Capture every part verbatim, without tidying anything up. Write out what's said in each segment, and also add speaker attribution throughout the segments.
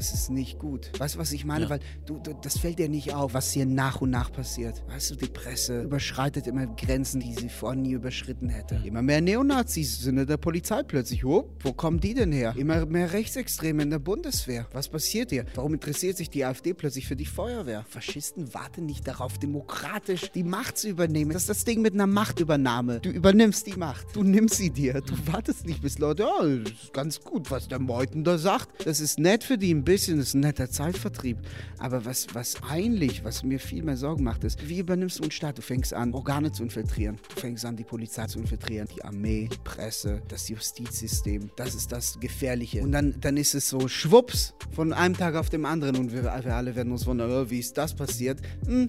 Speaker 1: das ist nicht gut. Weißt du, was ich meine?
Speaker 2: Ja.
Speaker 1: Weil du, du, das fällt dir nicht auf, was hier nach und nach passiert. Weißt du, die Presse überschreitet immer Grenzen, die sie vorher nie überschritten hätte. Immer mehr Neonazis sind in der Polizei plötzlich. Wo, wo kommen die denn her? Immer mehr Rechtsextreme in der Bundeswehr. Was passiert hier? Warum interessiert sich die AfD plötzlich für die Feuerwehr? Faschisten warten nicht darauf, demokratisch die Macht zu übernehmen. Das ist das Ding mit einer Machtübernahme. Du übernimmst die Macht. Du nimmst sie dir. Du wartest nicht bis Leute, ja, das ist ganz gut, was der Meuthen da sagt. Das ist nett für die ein bisschen, das ist ein netter Zeitvertrieb. Aber was, was eigentlich, was mir viel mehr Sorgen macht, ist, wie übernimmst du einen Staat? Du fängst an, Organe zu infiltrieren. Du fängst an, die Polizei zu infiltrieren. Die Armee, die Presse, das Justizsystem. Das ist das Gefährliche. Und dann, dann ist es so schwupps von einem Tag auf den anderen und wir, wir alle werden uns wundern, oh, wie ist das passiert? Hm.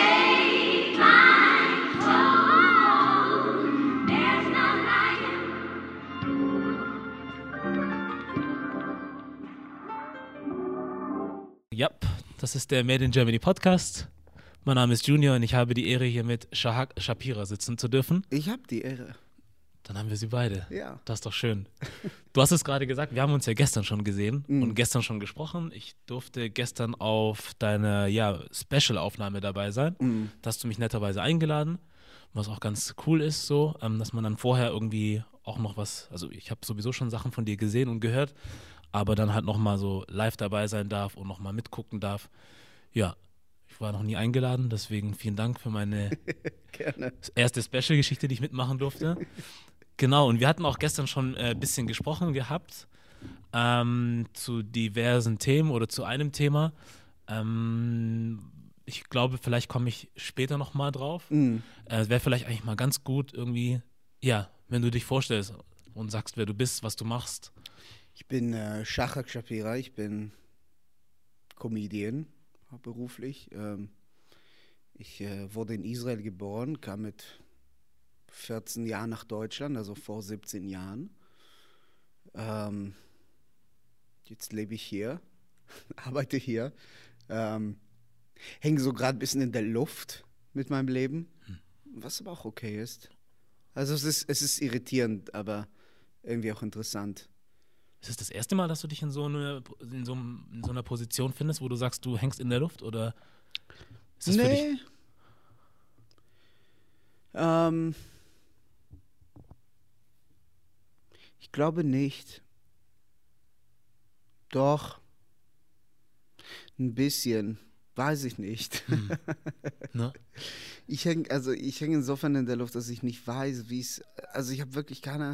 Speaker 2: Ja, das ist der Made in Germany Podcast. Mein Name ist Junior und ich habe die Ehre, hier mit Shahak Shapira sitzen zu dürfen.
Speaker 1: Ich habe die Ehre.
Speaker 2: Dann haben wir sie beide.
Speaker 1: Ja.
Speaker 2: Das ist doch schön. Du hast es gerade gesagt, wir haben uns ja gestern schon gesehen
Speaker 1: Mm.
Speaker 2: und gestern schon gesprochen. Ich durfte gestern auf deine ja, Special-Aufnahme dabei sein.
Speaker 1: Mm.
Speaker 2: Da hast du mich netterweise eingeladen, was auch ganz cool ist, so, ähm, dass man dann vorher irgendwie auch noch was, also ich habe sowieso schon Sachen von dir gesehen und gehört, aber dann halt nochmal so live dabei sein darf und nochmal mitgucken darf. Ja, ich war noch nie eingeladen, deswegen vielen Dank für meine
Speaker 1: Gerne.
Speaker 2: erste Special-Geschichte, die ich mitmachen durfte. Genau, und wir hatten auch gestern schon ein äh, bisschen gesprochen gehabt ähm, zu diversen Themen oder zu einem Thema. Ähm, ich glaube, vielleicht komme ich später nochmal drauf.
Speaker 1: Mm.
Speaker 2: Äh, es wäre vielleicht eigentlich mal ganz gut irgendwie, ja, wenn du dich vorstellst und sagst, wer du bist, was du machst.
Speaker 1: Ich bin äh, Shahak Shapira, ich bin Comedian beruflich. Ähm, ich äh, wurde in Israel geboren, kam mit vierzehn Jahren nach Deutschland, also vor siebzehn Jahren. Ähm, jetzt lebe ich hier, arbeite hier, ähm, hänge so gerade ein bisschen in der Luft mit meinem Leben, was aber auch okay ist. Also es ist, es ist irritierend, aber irgendwie auch interessant.
Speaker 2: Ist es das erste Mal, dass du dich in so, eine, in, so, in so einer Position findest, wo du sagst, du hängst in der Luft? Oder ist das für dich?
Speaker 1: Nee. Ähm, ich glaube nicht. Doch. Ein bisschen. Weiß ich nicht.
Speaker 2: Hm. Ne?
Speaker 1: Ich hänge also ich hänge insofern in der Luft, dass ich nicht weiß, wie es. Also ich habe wirklich keine.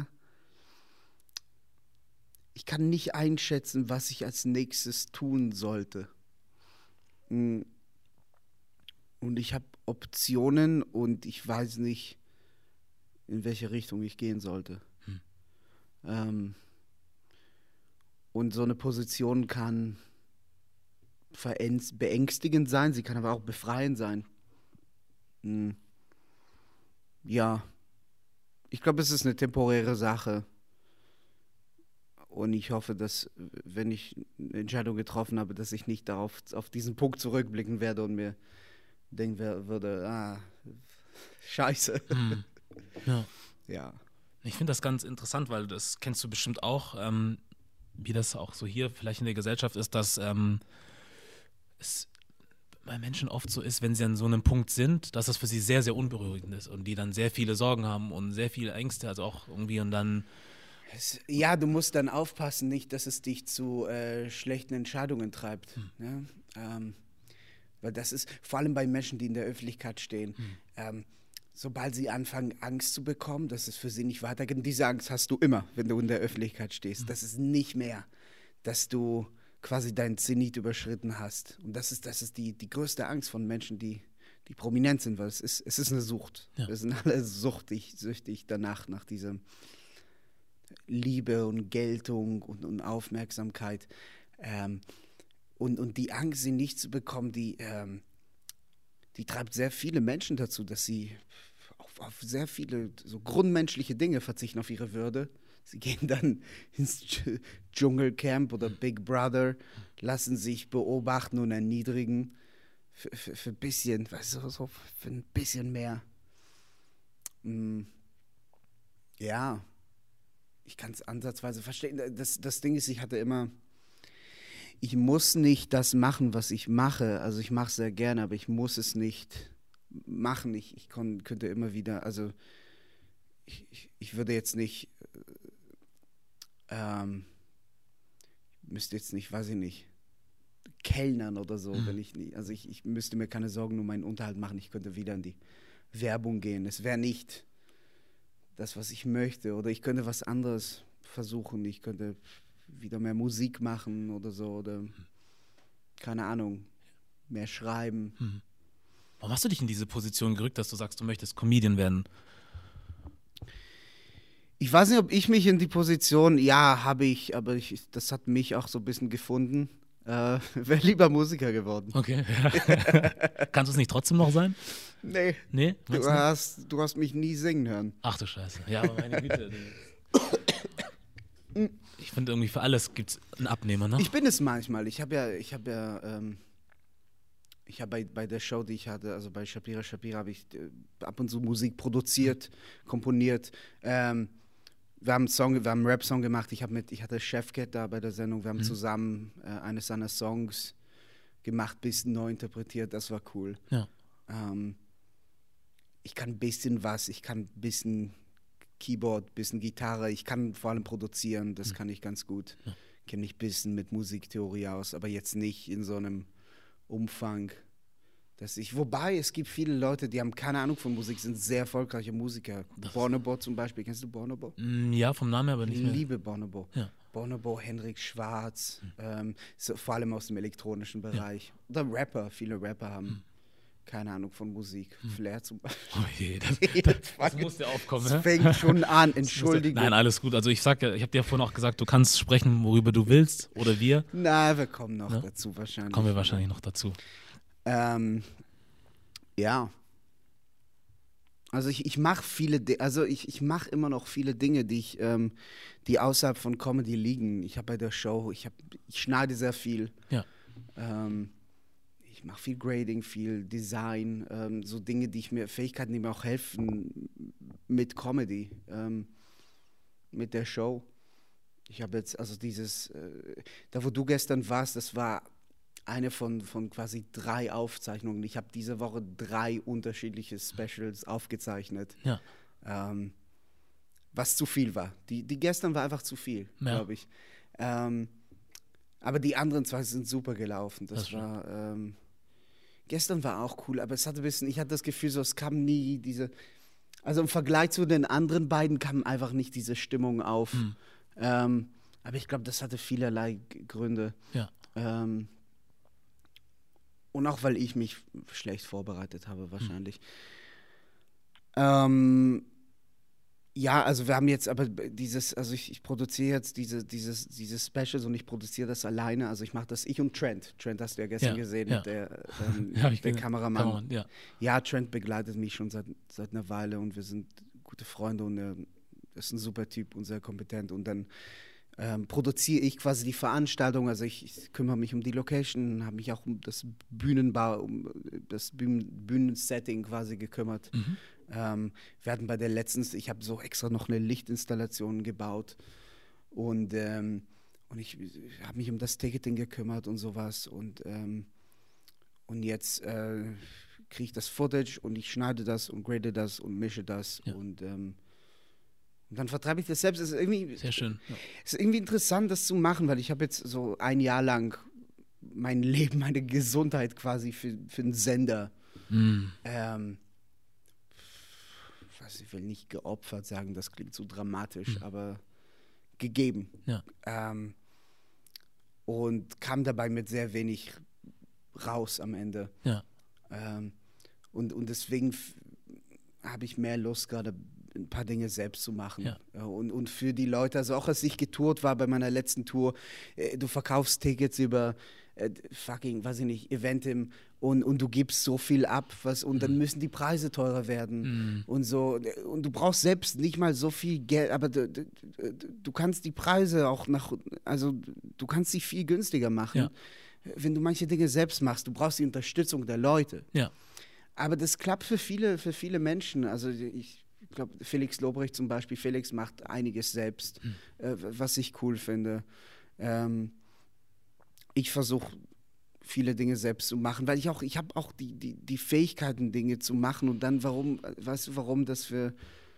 Speaker 1: Ich kann nicht einschätzen, was ich als nächstes tun sollte. Mm. Und ich habe Optionen und ich weiß nicht, in welche Richtung ich gehen sollte.
Speaker 2: Hm.
Speaker 1: Ähm, und so eine Position kann verängst- beängstigend sein, sie kann aber auch befreiend sein. Hm. Ja, ich glaube, es ist eine temporäre Sache. Und ich hoffe, dass, wenn ich eine Entscheidung getroffen habe, dass ich nicht darauf auf diesen Punkt zurückblicken werde und mir denken würde, ah, scheiße.
Speaker 2: Hm. Ja.
Speaker 1: Ja.
Speaker 2: Ich finde das ganz interessant, weil das kennst du bestimmt auch, ähm, wie das auch so hier vielleicht in der Gesellschaft ist, dass ähm, es bei Menschen oft so ist, wenn sie an so einem Punkt sind, dass das für sie sehr, sehr unberuhigend ist und die dann sehr viele Sorgen haben und sehr viele Ängste, also auch irgendwie und dann
Speaker 1: Es, ja, du musst dann aufpassen, nicht, dass es dich zu äh, schlechten Entscheidungen treibt.
Speaker 2: Hm.
Speaker 1: Ne? Ähm, weil das ist, vor allem bei Menschen, die in der Öffentlichkeit stehen,
Speaker 2: Hm.
Speaker 1: ähm, sobald sie anfangen, Angst zu bekommen, dass es für sie nicht weitergeht. Und diese Angst hast du immer, wenn du in der Öffentlichkeit stehst.
Speaker 2: Hm.
Speaker 1: Das ist nicht mehr, dass du quasi deinen Zenit überschritten hast. Und das ist, das ist die, die größte Angst von Menschen, die, die prominent sind, weil es ist, es ist eine Sucht.
Speaker 2: Ja.
Speaker 1: Wir sind alle suchtig, süchtig danach, nach diesem Liebe und Geltung und, und Aufmerksamkeit. Ähm, und, und die Angst, sie nicht zu bekommen, die, ähm, die treibt sehr viele Menschen dazu, dass sie auf, auf sehr viele so grundmenschliche Dinge verzichten, auf ihre Würde. Sie gehen dann ins Dsch- Dschungelcamp oder Big Brother, lassen sich beobachten und erniedrigen für, für, für ein bisschen, weißt du, so für ein bisschen mehr. Mm, ja, ich kann es ansatzweise verstehen. Das, das Ding ist, ich hatte immer, ich muss nicht das machen, was ich mache. Also ich mache es sehr gerne, aber ich muss es nicht machen. Ich, ich kon, könnte immer wieder, also ich, ich, ich würde jetzt nicht, ähm, müsste jetzt nicht, weiß ich nicht, kellnern oder so, mhm. wenn ich nicht, also ich, ich müsste mir keine Sorgen um meinen Unterhalt machen. Ich könnte wieder in die Werbung gehen. Es wäre nicht das, was ich möchte. Oder ich könnte was anderes versuchen. Ich könnte wieder mehr Musik machen oder so. Oder keine Ahnung, mehr schreiben.
Speaker 2: Mhm. Warum hast du dich in diese Position gerückt, dass du sagst, du möchtest Comedian werden?
Speaker 1: Ich weiß nicht, ob ich mich in die Position, ja, habe ich, aber ich, das hat mich auch so ein bisschen gefunden. Äh, wäre lieber Musiker geworden.
Speaker 2: Okay. Kannst du es nicht trotzdem noch sein?
Speaker 1: Nee.
Speaker 2: Nee?
Speaker 1: Du hast, du hast mich nie singen hören.
Speaker 2: Ach du Scheiße. Ja, aber meine Güte. Ich finde irgendwie für alles gibt es einen Abnehmer, ne?
Speaker 1: Ich bin es manchmal. Ich habe ja, ich habe ja, ähm, ich habe bei, bei der Show, die ich hatte, also bei Shapira Shapira, habe ich äh, ab und zu Musik produziert, mhm. komponiert. Ähm, wir haben einen Song, wir haben einen Rap-Song gemacht. Ich habe mit, ich hatte Chefcat da bei der Sendung. Wir haben mhm. zusammen äh, eines seiner Songs gemacht, bisschen neu interpretiert. Das war cool.
Speaker 2: Ja.
Speaker 1: Ähm, ich kann ein bisschen was. Ich kann ein bisschen Keyboard, ein bisschen Gitarre. Ich kann vor allem produzieren. Das mhm. kann ich ganz gut.
Speaker 2: Ja.
Speaker 1: Kenne mich ein bisschen mit Musiktheorie aus, aber jetzt nicht in so einem Umfang, dass ich, wobei es gibt viele Leute, die haben keine Ahnung von Musik, sind sehr erfolgreiche Musiker. Das Bonobo zum Beispiel, kennst du Bonobo?
Speaker 2: Ja, vom Namen her, aber nicht mehr.
Speaker 1: Ich liebe Bonobo.
Speaker 2: Ja.
Speaker 1: Bonobo, Henrik Schwarz, mhm. ähm, so, vor allem aus dem elektronischen Bereich. Ja. Oder Rapper, viele Rapper haben mhm. keine Ahnung von Musik. Mhm. Flair zum Beispiel.
Speaker 2: Oh je, das, das, das muss dir aufkommen.
Speaker 1: Das fängt schon an, Entschuldigung.
Speaker 2: Nein, alles gut. Also ich sag ja, ich habe dir vorhin auch gesagt, du kannst sprechen, worüber du willst, oder wir.
Speaker 1: Na, wir kommen noch
Speaker 2: ja?
Speaker 1: dazu wahrscheinlich.
Speaker 2: Kommen wir wahrscheinlich noch dazu.
Speaker 1: Ähm, ja. Also ich, ich mache viele, also ich, ich mache immer noch viele Dinge, die ich, ähm, die außerhalb von Comedy liegen. Ich habe bei der Show, ich habe, ich schneide sehr viel.
Speaker 2: Ja.
Speaker 1: Ähm, ich mache viel Grading, viel Design, ähm, so Dinge, die ich mir, Fähigkeiten, die mir auch helfen mit Comedy, ähm, mit der Show. Ich habe jetzt, also dieses, äh, da wo du gestern warst, das war eine von, von quasi drei Aufzeichnungen. Ich habe diese Woche drei unterschiedliche Specials aufgezeichnet.
Speaker 2: Ja.
Speaker 1: Ähm, was zu viel war. Die, die gestern war einfach zu viel, ja. glaube ich. Ähm, aber die anderen zwei sind super gelaufen. Das, das war, ähm, gestern war auch cool, aber es hatte ein bisschen, ich hatte das Gefühl, so, es kam nie diese, also im Vergleich zu den anderen beiden kam einfach nicht diese Stimmung auf. Hm. Ähm, aber ich glaube, das hatte vielerlei Gründe.
Speaker 2: Ja.
Speaker 1: Ähm, Und auch, weil ich mich schlecht vorbereitet habe, wahrscheinlich. Hm. Ähm, ja, also wir haben jetzt aber dieses, also ich, ich produziere jetzt diese, dieses, dieses Specials und ich produziere das alleine. Also ich mache das, ich und Trent. Trent hast du ja gestern ja, gesehen,
Speaker 2: ja.
Speaker 1: der, ähm,
Speaker 2: ja,
Speaker 1: der Kameramann.
Speaker 2: Kameramann ja.
Speaker 1: ja, Trent begleitet mich schon seit, seit einer Weile und wir sind gute Freunde und er ist ein super Typ und sehr kompetent. Und dann Ähm, produziere ich quasi die Veranstaltung, also ich, ich kümmere mich um die Location, habe mich auch um das Bühnenbau, um das Bühnen, Bühnensetting quasi gekümmert.
Speaker 2: Mhm.
Speaker 1: Ähm, wir hatten bei der letzten, ich habe so extra noch eine Lichtinstallation gebaut und, ähm, und ich, ich habe mich um das Ticketing gekümmert und sowas und, ähm, und jetzt äh, kriege ich das Footage und ich schneide das und grade das und mische das
Speaker 2: ja.
Speaker 1: und ähm, Und dann vertreibe ich das selbst. Es ist irgendwie,
Speaker 2: Sehr schön. Ja.
Speaker 1: Es ist irgendwie interessant, das zu machen, weil ich habe jetzt so ein Jahr lang mein Leben, meine Gesundheit quasi für, für einen Sender,
Speaker 2: mm.
Speaker 1: ähm, was ich will nicht geopfert sagen, das klingt so dramatisch, mm. aber gegeben.
Speaker 2: Ja.
Speaker 1: Ähm, und kam dabei mit sehr wenig raus am Ende.
Speaker 2: Ja.
Speaker 1: Ähm, und, und deswegen f- habe ich mehr Lust, gerade ein paar Dinge selbst zu machen.
Speaker 2: Ja.
Speaker 1: Und, und für die Leute, also auch als ich getourt war bei meiner letzten Tour, äh, du verkaufst Tickets über äh, fucking, weiß ich nicht, Eventim und, und du gibst so viel ab, was, und mm. dann müssen die Preise teurer werden
Speaker 2: mm.
Speaker 1: und so. Und du brauchst selbst nicht mal so viel Geld, aber du, du, du kannst die Preise auch nach, also du kannst sie viel günstiger machen,
Speaker 2: ja.
Speaker 1: wenn du manche Dinge selbst machst. Du brauchst die Unterstützung der Leute.
Speaker 2: Ja.
Speaker 1: Aber das klappt für viele, für viele Menschen. Also ich Ich glaube, Felix Lobrecht zum Beispiel, Felix macht einiges selbst, mhm. äh, was ich cool finde. Ähm, ich versuche viele Dinge selbst zu machen, weil ich auch, ich habe auch die, die, die Fähigkeiten, Dinge zu machen und dann warum, weißt du, warum das für,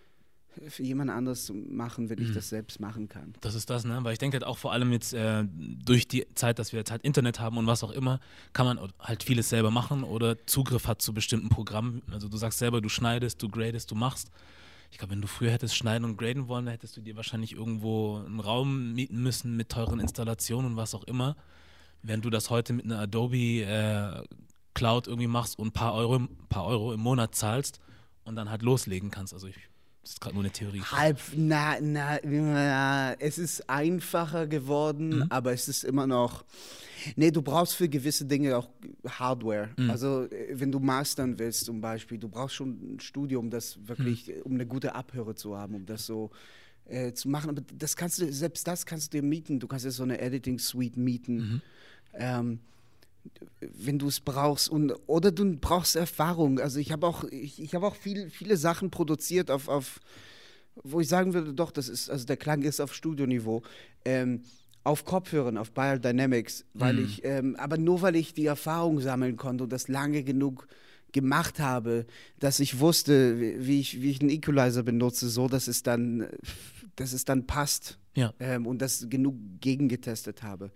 Speaker 1: für jemand anderes zu machen, wenn ich das selbst machen kann.
Speaker 2: Das ist das, ne? Weil ich denke halt auch vor allem jetzt äh, durch die Zeit, dass wir jetzt halt Internet haben und was auch immer, kann man halt vieles selber machen oder Zugriff hat zu bestimmten Programmen. Also du sagst selber, du schneidest, du gradest, du machst. Ich glaube, wenn du früher hättest schneiden und graden wollen, dann hättest du dir wahrscheinlich irgendwo einen Raum mieten müssen mit teuren Installationen und was auch immer. Während du das heute mit einer Adobe äh, Cloud irgendwie machst und ein paar Euro, ein paar Euro im Monat zahlst und dann halt loslegen kannst. Also ich, das ist gerade nur eine Theorie.
Speaker 1: Halb, na, na, na, es ist einfacher geworden, mhm. aber es ist immer noch, nee, du brauchst für gewisse Dinge auch Hardware. Mhm. Also wenn du mastern willst zum Beispiel, du brauchst schon ein Studium, das wirklich, mhm. um eine gute Abhöre zu haben, um das so äh, zu machen. Aber das kannst du, selbst das kannst du dir mieten. Du kannst dir so eine Editing-Suite mieten. Mhm. Ähm, wenn du es brauchst und oder du brauchst Erfahrung. Also ich habe auch ich, ich habe auch viel, viele Sachen produziert auf, auf wo ich sagen würde, doch, das ist, also der Klang ist auf Studioniveau, ähm, auf Kopfhörern, auf Biodynamics, weil mhm. ich, ähm, aber nur weil ich die Erfahrung sammeln konnte und das lange genug gemacht habe, dass ich wusste, wie ich, wie ich einen Equalizer benutze, so dass es dann, dass es dann passt,
Speaker 2: ja.
Speaker 1: ähm, und das genug gegengetestet habe.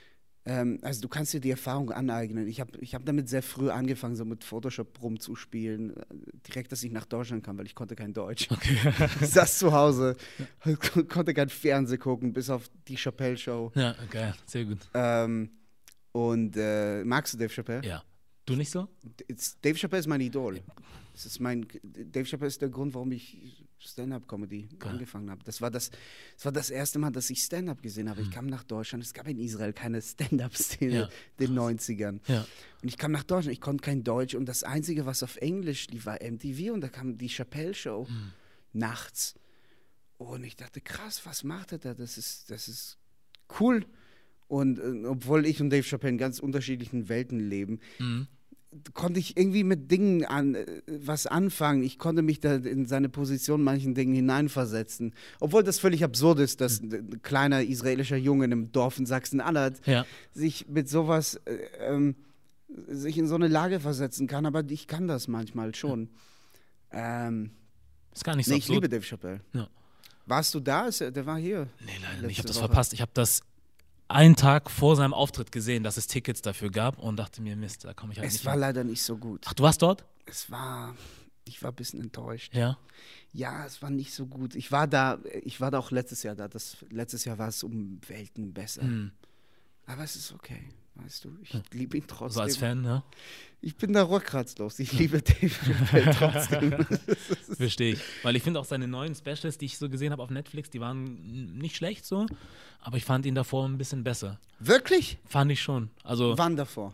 Speaker 1: Also du kannst dir die Erfahrung aneignen. Ich habe ich hab damit sehr früh angefangen, so mit Photoshop rumzuspielen. Direkt, dass ich nach Deutschland kam, weil ich konnte kein Deutsch.
Speaker 2: Okay.
Speaker 1: Ich saß zu Hause, konnte kein Fernsehen gucken, bis auf die Chappelle-Show.
Speaker 2: Ja, geil, sehr gut.
Speaker 1: Ähm, und äh, magst du Dave Chappelle?
Speaker 2: Ja. Du nicht so?
Speaker 1: It's, Dave Chappelle ist mein Idol. Das ist mein, Dave Chappelle ist der Grund, warum ich Stand-Up-Comedy Geil. angefangen habe. Das war das, das war das erste Mal, dass ich Stand-Up gesehen habe. Mhm. Ich kam nach Deutschland, es gab in Israel keine Stand-Up-Szene
Speaker 2: ja.
Speaker 1: in den neunzigern.
Speaker 2: Ja.
Speaker 1: Und ich kam nach Deutschland, ich konnte kein Deutsch und das Einzige, was auf Englisch lief, war M T V und da kam die Chappelle-Show mhm. nachts. Und ich dachte, krass, was macht er da? Das ist, das ist cool. Und äh, obwohl ich und Dave Chappelle in ganz unterschiedlichen Welten leben, mhm. konnte ich irgendwie mit Dingen an, äh, was anfangen. Ich konnte mich da in seine Position manchen Dingen hineinversetzen. Obwohl das völlig absurd ist, dass mhm. ein kleiner israelischer Junge in einem Dorf in Sachsen-Anhalt
Speaker 2: ja.
Speaker 1: sich mit sowas, äh, ähm, sich in so eine Lage versetzen kann. Aber ich kann das manchmal schon. Ja. Ähm,
Speaker 2: ist gar nicht so
Speaker 1: nee,
Speaker 2: absurd.
Speaker 1: Ich liebe Dave Chappelle.
Speaker 2: Ja.
Speaker 1: Warst du da? Der war hier.
Speaker 2: Nee, leider nicht. Ich habe das verpasst. Ich habe das einen Tag vor seinem Auftritt gesehen, dass es Tickets dafür gab und dachte mir, Mist, da komme ich halt
Speaker 1: es
Speaker 2: nicht
Speaker 1: war
Speaker 2: hin.
Speaker 1: leider nicht so gut.
Speaker 2: Ach, du warst dort?
Speaker 1: Es war, ich war ein bisschen enttäuscht.
Speaker 2: Ja?
Speaker 1: Ja, es war nicht so gut. Ich war da, ich war da auch letztes Jahr da. Das, letztes Jahr war es um Welten besser. Hm. Aber es ist okay, weißt du. Ich ja. liebe ihn trotzdem.
Speaker 2: So als Fan, ja?
Speaker 1: Ich bin da rückgratslos. Ich liebe Dave Chappelle trotzdem.
Speaker 2: Verstehe ich. Weil ich finde auch seine neuen Specials, die ich so gesehen habe auf Netflix, die waren nicht schlecht so, aber ich fand ihn davor ein bisschen besser.
Speaker 1: Wirklich?
Speaker 2: Fand ich schon. Also,
Speaker 1: wann davor?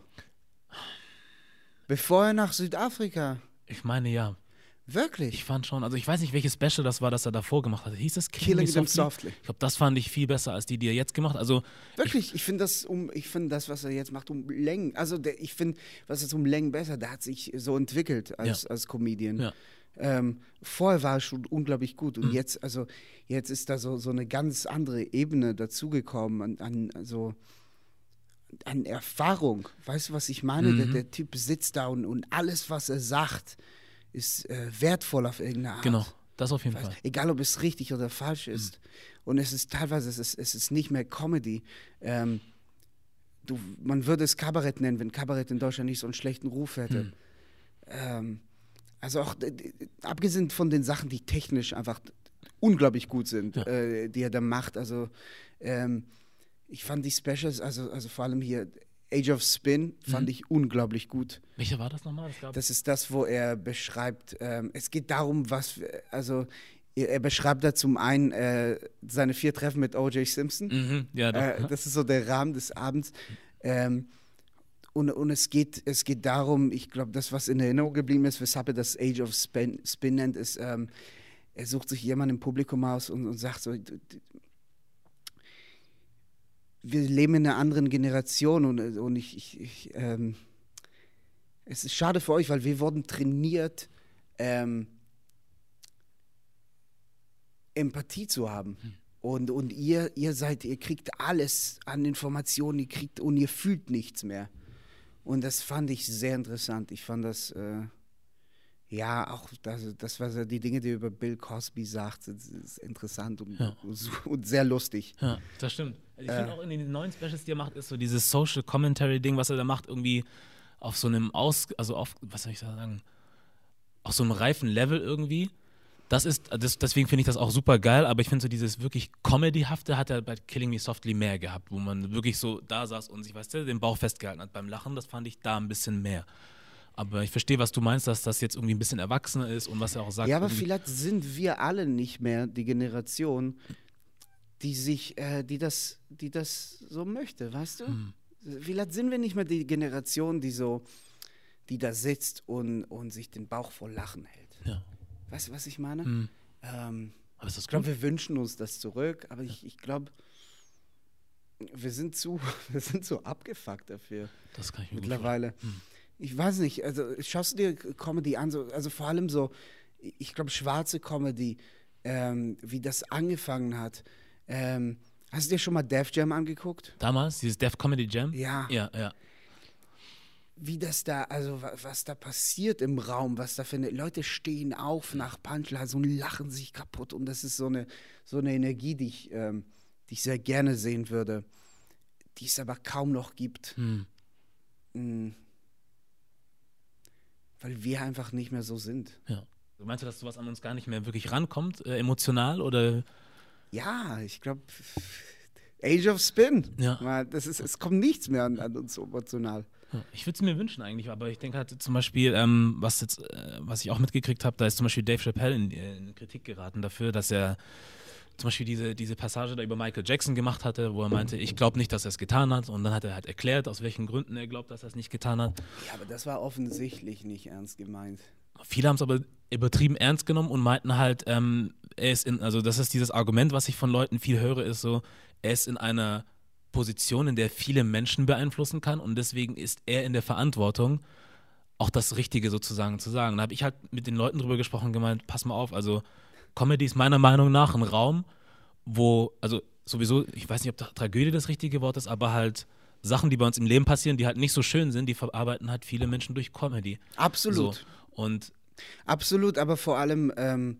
Speaker 1: Bevor er nach Südafrika?
Speaker 2: Ich meine, ja.
Speaker 1: Wirklich?
Speaker 2: Ich fand schon, also ich weiß nicht, welches Special das war, das er davor gemacht hat. Hieß es
Speaker 1: Killing, Killing Them Softly?
Speaker 2: Ich glaube, das fand ich viel besser als die, die er jetzt gemacht hat. Also
Speaker 1: wirklich, ich, ich finde das, um, ich finde das, was er jetzt macht, um Längen, also der, ich finde, was jetzt um Längen besser, der hat sich so entwickelt als, ja. als Comedian.
Speaker 2: Ja.
Speaker 1: Ähm, vorher war er schon unglaublich gut und
Speaker 2: mhm.
Speaker 1: jetzt, also jetzt ist da so, so eine ganz andere Ebene dazugekommen an, an, also, an Erfahrung. Weißt du, was ich meine? Mhm. Der, der Typ sitzt da und, und alles, was er sagt, ist äh, wertvoll auf irgendeine Art.
Speaker 2: Genau, das auf jeden
Speaker 1: weißt,
Speaker 2: Fall.
Speaker 1: Egal, ob es richtig oder falsch ist. Mhm. Und es ist teilweise, es ist, es ist nicht mehr Comedy. Ähm, du, man würde es Kabarett nennen, wenn Kabarett in Deutschland nicht so einen schlechten Ruf hätte. Mhm. Ähm, also auch, d- d- abgesehen von den Sachen, die technisch einfach unglaublich gut sind, ja. äh, die er da macht. Also ähm, ich fand die Specials, also, also vor allem hier Age of Spin, fand mhm. ich unglaublich gut.
Speaker 2: Welcher war das nochmal? Das,
Speaker 1: das ist das, wo er beschreibt, ähm, es geht darum, was, also er, er beschreibt da zum einen äh, seine vier Treffen mit O J Simpson.
Speaker 2: Mhm. Ja, doch.
Speaker 1: Äh, das ist so der Rahmen des Abends. Ähm, und und es, geht, es geht darum, ich glaube, das, was in Erinnerung geblieben ist, weshalb er das Age of Spin, Spin nennt, ist, ähm, er sucht sich jemanden im Publikum aus und, und sagt so, wir leben in einer anderen Generation und, und ich, ich, ich ähm, es ist schade für euch, weil wir wurden trainiert, ähm, Empathie zu haben. Hm. Und, und ihr, ihr seid, ihr kriegt alles an Informationen, ihr kriegt und ihr fühlt nichts mehr. Und das fand ich sehr interessant. Ich fand das, äh, ja, auch das, das, was er, die Dinge, die er über Bill Cosby sagt, ist, ist interessant und,
Speaker 2: Ja.
Speaker 1: und, und sehr lustig.
Speaker 2: Ja, das stimmt. Also ich
Speaker 1: Äh.
Speaker 2: finde auch in den neuen Specials, die er macht, ist so dieses Social Commentary-Ding, was er da macht, irgendwie auf so einem Aus, also auf, was soll ich da sagen, auf so einem reifen Level irgendwie. Das ist, das, deswegen finde ich das auch super geil, aber ich finde so dieses wirklich Comedy-hafte hat er bei Killing Me Softly mehr gehabt, wo man wirklich so da saß und sich, weißt du, den Bauch festgehalten hat beim Lachen, das fand ich da ein bisschen mehr. Aber ich verstehe, was du meinst, dass das jetzt irgendwie ein bisschen erwachsener ist und was er auch sagt.
Speaker 1: Ja, aber
Speaker 2: irgendwie-
Speaker 1: vielleicht sind wir alle nicht mehr die Generation, die sich, äh, die das, die das so möchte, weißt du?
Speaker 2: Hm.
Speaker 1: Vielleicht sind wir nicht mehr die Generation, die so, die da sitzt und, und sich den Bauch voll Lachen hält.
Speaker 2: Ja.
Speaker 1: Weißt du, was ich meine?
Speaker 2: Hm.
Speaker 1: Ähm,
Speaker 2: Aber ist das
Speaker 1: ich glaube,
Speaker 2: gut?
Speaker 1: wir wünschen uns das zurück, aber ich, ich glaube, wir sind zu, wir sind zu abgefuckt dafür
Speaker 2: Das kann ich mir gut
Speaker 1: mittlerweile.
Speaker 2: Hm.
Speaker 1: Ich weiß nicht, also schaust du dir Comedy an, so, also vor allem so, ich glaube, schwarze Comedy, ähm, wie das angefangen hat. Ähm, hast du dir schon mal Def Jam angeguckt?
Speaker 2: Damals, dieses Def Comedy Jam?
Speaker 1: Ja.
Speaker 2: Ja, ja.
Speaker 1: Wie das da, also wa- was da passiert im Raum, was da für eine, Leute stehen auf nach Punchlines und lachen sich kaputt und das ist so eine, so eine Energie, die ich, ähm, die ich sehr gerne sehen würde, die es aber kaum noch gibt.
Speaker 2: Hm.
Speaker 1: Mm. Weil wir einfach nicht mehr so sind.
Speaker 2: Ja. Du meinst, dass sowas an uns gar nicht mehr wirklich rankommt, äh, emotional oder?
Speaker 1: Ja, ich glaube, Age of Spin.
Speaker 2: Ja.
Speaker 1: Mal, das ist, es kommt nichts mehr an, an uns emotional.
Speaker 2: Ja, ich würde es mir wünschen eigentlich, aber ich denke halt zum Beispiel, ähm, was jetzt, äh, was ich auch mitgekriegt habe, da ist zum Beispiel Dave Chappelle in, in Kritik geraten dafür, dass er zum Beispiel diese, diese Passage da über Michael Jackson gemacht hatte, wo er meinte, ich glaube nicht, dass er es getan hat, und dann hat er halt erklärt, aus welchen Gründen er glaubt, dass er es nicht getan hat.
Speaker 1: Ja, aber das war offensichtlich nicht ernst gemeint.
Speaker 2: Viele haben es aber übertrieben ernst genommen und meinten halt, ähm, er ist in, also das ist dieses Argument, was ich von Leuten viel höre, ist so, er ist in einer Position, in der viele Menschen beeinflussen kann, und deswegen ist er in der Verantwortung, auch das Richtige sozusagen zu sagen. Da habe ich halt mit den Leuten drüber gesprochen und gemeint, pass mal auf, also Comedy ist meiner Meinung nach ein Raum, wo, also sowieso, ich weiß nicht, ob Tra- Tragödie das richtige Wort ist, aber halt Sachen, die bei uns im Leben passieren, die halt nicht so schön sind, die verarbeiten halt viele Menschen durch Comedy.
Speaker 1: Absolut.
Speaker 2: So. Und
Speaker 1: Absolut, aber vor allem, ähm,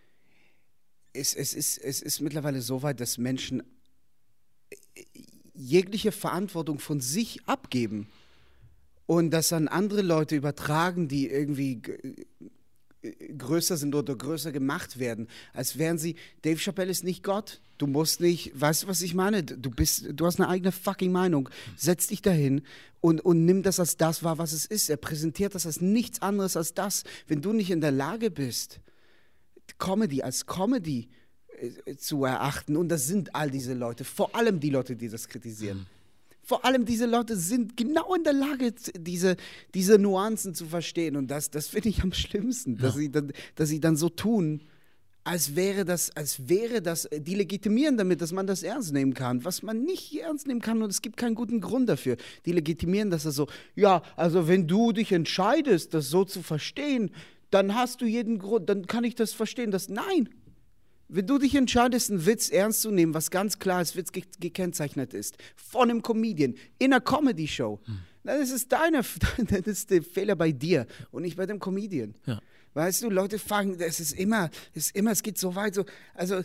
Speaker 1: es, es, ist, es ist mittlerweile so weit, dass Menschen äh, jegliche Verantwortung von sich abgeben und das an andere Leute übertragen, die irgendwie g- äh, größer sind oder größer gemacht werden, als wären sie, Dave Chappelle ist nicht Gott, du musst nicht, weißt du, was ich meine? Du bist, du hast eine eigene fucking Meinung, setz dich dahin und, und nimm das als das wahr, was es ist. Er präsentiert das als nichts anderes als das. Wenn du nicht in der Lage bist, Comedy als Comedy äh, zu erachten, und das sind all diese Leute, vor allem die Leute, die das kritisieren, vor allem diese Leute sind genau in der Lage, z- diese, diese Nuancen zu verstehen. Und das, das finde ich am schlimmsten, dass,
Speaker 2: Ja.
Speaker 1: sie dann, dass sie dann so tun, als wäre das, als wäre das, die legitimieren damit, dass man das ernst nehmen kann, was man nicht ernst nehmen kann, und es gibt keinen guten Grund dafür. Die legitimieren das so, ja, also wenn du dich entscheidest, das so zu verstehen, dann hast du jeden Grund, dann kann ich das verstehen, dass, nein, wenn du dich entscheidest, einen Witz ernst zu nehmen, was ganz klar als Witz ge gekennzeichnet ist, von einem Comedian, in einer Comedy-Show,
Speaker 2: Hm.
Speaker 1: dann ist es deine, das ist der Fehler bei dir und nicht bei dem Comedian.
Speaker 2: ja.
Speaker 1: Weißt du, Leute fangen, es ist immer, es ist immer, es geht so weit, so, also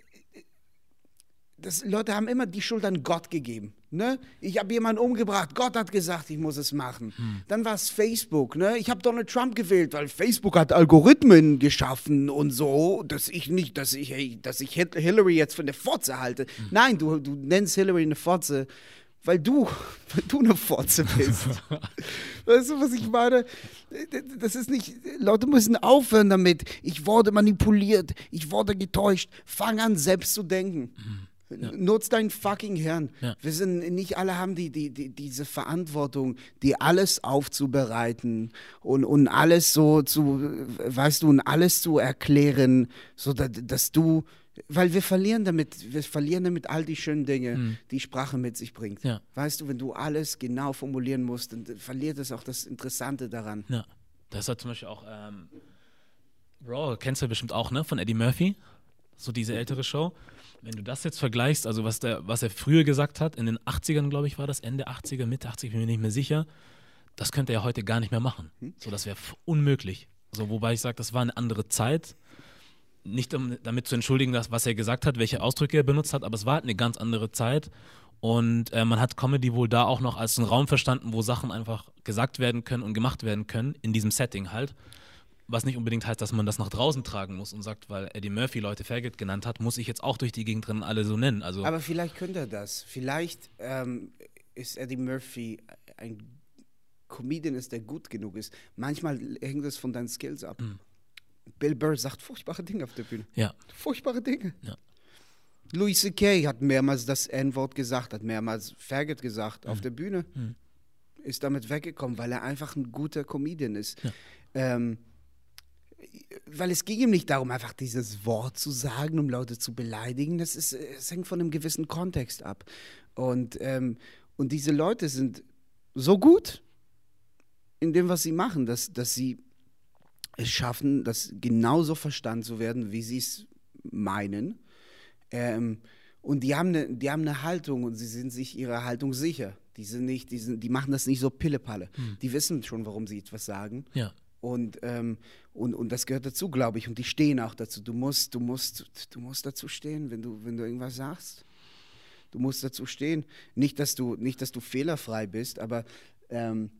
Speaker 1: das, Leute haben immer die Schuld an Gott gegeben. Ne? Ich habe jemanden umgebracht, Gott hat gesagt, ich muss es machen.
Speaker 2: Hm.
Speaker 1: Dann war es Facebook. Ne? Ich habe Donald Trump gewählt, weil Facebook hat Algorithmen geschaffen und so, dass ich nicht, dass ich, hey, dass ich Hit- Hillary jetzt für eine Fotze halte.
Speaker 2: Hm.
Speaker 1: Nein, du, du nennst Hillary eine Fotze, weil du, weil du eine Fotze bist. Weißt du, was ich meine? Das ist nicht, Leute müssen aufhören damit. Ich wurde manipuliert, ich wurde getäuscht. Fang an, selbst zu denken.
Speaker 2: Ja.
Speaker 1: Nutz dein fucking Hirn.
Speaker 2: Ja.
Speaker 1: Wir sind, nicht alle haben die, die, die, diese Verantwortung, die alles aufzubereiten und, und alles so zu, weißt du, und alles zu erklären, so dass, dass du, weil wir verlieren damit, wir verlieren damit all die schönen Dinge,
Speaker 2: Mhm.
Speaker 1: die Sprache mit sich bringt.
Speaker 2: Ja.
Speaker 1: Weißt du, wenn du alles genau formulieren musst, dann verliert es auch das Interessante daran.
Speaker 2: Ja, das hat zum Beispiel auch, ähm, Raw, kennst du bestimmt auch, ne, von Eddie Murphy, so diese ältere Show. Wenn du das jetzt vergleichst, also was, der, was er früher gesagt hat, in den achtzigern, glaube ich, war das, Ende achtziger, Mitte achtziger, bin mir nicht mehr sicher, das könnte er ja heute gar nicht mehr machen. Hm? So, das wäre unmöglich. So, wobei ich sage, das war eine andere Zeit. Nicht um, damit zu entschuldigen, dass, was er gesagt hat, welche Ausdrücke er benutzt hat, aber es war halt eine ganz andere Zeit. Und äh, man hat Comedy wohl da auch noch als einen Raum verstanden, wo Sachen einfach gesagt werden können und gemacht werden können, in diesem Setting halt. Was nicht unbedingt heißt, dass man das nach draußen tragen muss und sagt, weil Eddie Murphy Leute Faggot genannt hat, muss ich jetzt auch durch die Gegend drin alle so nennen. Also
Speaker 1: aber vielleicht könnte er das. Vielleicht ähm, ist Eddie Murphy ein Comedian, ist, der gut genug ist. Manchmal hängt es von deinen Skills ab. Mhm. Bill Burr sagt furchtbare Dinge auf der Bühne.
Speaker 2: Ja.
Speaker 1: Furchtbare Dinge.
Speaker 2: Ja.
Speaker 1: Louis C K hat mehrmals das N-Wort gesagt, hat mehrmals Faggot gesagt mhm. auf der Bühne. Mhm. Ist damit weggekommen, weil er einfach ein guter Comedian ist. Ja. Ähm, weil es ging ihm nicht darum, einfach dieses Wort zu sagen, um Leute zu beleidigen. Das ist, es hängt von einem gewissen Kontext ab. Und, ähm, und diese Leute sind so gut in dem, was sie machen, dass, dass sie es schaffen, das genauso verstanden zu werden, wie sie es meinen. Ähm, und die haben, eine, die haben eine Haltung und sie sind sich ihrer Haltung sicher. Die, sind nicht, die, sind, die machen das nicht so Pillepalle. Hm. Die wissen schon, warum sie etwas sagen.
Speaker 2: Ja.
Speaker 1: Und, ähm, und, und das gehört dazu, glaube ich. Und die stehen auch dazu. Du musst, du musst, du musst dazu stehen, wenn du, wenn du irgendwas sagst. Du musst dazu stehen. Nicht, dass du, nicht, dass du fehlerfrei bist, aber ähm,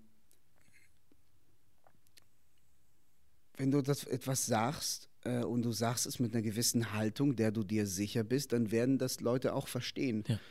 Speaker 1: wenn du das etwas sagst äh, und du sagst es mit einer gewissen Haltung, der du dir sicher bist, dann werden das Leute auch verstehen.
Speaker 2: Ja.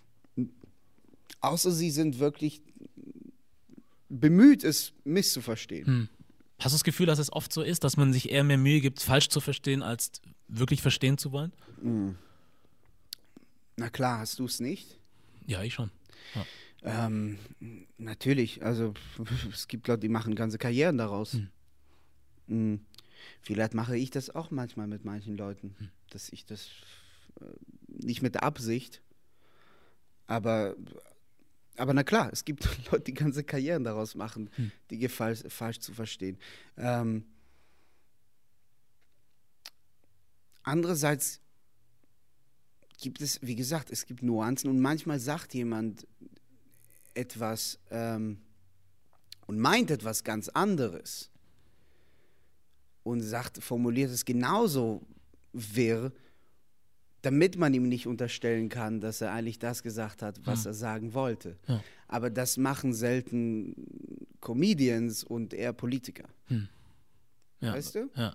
Speaker 1: Außer sie sind wirklich bemüht, es misszuverstehen.
Speaker 2: Hm. Hast du das Gefühl, dass es oft so ist, dass man sich eher mehr Mühe gibt, falsch zu verstehen, als wirklich verstehen zu wollen?
Speaker 1: Mhm. Na klar, hast du es nicht?
Speaker 2: Ja, ich schon. Ja.
Speaker 1: Ähm, natürlich, also es gibt Leute, die machen ganze Karrieren daraus. Hm. Mhm. Vielleicht mache ich das auch manchmal mit manchen Leuten, hm. dass ich das äh, nicht mit Absicht, aber Aber na klar, es gibt Leute, die ganze Karrieren daraus machen, hm. Dinge falsch, falsch zu verstehen. Ähm, andererseits gibt es, wie gesagt, es gibt Nuancen und manchmal sagt jemand etwas ähm, und meint etwas ganz anderes und sagt, formuliert es genauso wirr, damit man ihm nicht unterstellen kann, dass er eigentlich das gesagt hat, was ja. er sagen wollte. Ja. Aber das machen selten Comedians und eher Politiker. Hm.
Speaker 2: Ja.
Speaker 1: Weißt du?
Speaker 2: Ja.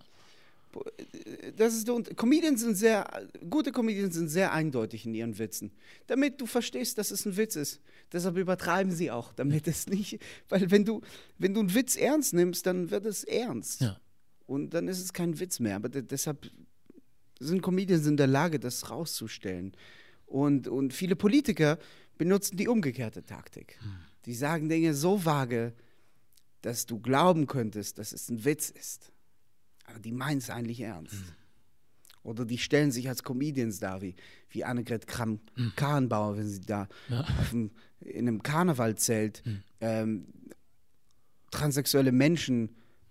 Speaker 1: Das ist der Comedians sind sehr, gute Comedians sind sehr eindeutig in ihren Witzen. Damit du verstehst, dass es ein Witz ist. Deshalb übertreiben sie auch, damit es nicht, weil wenn du, wenn du einen Witz ernst nimmst, dann wird es ernst.
Speaker 2: Ja.
Speaker 1: Und dann ist es kein Witz mehr. Aber deshalb sind Comedians in der Lage, das rauszustellen. Und, und viele Politiker benutzen die umgekehrte Taktik. Hm. Die sagen Dinge so vage, dass du glauben könntest, dass es ein Witz ist. Aber die meinen es eigentlich ernst. Hm. Oder die stellen sich als Comedians dar, wie, wie Annegret Kramp-Karrenbauer, hm. wenn sie da ja. auf dem, in einem Karnevalzelt hm. ähm, transsexuelle Menschen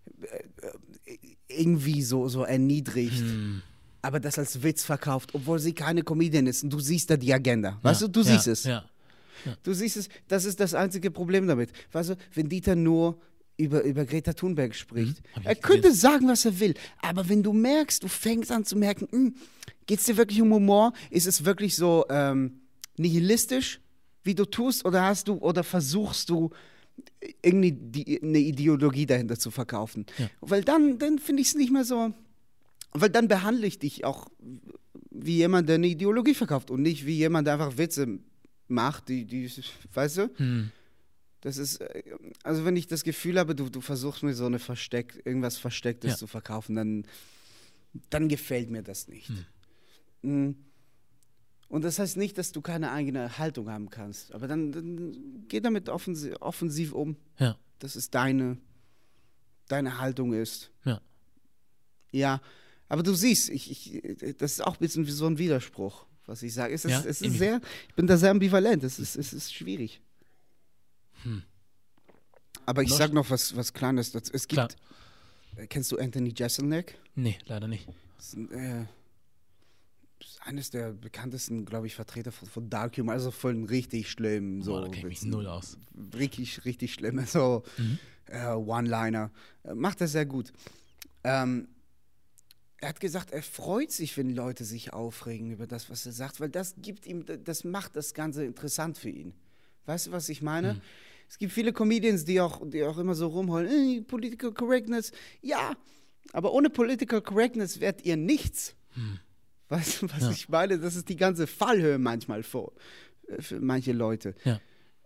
Speaker 1: äh, irgendwie so, so erniedrigt. Hm. Aber das als Witz verkauft, obwohl sie keine Comedian ist. Und du siehst da die Agenda. Weißt
Speaker 2: ja,
Speaker 1: du, du
Speaker 2: ja,
Speaker 1: siehst es.
Speaker 2: Ja, ja.
Speaker 1: Du siehst es, das ist das einzige Problem damit. Weißt du, wenn Dieter nur über, über Greta Thunberg spricht, mhm, er könnte gesehen. sagen, was er will. Aber wenn du merkst, du fängst an zu merken, geht es dir wirklich um Humor? Ist es wirklich so ähm, nihilistisch, wie du tust? Oder hast du, oder versuchst du, irgendwie die, eine Ideologie dahinter zu verkaufen? Ja. Weil dann, dann finde ich es nicht mehr so. Weil dann behandle ich dich auch wie jemand, der eine Ideologie verkauft und nicht wie jemand, der einfach Witze macht, die, die weißt du? Hm. Das ist, also wenn ich das Gefühl habe, du, du versuchst mir so eine Versteck, irgendwas Verstecktes ja. zu verkaufen, dann, dann gefällt mir das nicht. Hm. Und das heißt nicht, dass du keine eigene Haltung haben kannst, aber dann, dann geh damit offensiv, offensiv um,
Speaker 2: ja.
Speaker 1: dass es deine, deine Haltung ist.
Speaker 2: Ja.
Speaker 1: Ja. Aber du siehst, ich, ich, das ist auch ein bisschen wie so ein Widerspruch, was ich sage. Es ist,
Speaker 2: ja,
Speaker 1: es ist sehr, ich bin da sehr ambivalent, es ist, es ist schwierig. Hm. Aber ich sage noch was, was Kleines dazu. Es gibt, Klar. Kennst du Anthony Jeselnik?
Speaker 2: Nee, leider nicht.
Speaker 1: Das ist ein, äh, eines der bekanntesten, glaube ich, Vertreter von, von Dark Humor, also von richtig schlimm, so.
Speaker 2: Boah, da kenn ich mich null aus.
Speaker 1: Richtig, richtig schlimme, so
Speaker 2: Mhm.
Speaker 1: äh, One-Liner. Äh, macht er sehr gut. Ähm, er hat gesagt, er freut sich, wenn Leute sich aufregen über das, was er sagt, weil das gibt ihm, das macht das Ganze interessant für ihn. Weißt du, was ich meine?
Speaker 2: Mhm.
Speaker 1: Es gibt viele Comedians, die auch, die auch immer so rumheulen, äh, Political Correctness. Ja, aber ohne Political Correctness wärt ihr nichts.
Speaker 2: Mhm.
Speaker 1: Weißt du, was
Speaker 2: Ja.
Speaker 1: ich meine? Das ist die ganze Fallhöhe manchmal vor, äh, für manche Leute.
Speaker 2: Ja.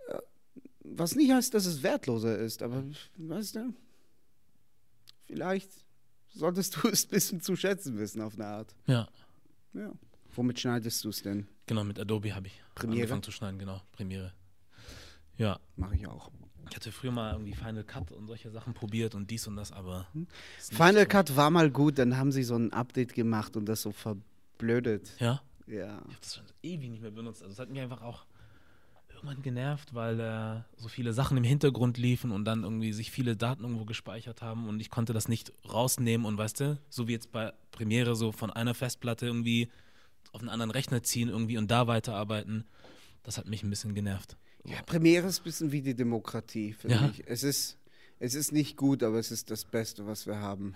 Speaker 1: Was nicht heißt, dass es wertloser ist, aber weißt du, vielleicht solltest du es ein bisschen zu schätzen wissen auf eine Art.
Speaker 2: Ja.
Speaker 1: Ja. Womit schneidest du es denn?
Speaker 2: Genau, mit Adobe habe ich
Speaker 1: Premiere?
Speaker 2: angefangen zu schneiden, genau, Premiere. Ja,
Speaker 1: Mache ich auch.
Speaker 2: ich hatte früher mal irgendwie Final Cut und solche Sachen probiert und dies und das, aber ist nicht
Speaker 1: Final
Speaker 2: so-
Speaker 1: Cut war mal gut, dann haben sie so ein Update gemacht und das so verblödet.
Speaker 2: Ja,
Speaker 1: Ja.
Speaker 2: ich habe das schon ewig nicht mehr benutzt. Also es hat mich einfach auch irgendwann genervt, weil äh, so viele Sachen im Hintergrund liefen und dann irgendwie sich viele Daten irgendwo gespeichert haben und ich konnte das nicht rausnehmen und weißt du, so wie jetzt bei Premiere so von einer Festplatte irgendwie auf einen anderen Rechner ziehen irgendwie und da weiterarbeiten, das hat mich ein bisschen genervt. So.
Speaker 1: Ja, Premiere ist ein bisschen wie die Demokratie, finde
Speaker 2: Ja.
Speaker 1: ich. Es ist, es ist nicht gut, aber es ist das Beste, was wir haben.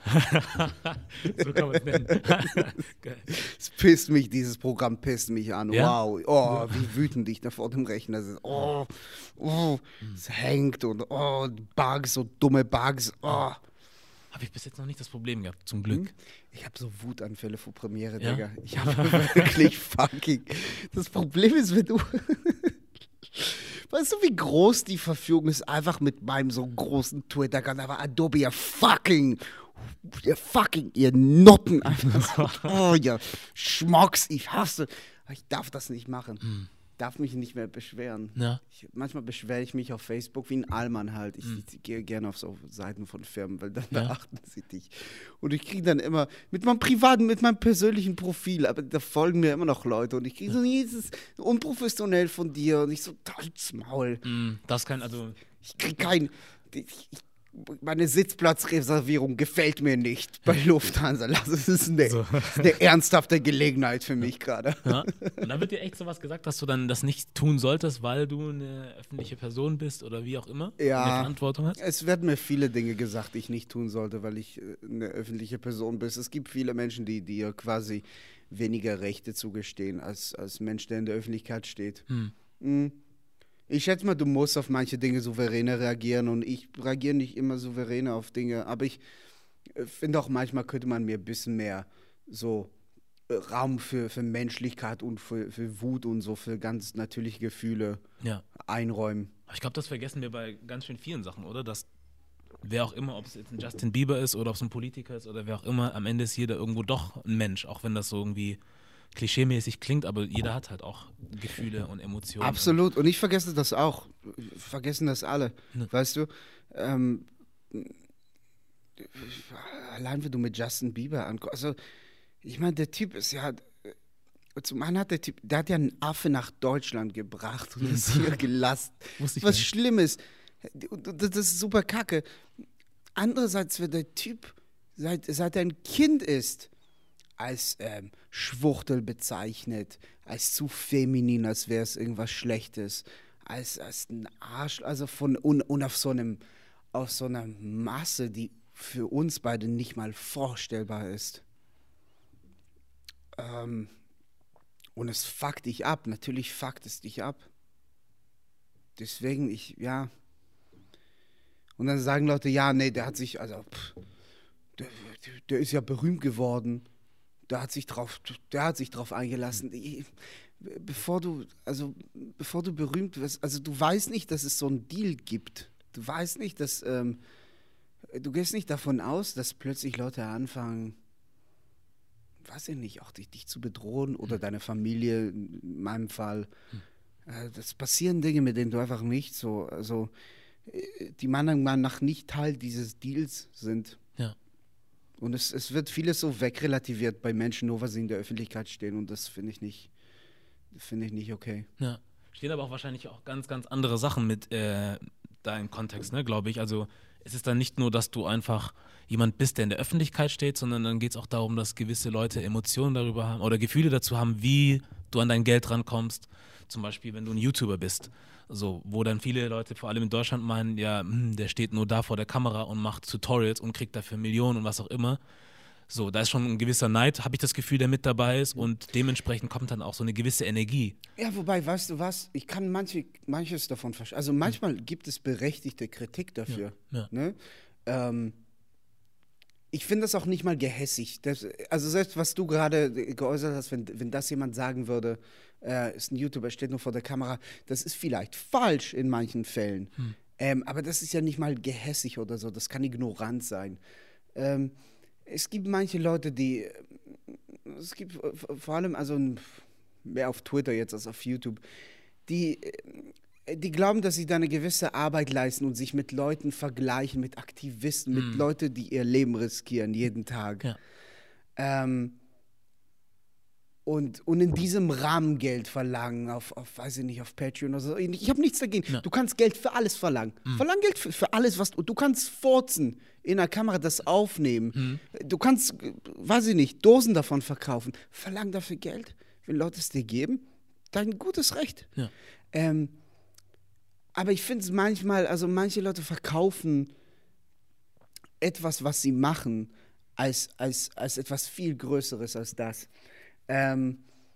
Speaker 2: So kann man es nennen. Geil.
Speaker 1: Es pisst mich, dieses Programm pisst mich an.
Speaker 2: Ja?
Speaker 1: Wow, oh, wie wütend ich da vor dem Rechner sitze. Oh, oh, es hängt und oh, Bugs, so dumme Bugs. Oh.
Speaker 2: Habe ich bis jetzt noch nicht das Problem gehabt, zum Glück.
Speaker 1: Ich habe so Wutanfälle vor Premiere,
Speaker 2: Ja?
Speaker 1: Digga. Ich habe wirklich fucking. Das Problem ist, wenn du. Weißt du, wie groß die Verfügung ist? Einfach mit meinem so großen Twitter-Kanal. Aber Adobe, ihr fucking. Ihr fucking, ihr Noppen. Einfach so, oh, ihr Schmocks, ich hasse. Aber ich darf das nicht machen.
Speaker 2: Hm.
Speaker 1: Darf mich nicht mehr beschweren.
Speaker 2: Ja.
Speaker 1: Ich, manchmal beschwere ich mich auf Facebook wie ein Allmann halt. Ich, ich gehe gerne auf so Seiten von Firmen, weil dann
Speaker 2: Ja.
Speaker 1: beachten sie dich. Und ich kriege dann immer mit meinem privaten, mit meinem persönlichen Profil, aber da folgen mir immer noch Leute und ich kriege so, nee, das ist unprofessionell von dir und ich so, halt's Maul.
Speaker 2: Mm, Das kann, also,
Speaker 1: Ich kriege kein, ich, ich, meine Sitzplatzreservierung gefällt mir nicht bei Lufthansa. Lass es, ist eine,
Speaker 2: So.
Speaker 1: ist eine ernsthafte Gelegenheit für mich gerade.
Speaker 2: ja. Und dann wird dir echt sowas gesagt, dass du dann das nicht tun solltest, weil du eine öffentliche Person bist oder wie auch immer,
Speaker 1: Ja.
Speaker 2: eine Verantwortung hast.
Speaker 1: Es werden mir viele Dinge gesagt, die ich nicht tun sollte, weil ich äh, eine öffentliche Person bin. Es gibt viele Menschen, die dir quasi weniger Rechte zugestehen als, als Mensch, der in der Öffentlichkeit steht.
Speaker 2: Hm.
Speaker 1: Mhm. Ich schätze mal, du musst auf manche Dinge souveräner reagieren und ich reagiere nicht immer souveräner auf Dinge, aber ich äh, finde auch manchmal könnte man mir ein bisschen mehr so äh, Raum für, für Menschlichkeit und für, für Wut und so für ganz natürliche Gefühle
Speaker 2: Ja.
Speaker 1: einräumen.
Speaker 2: Aber ich glaube, das vergessen wir bei ganz schön vielen Sachen, oder? Dass wer auch immer, ob es jetzt ein Justin Bieber ist oder ob es ein Politiker ist oder wer auch immer, am Ende ist jeder irgendwo doch ein Mensch, auch wenn das so irgendwie klischeemäßig klingt, aber jeder hat halt auch Gefühle und Emotionen.
Speaker 1: Absolut. Und ich vergesse das auch. Vergessen das alle.
Speaker 2: Ne.
Speaker 1: Weißt du? Ähm, allein wenn du mit Justin Bieber ankommst. Also, ich meine, der Typ ist ja. Zum einen hat der Typ, der hat ja einen Affe nach Deutschland gebracht und ist hier gelassen.
Speaker 2: Wusste ich
Speaker 1: Was
Speaker 2: gar nicht.
Speaker 1: Schlimmes. Und Das das ist super kacke. Andererseits wird der Typ, seit, seit er ein Kind ist, als ähm, Schwuchtel bezeichnet, als zu feminin, als wäre es irgendwas Schlechtes, als, als ein Arsch, also von und, und auf so einem, auf so einer Masse, die für uns beide nicht mal vorstellbar ist. Ähm, und es fuckt dich ab, natürlich fuckt es dich ab. Deswegen, ich, ja. Und dann sagen Leute, ja, nee, der hat sich, also, pff, der, der ist ja berühmt geworden. Der hat sich drauf, der hat sich drauf eingelassen. Ich, bevor du, also, bevor du berühmt wirst, also du weißt nicht, dass es so einen Deal gibt. Du weißt nicht, dass, ähm, du gehst nicht davon aus, dass plötzlich Leute anfangen, weiß ich nicht, auch dich, dich zu bedrohen oder deine Familie, in meinem Fall. Äh, das passieren Dinge, mit denen du einfach nicht so, also, äh, die meiner Meinung nach nicht Teil dieses Deals sind.
Speaker 2: Ja.
Speaker 1: Und es, es wird vieles so wegrelativiert bei Menschen, nur weil sie in der Öffentlichkeit stehen. Und das finde ich nicht, finde ich nicht okay.
Speaker 2: Ja. Stehen aber auch wahrscheinlich auch ganz, ganz andere Sachen mit äh, da im Kontext, ne, glaube ich. Also es ist dann nicht nur, dass du einfach jemand bist, der in der Öffentlichkeit steht, sondern dann geht es auch darum, dass gewisse Leute Emotionen darüber haben oder Gefühle dazu haben, wie du an dein Geld rankommst. Zum Beispiel, wenn du ein YouTuber bist, so, wo dann viele Leute, vor allem in Deutschland, meinen, ja, hm, der steht nur da vor der Kamera und macht Tutorials und kriegt dafür Millionen und was auch immer. So, da ist schon ein gewisser Neid, habe ich das Gefühl, der mit dabei ist und dementsprechend kommt dann auch so eine gewisse Energie.
Speaker 1: Ja, wobei, weißt du was, ich kann manche, manches davon verstehen. Also manchmal gibt es berechtigte Kritik dafür.
Speaker 2: Ja, ja.
Speaker 1: Ne? Ähm, ich finde das auch nicht mal gehässig. Das, also selbst was du gerade geäußert hast, wenn, wenn das jemand sagen würde, äh, ist ein YouTuber, steht nur vor der Kamera, das ist vielleicht falsch in manchen Fällen. Hm. Ähm, aber das ist ja nicht mal gehässig oder so, das kann ignorant sein. Ähm, Es gibt manche Leute, die, es gibt vor allem, also mehr auf Twitter jetzt als auf YouTube, die, die glauben, dass sie da eine gewisse Arbeit leisten und sich mit Leuten vergleichen, mit Aktivisten, mm. mit Leuten, die ihr Leben riskieren, jeden Tag.
Speaker 2: Ja.
Speaker 1: Ähm, und, und in diesem Rahmen Geld verlangen, auf, auf, weiß ich nicht, auf Patreon oder so. Ich habe nichts dagegen. Ja. Du kannst Geld für alles verlangen. Mhm. Verlang Geld für, für alles, was du, du kannst furzen, in der Kamera das aufnehmen. Mhm. Du kannst, weiß ich nicht, Dosen davon verkaufen. Verlang dafür Geld. Wenn Leute es dir geben, dein gutes Recht.
Speaker 2: Ja.
Speaker 1: Ähm, aber ich finde es manchmal, also manche Leute verkaufen etwas, was sie machen, als, als, als etwas viel Größeres als das. Ähm,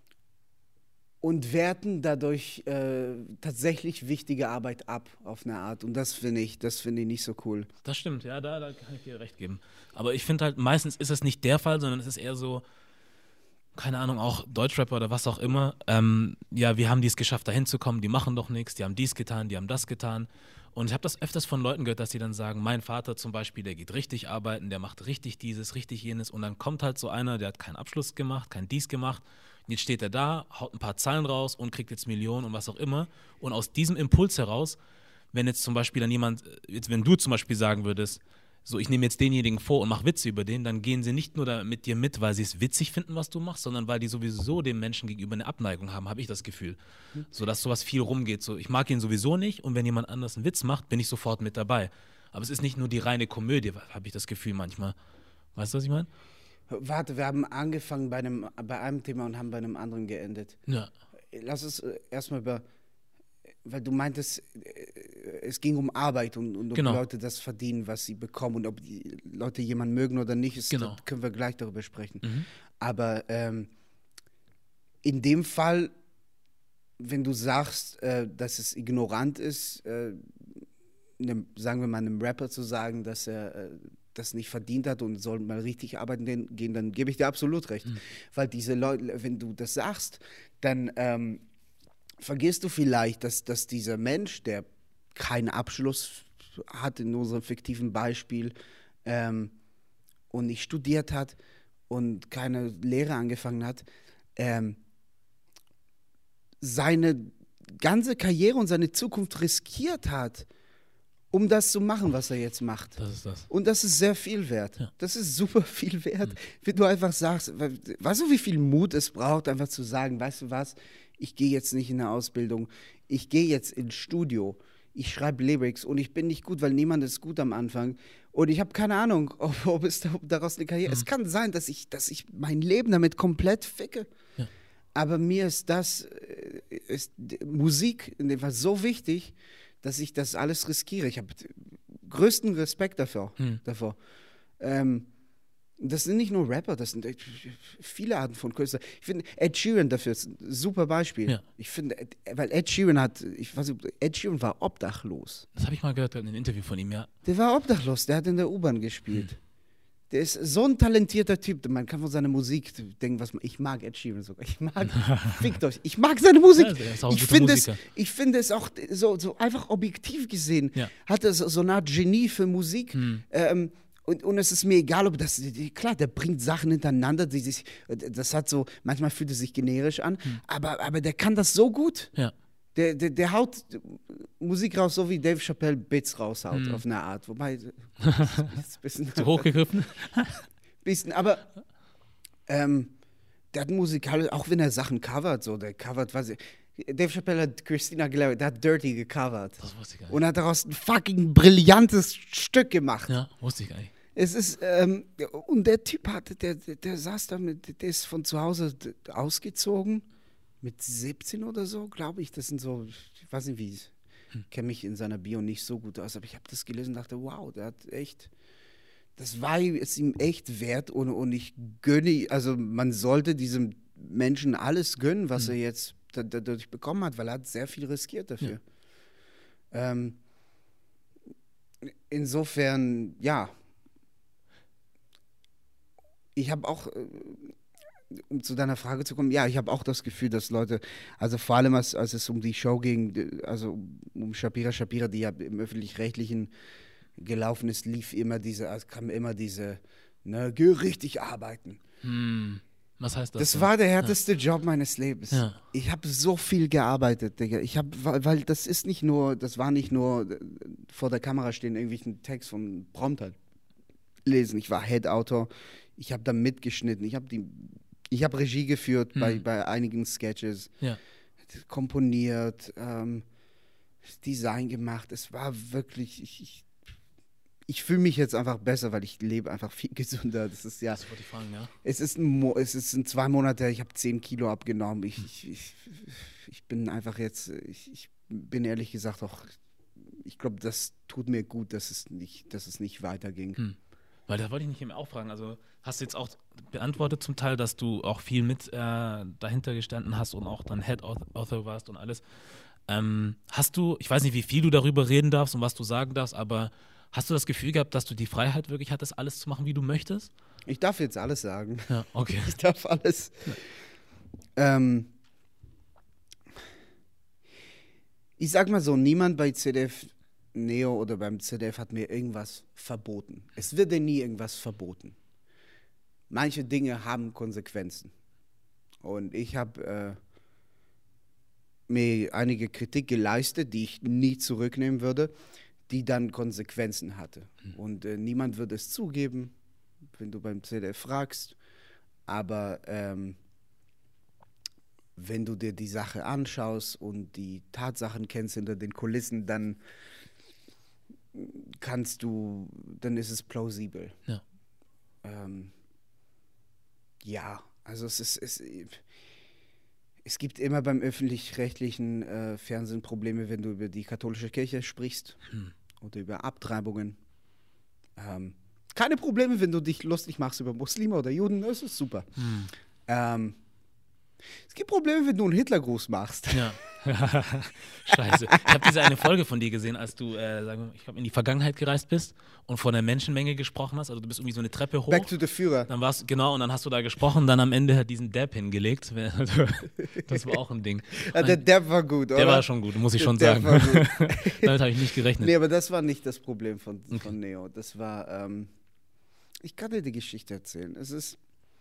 Speaker 1: und werten dadurch äh, tatsächlich wichtige Arbeit ab, auf eine Art. Und das finde ich, das finde ich nicht so cool.
Speaker 2: Das stimmt, ja, da, da kann ich dir recht geben. Aber ich finde halt, meistens ist es nicht der Fall, sondern es ist eher so, keine Ahnung, auch Deutschrapper oder was auch immer, ähm, ja, wir haben dies geschafft, da hinzukommen, die machen doch nichts, die haben dies getan, die haben das getan. Und ich habe das öfters von Leuten gehört, dass die dann sagen, mein Vater zum Beispiel, der geht richtig arbeiten, der macht richtig dieses, richtig jenes und dann kommt halt so einer, der hat keinen Abschluss gemacht, kein dies gemacht und jetzt steht er da, haut ein paar Zahlen raus und kriegt jetzt Millionen und was auch immer und aus diesem Impuls heraus, wenn jetzt zum Beispiel dann jemand, jetzt wenn du zum Beispiel sagen würdest, so ich nehme jetzt denjenigen vor und mache Witze über den, dann gehen sie nicht nur da mit dir mit, weil sie es witzig finden, was du machst, sondern weil die sowieso dem Menschen gegenüber eine Abneigung haben, habe ich das Gefühl. Mhm. So dass sowas viel rumgeht. So, ich mag ihn sowieso nicht und wenn jemand anders einen Witz macht, bin ich sofort mit dabei. Aber es ist nicht nur die reine Komödie, habe ich das Gefühl manchmal. Weißt du, was ich meine?
Speaker 1: Warte, wir haben angefangen bei einem, bei einem Thema und haben bei einem anderen geendet.
Speaker 2: Ja.
Speaker 1: Lass uns erstmal über, weil du meintest, es ging um Arbeit und, und ob
Speaker 2: genau.
Speaker 1: Leute das verdienen, was sie bekommen und ob die Leute jemanden mögen oder nicht, ist, genau. können wir gleich darüber sprechen. Mhm. Aber ähm, in dem Fall, wenn du sagst, äh, dass es ignorant ist, äh, einem, sagen wir mal einem Rapper zu sagen, dass er äh, das nicht verdient hat und soll mal richtig arbeiten gehen, dann gebe ich dir absolut recht. Mhm. Weil diese Leute, wenn du das sagst, dann ähm, vergisst du vielleicht, dass, dass dieser Mensch, der keinen Abschluss hat in unserem fiktiven Beispiel ähm, und nicht studiert hat und keine Lehre angefangen hat, ähm, seine ganze Karriere und seine Zukunft riskiert hat, um das zu machen, was er jetzt macht.
Speaker 2: Das ist das.
Speaker 1: Und das ist sehr viel wert. Ja. Das ist super viel wert, mhm. wenn du einfach sagst, weißt du, wie viel Mut es braucht, einfach zu sagen, weißt du was, ich gehe jetzt nicht in eine Ausbildung, ich gehe jetzt ins Studio, ich schreibe Lyrics und ich bin nicht gut, weil niemand ist gut am Anfang und ich habe keine Ahnung, ob, ob es daraus eine Karriere ist. Mhm. Es kann sein, dass ich, dass ich mein Leben damit komplett ficke. Ja. Aber mir ist das, ist Musik in dem Fall so wichtig, dass ich das alles riskiere. Ich habe größten Respekt dafür. Hm. davor. Ähm, das sind nicht nur Rapper, das sind viele Arten von Künstlern. Ich finde, Ed Sheeran dafür ist ein super Beispiel. Ja. Ich finde, weil Ed Sheeran hat, ich weiß nicht, Ed Sheeran war obdachlos.
Speaker 2: Das habe ich mal gehört in einem Interview von ihm, ja.
Speaker 1: Der war obdachlos, der hat in der U-Bahn gespielt. Hm. Der ist so ein talentierter Typ. Man kann von seiner Musik denken, was man, ich mag Ed Sheeran sogar. Ich mag, fickt euch, ich mag seine Musik. Ja, ich, finde es, ich finde es auch so, so einfach objektiv gesehen, ja. hat er so, so eine Art Genie für Musik. Hm. Ähm, und, und es ist mir egal, ob das, klar, der bringt Sachen hintereinander, die sich, das hat so, manchmal fühlt es sich generisch an, hm. aber, aber der kann das so gut.
Speaker 2: Ja.
Speaker 1: Der, der, der haut Musik raus, so wie Dave Chappelle Bits raushaut, mm. auf eine Art. Wobei, ist ein bisschen
Speaker 2: zu hochgegriffen?
Speaker 1: bisschen, aber ähm, der hat musikalisch, auch wenn er Sachen covert, so, der covert, weiß ich, Dave Chappelle hat Christina Aguilera, der hat Dirty gecovert.
Speaker 2: Das wusste ich gar nicht.
Speaker 1: Und hat daraus ein fucking brillantes Stück gemacht.
Speaker 2: Ja, wusste ich gar nicht.
Speaker 1: Es ist, ähm, und der Typ hatte, der, der, der saß da mit, der ist von zu Hause ausgezogen, mit siebzehn oder so, glaube ich. Das sind so, ich weiß nicht wie, ich hm. kenne mich in seiner Bio nicht so gut aus, aber ich habe das gelesen und dachte, wow, der hat echt, das war es ihm echt wert und, und ich gönne, also man sollte diesem Menschen alles gönnen, was hm. er jetzt da, dadurch bekommen hat, weil er hat sehr viel riskiert dafür. Ja. Ähm, insofern, ja, ich habe auch, um zu deiner Frage zu kommen, ja, ich habe auch das Gefühl, dass Leute, also vor allem als, als es um die Show ging, also um Shapira Shapira, die ja im Öffentlich-Rechtlichen gelaufen ist, lief immer diese, es kam immer diese, ne, geh richtig arbeiten.
Speaker 2: Hm. Was heißt das?
Speaker 1: Das
Speaker 2: denn?
Speaker 1: war der härteste ja. Job meines Lebens.
Speaker 2: Ja.
Speaker 1: Ich habe so viel gearbeitet, Digga. Ich habe, weil das ist nicht nur, das war nicht nur vor der Kamera stehen, irgendwelchen Text vom Prompter lesen. Ich war Head-Autor. Ich habe da mitgeschnitten, ich habe die, ich habe Regie geführt hm. bei, bei einigen Sketches,
Speaker 2: ja.
Speaker 1: komponiert, ähm, Design gemacht. Es war wirklich, ich, ich, ich fühle mich jetzt einfach besser, weil ich lebe einfach viel gesünder. Das ist ja.
Speaker 2: Das wollte ich fragen, ja.
Speaker 1: Es ist ein, Mo- es ist in zwei Monate, ich habe zehn Kilo abgenommen. Ich, hm. ich, ich, ich bin einfach jetzt, ich, ich bin ehrlich gesagt auch, ich glaube, das tut mir gut, dass es nicht, dass es nicht weiterging.
Speaker 2: Hm. Weil da wollte ich nicht eben auch fragen, also hast du jetzt auch beantwortet zum Teil, dass du auch viel mit äh, dahinter gestanden hast und auch dann Head Author warst und alles. Ähm, hast du, ich weiß nicht, wie viel du darüber reden darfst und was du sagen darfst, aber hast du das Gefühl gehabt, dass du die Freiheit wirklich hattest, alles zu machen, wie du möchtest?
Speaker 1: Ich darf jetzt alles sagen.
Speaker 2: Ja, okay.
Speaker 1: Ich darf alles. Ja. Ähm, ich sag mal so, niemand bei Z D F Neo oder beim Z D F hat mir irgendwas verboten. Es wird dir nie irgendwas verboten. Manche Dinge haben Konsequenzen. Und ich habe äh, mir einige Kritik geleistet, die ich nie zurücknehmen würde, die dann Konsequenzen hatte. Mhm. Und äh, niemand würde es zugeben, wenn du beim Z D F fragst. Aber ähm, wenn du dir die Sache anschaust und die Tatsachen kennst hinter den Kulissen, dann kannst du, dann ist es plausibel.
Speaker 2: Ja.
Speaker 1: Ähm, ja, also es ist, es, es gibt immer beim öffentlich-rechtlichen äh, Fernsehen Probleme, wenn du über die katholische Kirche sprichst hm. oder über Abtreibungen. Ähm, keine Probleme, wenn du dich lustig machst über Muslime oder Juden, das ist super. Hm. Ähm, es gibt Probleme, wenn du einen Hitlergruß machst.
Speaker 2: Ja. Scheiße. Ich habe diese eine Folge von dir gesehen, als du, äh, sagen wir, ich glaube, in die Vergangenheit gereist bist und von der Menschenmenge gesprochen hast. Also du bist irgendwie so eine Treppe hoch.
Speaker 1: Back to the Führer.
Speaker 2: Dann warst genau, und dann hast du da gesprochen, dann am Ende hat diesen Dab hingelegt. Das war auch ein Ding.
Speaker 1: Ja, der Dab war gut, oder?
Speaker 2: Der war schon gut, muss ich
Speaker 1: der
Speaker 2: schon
Speaker 1: Dab
Speaker 2: sagen.
Speaker 1: War gut.
Speaker 2: Damit habe ich nicht gerechnet.
Speaker 1: Nee, aber das war nicht das Problem von,
Speaker 2: okay.
Speaker 1: von Neo. Das war, ähm, ich kann dir die Geschichte erzählen. Es ist,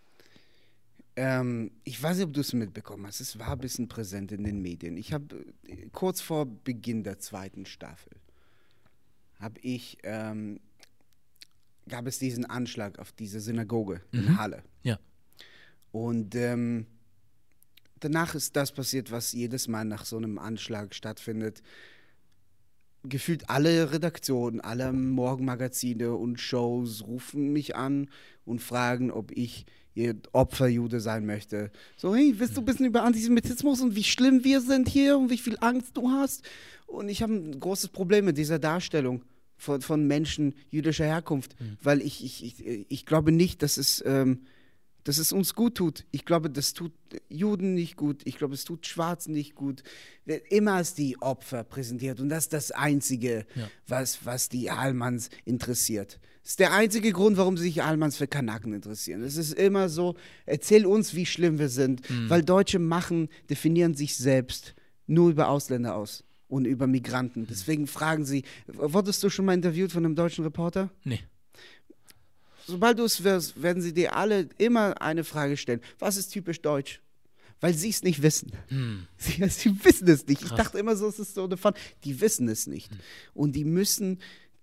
Speaker 1: Ähm, ich weiß nicht, ob du es mitbekommen hast. Es war ein bisschen präsent in den Medien. Ich habe kurz vor Beginn der zweiten Staffel habe ich ähm, gab es diesen Anschlag auf diese Synagoge mhm. in Halle.
Speaker 2: Ja.
Speaker 1: Und ähm, danach ist das passiert, was jedes Mal nach so einem Anschlag stattfindet. Gefühlt alle Redaktionen, alle Morgenmagazine und Shows rufen mich an und fragen, ob ich ihr Opferjude sein möchte. So, hey, willst du ein bisschen über Antisemitismus und wie schlimm wir sind hier und wie viel Angst du hast? Und ich habe ein großes Problem mit dieser Darstellung von, von Menschen jüdischer Herkunft, mhm. weil ich, ich, ich, ich glaube nicht, dass es, ähm, dass es uns gut tut. Ich glaube, das tut Juden nicht gut. Ich glaube, es tut Schwarzen nicht gut. Immer als die Opfer präsentiert. Und das ist das Einzige, ja. was, was die Allmanns interessiert. Das ist der einzige Grund, warum sich Allmanns für Kanaken interessieren. Es ist immer so, erzähl uns, wie schlimm wir sind. Mhm. Weil Deutsche machen, definieren sich selbst nur über Ausländer aus und über Migranten. Mhm. Deswegen fragen sie, wurdest du schon mal interviewt von einem deutschen Reporter?
Speaker 2: Nee.
Speaker 1: Sobald du es wirst, werden sie dir alle immer eine Frage stellen. Was ist typisch deutsch? Weil sie es nicht wissen. Hm. Sie, sie wissen es nicht. Krass. Ich dachte immer so, es ist so eine Fun. Die wissen es nicht. Hm. Und die müssen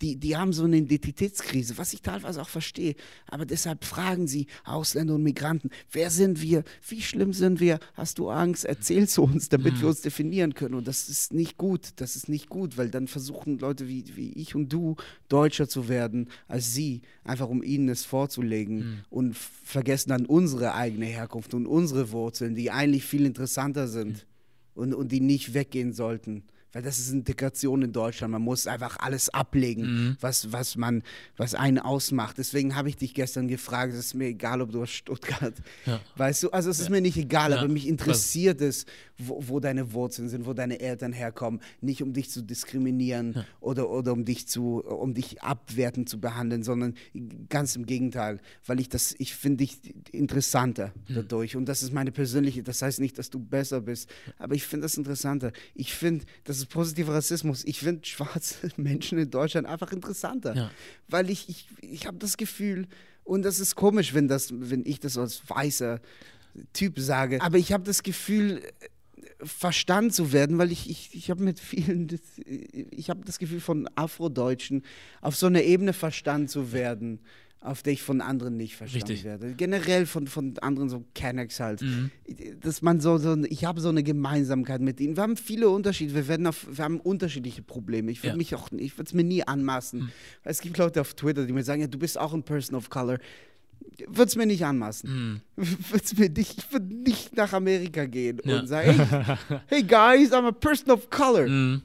Speaker 1: die, die haben so eine Identitätskrise, was ich teilweise auch verstehe. Aber deshalb fragen sie Ausländer und Migranten, wer sind wir? Wie schlimm sind wir? Hast du Angst? Erzähl's uns, damit wir uns definieren können. Und das ist nicht gut. Das ist nicht gut, weil dann versuchen Leute wie, wie ich und du deutscher zu werden als sie, einfach um ihnen es vorzulegen mhm. und vergessen dann unsere eigene Herkunft und unsere Wurzeln, die eigentlich viel interessanter sind mhm. und, und die nicht weggehen sollten. Weil das ist Integration in Deutschland. Man muss einfach alles ablegen, mhm. was, was, man, was einen ausmacht. Deswegen habe ich dich gestern gefragt, es ist mir egal, ob du aus Stuttgart, ja. weißt du, also es ist ja. mir nicht egal, ja. aber mich interessiert es, wo, wo deine Wurzeln sind, wo deine Eltern herkommen. Nicht um dich zu diskriminieren ja. oder, oder um dich zu, um dich abwertend zu behandeln, sondern ganz im Gegenteil, weil ich das, ich finde dich interessanter mhm. dadurch. Und das ist meine persönliche, das heißt nicht, dass du besser bist, aber ich finde das interessanter. Ich finde, das ist positiver Rassismus. Ich finde schwarze Menschen in Deutschland einfach interessanter. Ja. Weil ich, ich, ich habe das Gefühl, und das ist komisch, wenn, das, wenn ich das als weißer Typ sage, aber ich habe das Gefühl, verstanden zu werden, weil ich, ich, ich habe mit vielen, ich habe das Gefühl von Afrodeutschen auf so einer Ebene verstanden zu werden, auf der ich von anderen nicht verstanden Richtig. werde. Generell von, von anderen, so Kennex halt. Mhm. Dass man so, so ich habe so eine Gemeinsamkeit mit ihnen. Wir haben viele Unterschiede, wir, werden auf, wir haben unterschiedliche Probleme. Ich würde ja. mich auch, ich würde es mir nie anmaßen. Mhm. Es gibt Leute auf Twitter, die mir sagen, ja, du bist auch ein Person of Color. Würde es mir nicht anmaßen. Mm. Mir nicht, ich würde nicht nach Amerika gehen ja. und sagen, hey, hey guys, I'm a person of color. Mm.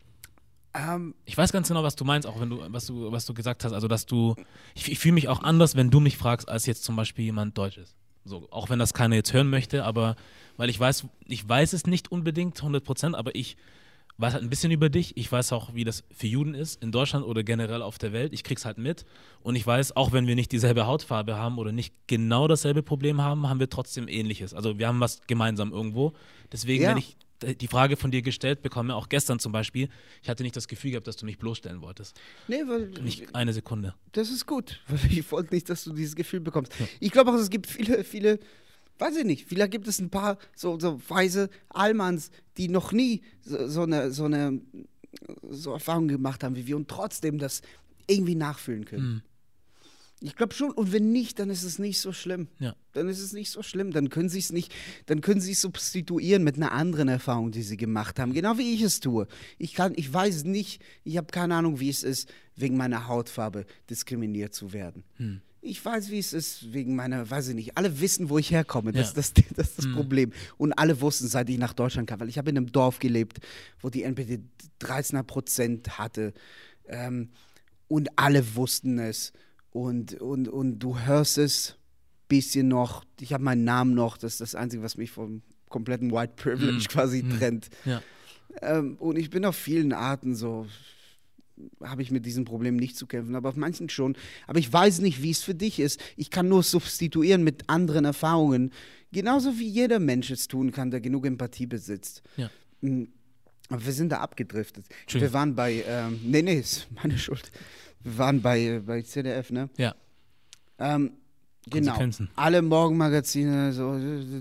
Speaker 2: Um, ich weiß ganz genau, was du meinst, auch wenn du, was du, was du gesagt hast. Also, dass du, ich, ich fühle mich auch anders, wenn du mich fragst, als jetzt zum Beispiel jemand Deutsch ist. So, auch wenn das keiner jetzt hören möchte, aber weil ich weiß, ich weiß es nicht unbedingt hundert Prozent, aber ich weiß halt ein bisschen über dich. Ich weiß auch, wie das für Juden ist, in Deutschland oder generell auf der Welt. Ich krieg's halt mit. Und ich weiß, auch wenn wir nicht dieselbe Hautfarbe haben oder nicht genau dasselbe Problem haben, haben wir trotzdem Ähnliches. Also wir haben was gemeinsam irgendwo. Deswegen, ja. wenn ich die Frage von dir gestellt bekomme, auch gestern zum Beispiel, ich hatte nicht das Gefühl gehabt, dass du mich bloßstellen wolltest.
Speaker 1: Nee, weil...
Speaker 2: Nicht eine Sekunde.
Speaker 1: Das ist gut, weil ich wollte nicht, dass du dieses Gefühl bekommst. Ja. Ich glaube auch, es gibt viele, viele... Weiß ich nicht, vielleicht gibt es ein paar so, so weise Allmanns, die noch nie so, so, eine, so eine so Erfahrung gemacht haben wie wir und trotzdem das irgendwie nachfühlen können. Mhm. Ich glaube schon, und wenn nicht, dann ist es nicht so schlimm. Ja. Dann ist es nicht so schlimm, dann können sie es nicht, dann können sie es substituieren mit einer anderen Erfahrung, die sie gemacht haben, genau wie ich es tue. Ich kann, ich weiß nicht, ich habe keine Ahnung, wie es ist, wegen meiner Hautfarbe diskriminiert zu werden. Mhm. Ich weiß, wie es ist, wegen meiner, weiß ich nicht, alle wissen, wo ich herkomme, das, ja. das, das, das ist das mhm. Problem. Und alle wussten, seit ich nach Deutschland kam, weil ich habe in einem Dorf gelebt, wo die N P D dreizehn Prozent hatte ähm, und alle wussten es und, und, und du hörst es ein bisschen noch, ich habe meinen Namen noch, das ist das Einzige, was mich vom kompletten White Privilege mhm. quasi mhm. trennt. Ja. Ähm, und ich bin auf vielen Arten so... habe ich mit diesem Problem nicht zu kämpfen, aber auf manchen schon. Aber ich weiß nicht, wie es für dich ist. Ich kann nur substituieren mit anderen Erfahrungen. Genauso wie jeder Mensch es tun kann, der genug Empathie besitzt. Ja. Aber wir sind da abgedriftet. Schön. Wir waren bei, ähm, nee, nee, ist meine Schuld. Wir waren bei, bei C D F, ne?
Speaker 2: Ja.
Speaker 1: Ähm, genau. Alle Morgenmagazine, so...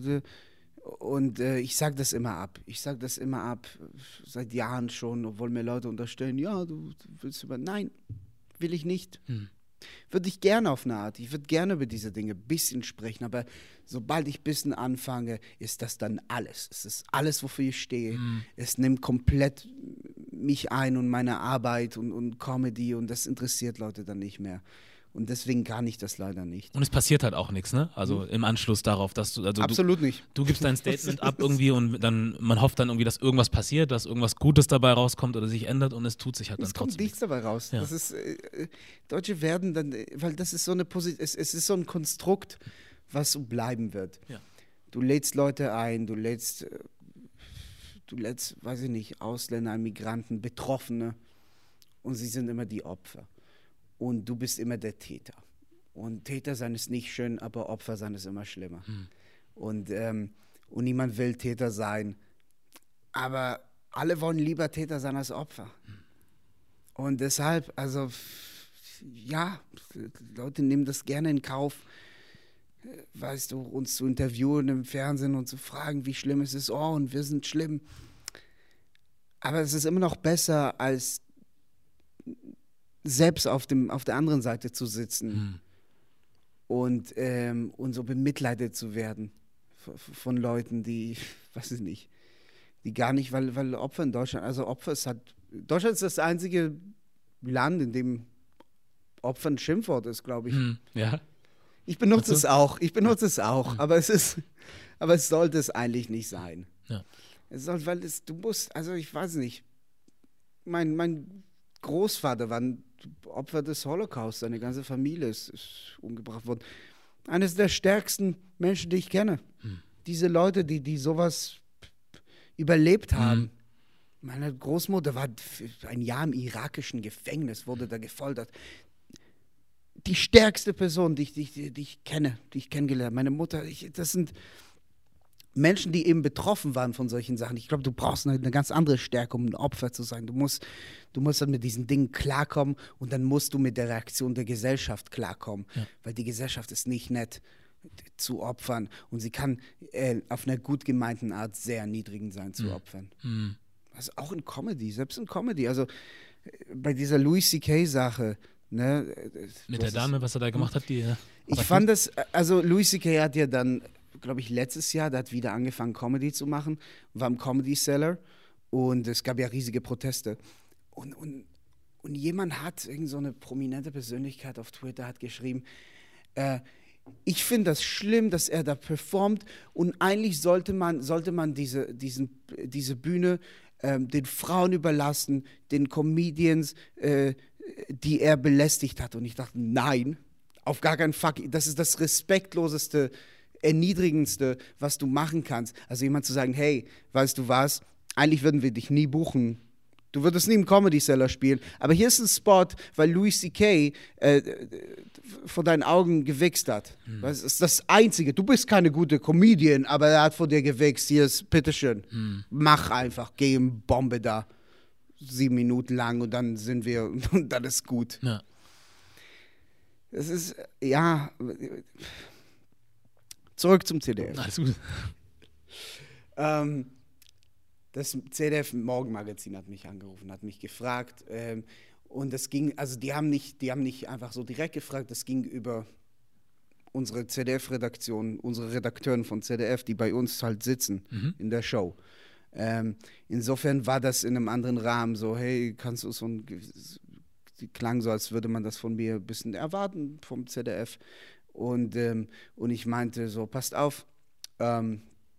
Speaker 1: Und äh, ich sage das immer ab. Ich sage das immer ab, seit Jahren schon, obwohl mir Leute unterstellen, ja, du, du willst über... Nein, will ich nicht. Hm. Würde ich gerne auf eine Art. Ich würde gerne über diese Dinge ein bisschen sprechen, aber sobald ich ein bisschen anfange, ist das dann alles. Es ist alles, wofür ich stehe. Hm. Es nimmt komplett mich ein und meine Arbeit und, und Comedy und das interessiert Leute dann nicht mehr. Und deswegen kann ich das leider nicht.
Speaker 2: Und es passiert halt auch nichts, ne? Also mhm. im Anschluss darauf, dass du... Also
Speaker 1: Absolut
Speaker 2: du,
Speaker 1: nicht.
Speaker 2: Du gibst dein Statement ab irgendwie und dann man hofft dann irgendwie, dass irgendwas passiert, dass irgendwas Gutes dabei rauskommt oder sich ändert und es tut sich halt dann
Speaker 1: es
Speaker 2: trotzdem
Speaker 1: Es kommt nichts dabei raus. Ja. Das ist, äh, Deutsche werden dann... Weil das ist so eine Posit- es, es ist so ein Konstrukt, was so bleiben wird. Ja. Du lädst Leute ein, du lädst... Du lädst, weiß ich nicht, Ausländer, Migranten, Betroffene und sie sind immer die Opfer. Und du bist immer der Täter. Und Täter sein ist nicht schön, aber Opfer sein ist immer schlimmer. Hm. Und, ähm, und niemand will Täter sein. Aber alle wollen lieber Täter sein als Opfer. Hm. Und deshalb, also, ja, Leute nehmen das gerne in Kauf, weißt du, uns zu interviewen im Fernsehen und zu fragen, wie schlimm es ist. Oh, und wir sind schlimm. Aber es ist immer noch besser als selbst auf, dem, auf der anderen Seite zu sitzen
Speaker 2: Hm.
Speaker 1: und, ähm, und so bemitleidet zu werden von, von Leuten, die, weiß ich nicht, die gar nicht, weil, weil Opfer in Deutschland, also Opfer ist halt, Deutschland ist das einzige Land, in dem Opfer ein Schimpfwort ist, glaube ich.
Speaker 2: Hm. Ja.
Speaker 1: Ich benutze
Speaker 2: Ach so.
Speaker 1: es auch, ich benutze es auch,
Speaker 2: Hm.
Speaker 1: aber es ist, aber es sollte es eigentlich nicht sein.
Speaker 2: Ja.
Speaker 1: Es soll, weil es, du musst, also ich weiß nicht, mein, mein Großvater war ein Opfer des Holocaust, seine ganze Familie ist, ist umgebracht worden. Eines der stärksten Menschen, die ich kenne.
Speaker 2: Hm.
Speaker 1: Diese Leute, die, die sowas überlebt haben.
Speaker 2: Hm.
Speaker 1: Meine Großmutter war für ein Jahr im irakischen Gefängnis, wurde da gefoltert. Die stärkste Person, die ich, die, ich- die ich kenne, die ich kennengelernt habe. Meine Mutter, ich, das sind Menschen, die eben betroffen waren von solchen Sachen. Ich glaube, du brauchst eine, eine ganz andere Stärke, um ein Opfer zu sein. Du musst, du musst dann mit diesen Dingen klarkommen und dann musst du mit der Reaktion der Gesellschaft klarkommen.
Speaker 2: Ja.
Speaker 1: Weil die Gesellschaft ist nicht nett zu Opfern und sie kann äh, auf einer gut gemeinten Art sehr erniedrigend sein zu
Speaker 2: Mhm.
Speaker 1: Opfern.
Speaker 2: Hm.
Speaker 1: Also auch in Comedy, selbst in Comedy. Also äh, bei dieser Louis C K. Sache, ne? äh, du
Speaker 2: Mit der
Speaker 1: hast es-
Speaker 2: Dame, was er da gemacht hat, die. äh,
Speaker 1: Ich
Speaker 2: was
Speaker 1: fand das, also Louis C K. hat ja dann, glaube ich, letztes Jahr, der hat wieder angefangen, Comedy zu machen, war im Comedy Cellar und es gab ja riesige Proteste. Und, und, und jemand hat, irgend so eine prominente Persönlichkeit auf Twitter hat geschrieben, äh, ich finde das schlimm, dass er da performt und eigentlich sollte man, sollte man diese, diesen, diese Bühne ähm, den Frauen überlassen, den Comedians, äh, die er belästigt hat. Und ich dachte, nein, auf gar keinen Fall. Das ist das respektloseste, erniedrigendste, was du machen kannst. Also jemand zu sagen, hey, weißt du was, eigentlich würden wir dich nie buchen. Du würdest nie im Comedy Cellar spielen, aber hier ist ein Spot, weil Louis C K. Äh, vor deinen Augen gewichst hat.
Speaker 2: Hm.
Speaker 1: Das ist das Einzige. Du bist keine gute Comedian, aber er hat vor dir gewichst. Hier ist, bitteschön,
Speaker 2: Hm.
Speaker 1: mach einfach, geh in Bombe da. Sieben Minuten lang und dann sind wir, und dann ist gut.
Speaker 2: Ja.
Speaker 1: Es ist, ja, zurück zum C D F.
Speaker 2: Alles gut.
Speaker 1: Ähm, das C D F-Morgenmagazin hat mich angerufen, hat mich gefragt. Ähm, und das ging, also die haben nicht, die haben nicht einfach so direkt gefragt, das ging über unsere C D F-Redaktion, unsere Redakteuren von C D F, die bei uns halt sitzen
Speaker 2: Mhm.
Speaker 1: in der Show. Ähm, insofern war das in einem anderen Rahmen so, hey, kannst du so ein, die klang so, als würde man das von mir ein bisschen erwarten vom C D F. Und, ähm, und ich meinte so, passt auf, ähm,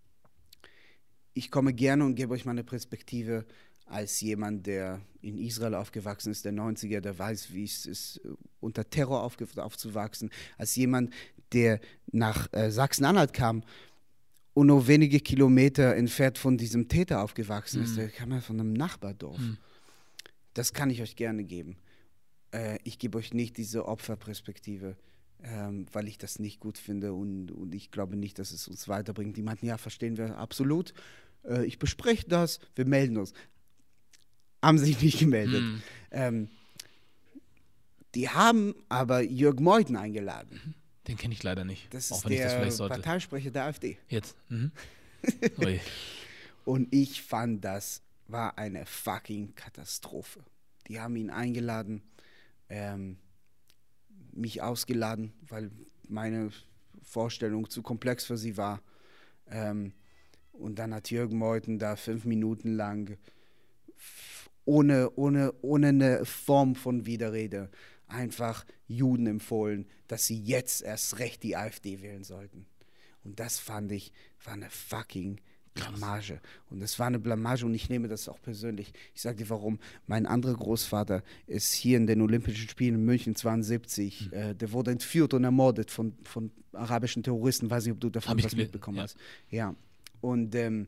Speaker 1: ich komme gerne und gebe euch meine Perspektive als jemand, der in Israel aufgewachsen ist, der neunziger, der weiß, wie es ist, unter Terror aufge aufzuwachsen, als jemand, der nach äh, Sachsen-Anhalt kam und nur wenige Kilometer entfernt von diesem Täter aufgewachsen ist.
Speaker 2: Mhm.
Speaker 1: Der kam ja von einem Nachbardorf.
Speaker 2: Mhm.
Speaker 1: Das kann ich euch gerne geben. Äh, ich gebe euch nicht diese Opferperspektive, ähm, weil ich das nicht gut finde und, und ich glaube nicht, dass es uns weiterbringt. Die meinten, ja, verstehen wir absolut. Äh, ich bespreche das, wir melden uns. Haben sich nicht gemeldet.
Speaker 2: Mhm.
Speaker 1: Ähm, die haben aber Jörg Meuthen eingeladen.
Speaker 2: Den kenne ich leider nicht.
Speaker 1: Das
Speaker 2: auch
Speaker 1: ist
Speaker 2: wenn ich das
Speaker 1: der
Speaker 2: vielleicht sollte.
Speaker 1: Parteisprecher der AfD.
Speaker 2: Jetzt. Mhm. Ui.
Speaker 1: Und ich fand, das war eine fucking Katastrophe. Die haben ihn eingeladen, ähm, mich ausgeladen, weil meine Vorstellung zu komplex für sie war. Ähm, und dann hat Jürgen Meuthen da fünf Minuten lang f- ohne, ohne, ohne eine Form von Widerrede einfach Juden empfohlen, dass sie jetzt erst recht die AfD wählen sollten. Und das fand ich, war eine fucking Blamage. Und es war eine Blamage und ich nehme das auch persönlich. Ich sage dir warum. Mein anderer Großvater ist hier in den Olympischen Spielen in München zweiundsiebzig. Mhm. Äh, der wurde entführt und ermordet von, von arabischen Terroristen. Weiß nicht, ob du davon
Speaker 2: Hab ich
Speaker 1: was
Speaker 2: gelesen,
Speaker 1: mitbekommen
Speaker 2: ja.
Speaker 1: hast. Ja. Und, ähm,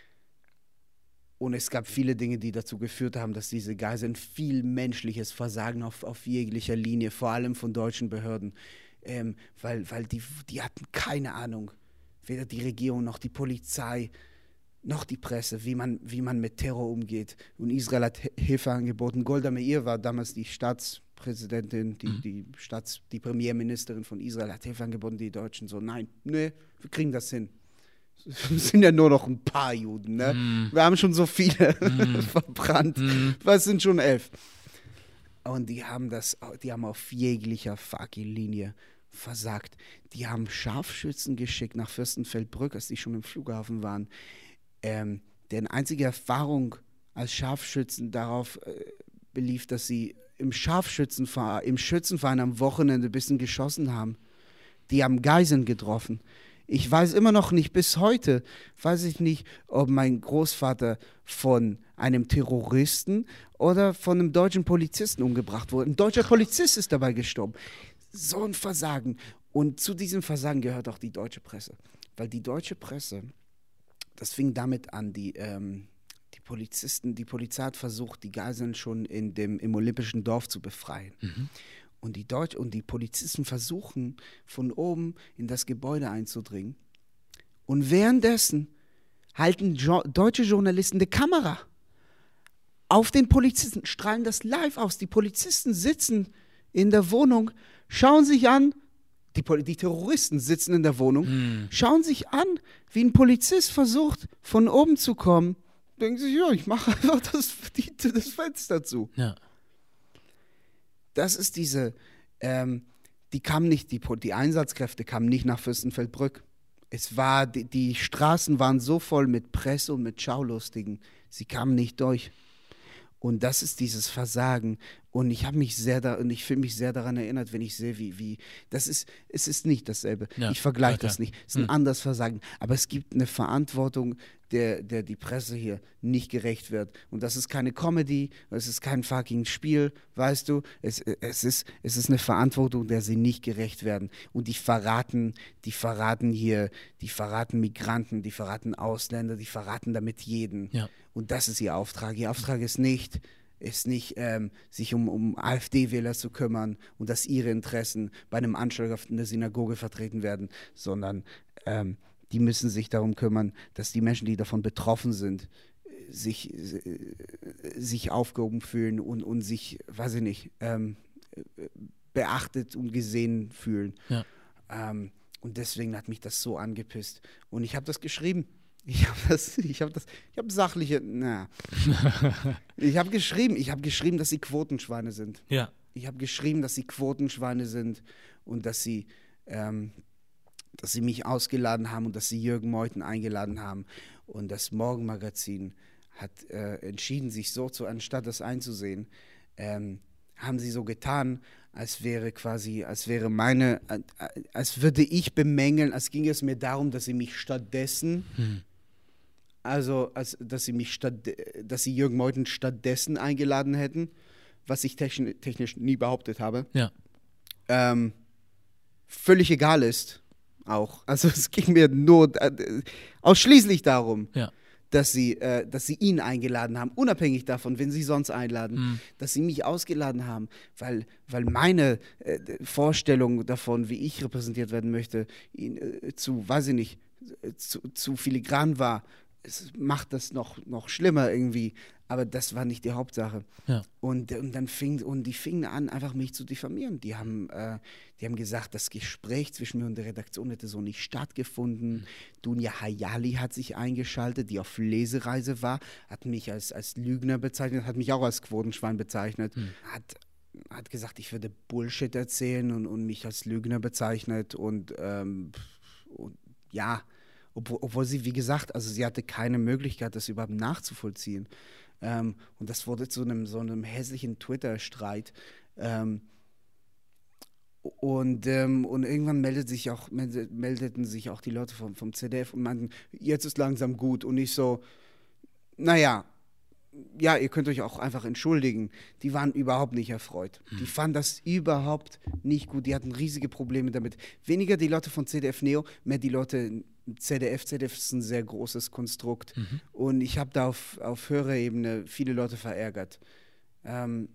Speaker 1: und es gab viele Dinge, die dazu geführt haben, dass diese Geiseln viel menschliches Versagen auf, auf jeglicher Linie, vor allem von deutschen Behörden, ähm, weil, weil die, die hatten keine Ahnung, weder die Regierung noch die Polizei, noch die Presse, wie man, wie man mit Terror umgeht. Und Israel hat Hilfe angeboten. Golda Meir war damals die Staatspräsidentin, die,
Speaker 2: Mhm.
Speaker 1: die, Staats-, die Premierministerin von Israel, hat Hilfe angeboten. Die Deutschen so, nein, nee, wir kriegen das hin. Es sind ja nur noch ein paar Juden, ne?
Speaker 2: Mhm.
Speaker 1: Wir haben schon so viele
Speaker 2: Mhm.
Speaker 1: verbrannt.
Speaker 2: Mhm.
Speaker 1: Was sind schon elf? Und die haben das, die haben auf jeglicher fucking Linie versagt. Die haben Scharfschützen geschickt nach Fürstenfeldbruck, als die schon im Flughafen waren. Ähm, deren einzige Erfahrung als Scharfschützen darauf äh, belief, dass sie im Scharfschützenverein, im Schützenverein am Wochenende ein bisschen geschossen haben. Die haben Geiseln getroffen. Ich weiß immer noch nicht, bis heute weiß ich nicht, ob mein Großvater von einem Terroristen oder von einem deutschen Polizisten umgebracht wurde. Ein deutscher Polizist ist dabei gestorben. So ein Versagen. Und zu diesem Versagen gehört auch die deutsche Presse. Weil die deutsche Presse, das fing damit an, die, ähm, die Polizisten, die Polizei hat versucht, die Geiseln schon in dem, im olympischen Dorf zu befreien. Mhm. Und die, Deutsch- und die Polizisten versuchen, von oben in das Gebäude einzudringen. Und währenddessen halten jo- deutsche Journalisten die Kamera auf den Polizisten, strahlen das live aus. Die Polizisten sitzen in der Wohnung, schauen sich an, die, Pol- die Terroristen sitzen in der Wohnung, hm. schauen sich an, wie ein Polizist versucht, von oben zu kommen. Denken sich, ja, ich mache einfach das, die, das Fenster zu.
Speaker 2: Ja.
Speaker 1: Das ist diese, ähm, die kamen nicht, die, die Einsatzkräfte kamen nicht nach Fürstenfeldbruck. Es war, die, die Straßen waren so voll mit Presse und mit Schaulustigen, sie kamen nicht durch. Und das ist dieses Versagen. Und ich habe mich sehr da, und ich fühle mich sehr daran erinnert, wenn ich sehe, wie, wie, das ist, es ist nicht dasselbe. Ja, ich vergleiche okay. das nicht. Es ist ein hm. anderes Versagen. Aber es gibt eine Verantwortung, der, der die Presse hier nicht gerecht wird. Und das ist keine Comedy, es ist kein fucking Spiel, weißt du. Es, es, ist, es ist eine Verantwortung, der sie nicht gerecht werden. Und die verraten, die verraten hier, die verraten Migranten, die verraten Ausländer, die verraten damit jeden. Ja. Und das ist ihr Auftrag. Ihr Auftrag ist nicht, ist nicht ähm, sich um, um AfD-Wähler zu kümmern und dass ihre Interessen bei einem Anschlag auf eine Synagoge vertreten werden, sondern ähm, die müssen sich darum kümmern, dass die Menschen, die davon betroffen sind, sich, äh, sich aufgehoben fühlen und, und sich, weiß ich nicht, ähm, beachtet und gesehen fühlen. Ja. Ähm, und deswegen hat mich das so angepisst. Und ich habe das geschrieben. Ich habe das, ich habe das, ich habe sachliche, na. ich habe geschrieben, ich habe geschrieben, dass sie Quotenschweine sind.
Speaker 2: Ja.
Speaker 1: Ich habe geschrieben, dass sie Quotenschweine sind und dass sie, ähm, dass sie mich ausgeladen haben und dass sie Jürgen Meuthen eingeladen haben. Und das Morgenmagazin hat äh, entschieden, sich so zu, anstatt das einzusehen, ähm, haben sie so getan, als wäre quasi, als wäre meine, äh, als würde ich bemängeln, als ginge es mir darum, dass sie mich stattdessen hm. Also, als, dass sie mich statt, dass sie Jürgen Meuthen stattdessen eingeladen hätten, was ich technisch, technisch nie behauptet habe.
Speaker 2: Ja.
Speaker 1: Ähm, völlig egal ist auch. Also es ging mir nur äh, ausschließlich darum, ja. dass sie, äh, dass sie ihn eingeladen haben, unabhängig davon, wen sie sonst einladen, mhm. dass sie mich ausgeladen haben, weil, weil meine äh, Vorstellung davon, wie ich repräsentiert werden möchte, ihn, äh, zu, weiß ich nicht, zu, zu filigran war. Es macht das noch, noch schlimmer irgendwie, aber das war nicht die Hauptsache. Ja. Und, und dann fing, und die fingen an, einfach mich zu diffamieren. Die haben, äh, die haben gesagt, das Gespräch zwischen mir und der Redaktion hätte so nicht stattgefunden. Mhm. Dunja Hayali hat sich eingeschaltet, die auf Lesereise war, hat mich als, als Lügner bezeichnet, hat mich auch als Quotenschwein bezeichnet, mhm. hat, hat gesagt, ich würde Bullshit erzählen und, und mich als Lügner bezeichnet und, ähm, und ja, Obwohl, obwohl sie, wie gesagt, also sie hatte keine Möglichkeit, das überhaupt nachzuvollziehen. Ähm, und das wurde zu einem so einem hässlichen Twitter-Streit. Ähm, und, ähm, und irgendwann meldet sich auch, meldeten sich auch die Leute vom, vom Z D F und meinten, jetzt ist langsam gut. Und ich so, naja, ja, ihr könnt euch auch einfach entschuldigen. Die waren überhaupt nicht erfreut. Hm. Die fanden das überhaupt nicht gut. Die hatten riesige Probleme damit. Weniger die Leute von Z D F Neo, mehr die Leute Z D F. Z D F ist ein sehr großes Konstrukt. Mhm. Und ich habe da auf, auf höherer Ebene viele Leute verärgert. Ähm,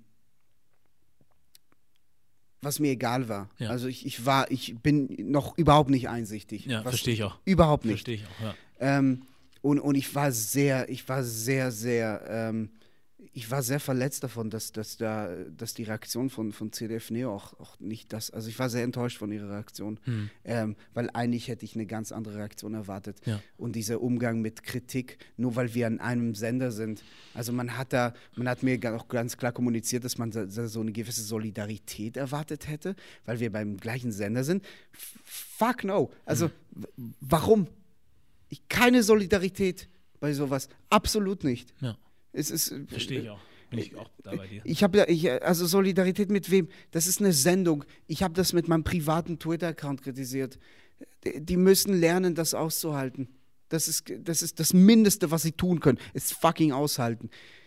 Speaker 1: was mir egal war. Ja. Also ich, ich war, ich bin noch überhaupt nicht einsichtig.
Speaker 2: Ja, verstehe ich auch.
Speaker 1: Überhaupt nicht.
Speaker 2: Verstehe ich auch, ja.
Speaker 1: Ähm, Und, und ich war sehr, ich war sehr, sehr, ähm, ich war sehr verletzt davon, dass, dass, da, dass die Reaktion von, von C D F Neo auch, auch nicht das, also ich war sehr enttäuscht von ihrer Reaktion, hm. ähm, weil eigentlich hätte ich eine ganz andere Reaktion erwartet.
Speaker 2: Ja.
Speaker 1: Und dieser Umgang mit Kritik, nur weil wir an einem Sender sind, also man hat da, man hat mir auch ganz klar kommuniziert, dass man so, so eine gewisse Solidarität erwartet hätte, weil wir beim gleichen Sender sind. F- fuck no. Also hm. w- warum? Ich, keine Solidarität bei sowas. Absolut nicht.
Speaker 2: Ja.
Speaker 1: Es ist,
Speaker 2: Verstehe ich auch. Bin ich auch da bei dir.
Speaker 1: Ich habe ja, ich, also Solidarität mit wem? Das ist eine Sendung. Ich habe das mit meinem privaten Twitter-Account kritisiert. Die, die müssen lernen, das auszuhalten. Das ist, das ist das Mindeste, was sie tun können. Ist fucking aushalten.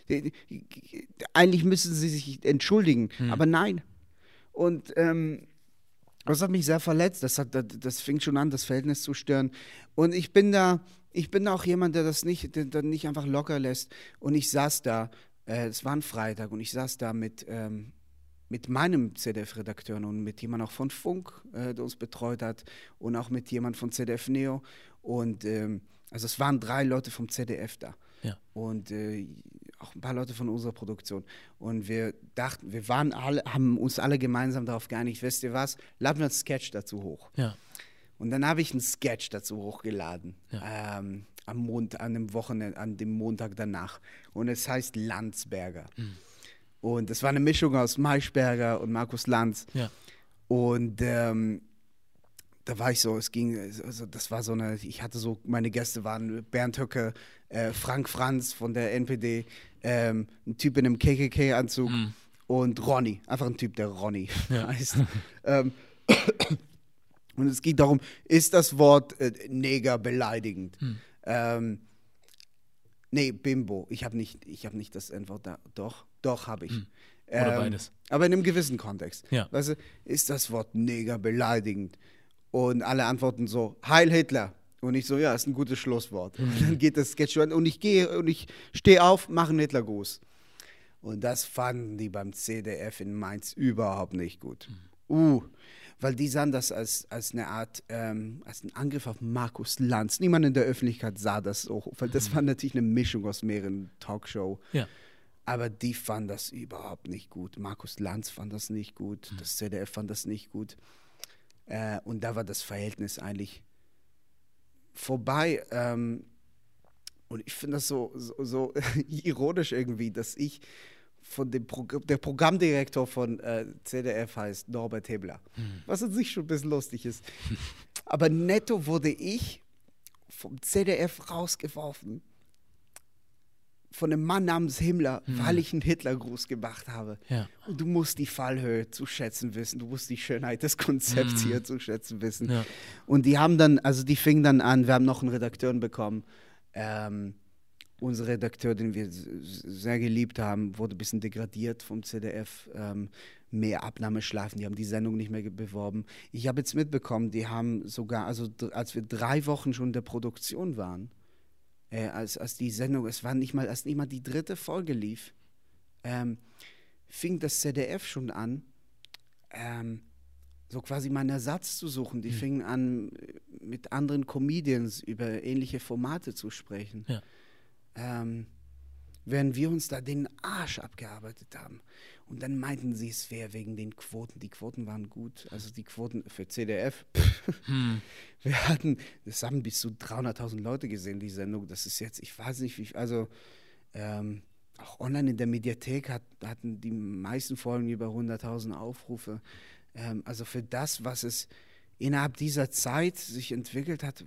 Speaker 1: Eigentlich müssen sie sich entschuldigen, hm. aber nein. Und ähm, das hat mich sehr verletzt. Das, hat, das, das fing schon an, das Verhältnis zu stören. Und ich bin da. Ich bin auch jemand, der das nicht, der, der nicht einfach locker lässt. Und ich saß da, äh, es war ein Freitag, und ich saß da mit, ähm, mit meinem C D F-Redakteur und mit jemand auch von Funk, äh, der uns betreut hat, und auch mit jemand von C D F Neo. Und ähm, also es waren drei Leute vom C D F da.
Speaker 2: Ja.
Speaker 1: Und äh, auch ein paar Leute von unserer Produktion. Und wir dachten, wir waren alle, haben uns alle gemeinsam darauf geeinigt, wisst ihr was, laden wir einen Sketch dazu hoch.
Speaker 2: Ja.
Speaker 1: Und dann habe ich einen Sketch dazu hochgeladen,
Speaker 2: ja.
Speaker 1: ähm, am Mond, an dem Wochenende, an dem Montag danach. Und es heißt Landsberger. Mhm. Und es war eine Mischung aus Maischberger und Markus Lanz.
Speaker 2: Ja.
Speaker 1: Und ähm, da war ich so, es ging, also das war so eine, ich hatte so, meine Gäste waren Bernd Höcke, äh, Frank Franz von der N P D, ähm, ein Typ in einem K K K-Anzug mhm. und Ronny, einfach ein Typ, der Ronny ja. heißt. ähm, Und es geht darum, ist das Wort äh, Neger beleidigend? Hm. Ähm, nee, Bimbo. Ich habe nicht, ich hab nicht das N-Wort da. Doch, doch habe ich. Hm.
Speaker 2: Oder
Speaker 1: ähm,
Speaker 2: beides.
Speaker 1: Aber in einem gewissen Kontext.
Speaker 2: Ja.
Speaker 1: Weißt du, ist das Wort Neger beleidigend? Und alle antworten so, Heil Hitler. Und ich so, ja, ist ein gutes Schlusswort. Mhm. Und dann geht das Sketch an und ich gehe und ich stehe auf, mache einen Hitlergruß. Und das fanden die beim C D F in Mainz überhaupt nicht gut. Mhm. Uh. Weil die sahen das als, als eine Art, ähm, als ein Angriff auf Markus Lanz. Niemand in der Öffentlichkeit sah das so, weil das mhm. war natürlich eine Mischung aus mehreren Talkshow.
Speaker 2: Ja.
Speaker 1: Aber die fanden das überhaupt nicht gut. Markus Lanz fand das nicht gut, mhm. das C D F fand das nicht gut. Äh, und da war das Verhältnis eigentlich vorbei. Ähm, und ich finde das so, so, so ironisch irgendwie, dass ich von dem Pro- der Programmdirektor von äh, C D F heißt Norbert Himmler, hm. was an sich schon ein bisschen lustig ist. Aber netto wurde ich vom C D F rausgeworfen von einem Mann namens Himmler, hm. weil ich einen Hitlergruß gemacht habe.
Speaker 2: Ja.
Speaker 1: Und du musst die Fallhöhe zu schätzen wissen, du musst die Schönheit des Konzepts hm. hier zu schätzen wissen.
Speaker 2: Ja.
Speaker 1: Und die haben dann, also die fingen dann an, wir haben noch einen Redakteur bekommen, ähm, unser Redakteur, den wir sehr geliebt haben, wurde ein bisschen degradiert vom C D F. Ähm, mehr Abnahmeschleifen, die haben die Sendung nicht mehr beworben. Ich habe jetzt mitbekommen, die haben sogar, also als wir drei Wochen schon in der Produktion waren, äh, als, als die Sendung, es war nicht mal, als nicht mal die dritte Folge lief, ähm, fing das C D F schon an, ähm, so quasi meinen Ersatz zu suchen. Die mhm. fingen an, mit anderen Comedians über ähnliche Formate zu sprechen.
Speaker 2: Ja.
Speaker 1: Ähm, während wir uns da den Arsch abgearbeitet haben. Und dann meinten sie, es wäre wegen den Quoten. Die Quoten waren gut. Also die Quoten für C D F. hm. Wir hatten, das haben bis zu dreihunderttausend Leute gesehen, die Sendung. Das ist jetzt, ich weiß nicht, wie, also ähm, auch online in der Mediathek hat, hatten die meisten Folgen über hunderttausend Aufrufe. Ähm, also für das, was es innerhalb dieser Zeit sich entwickelt hat,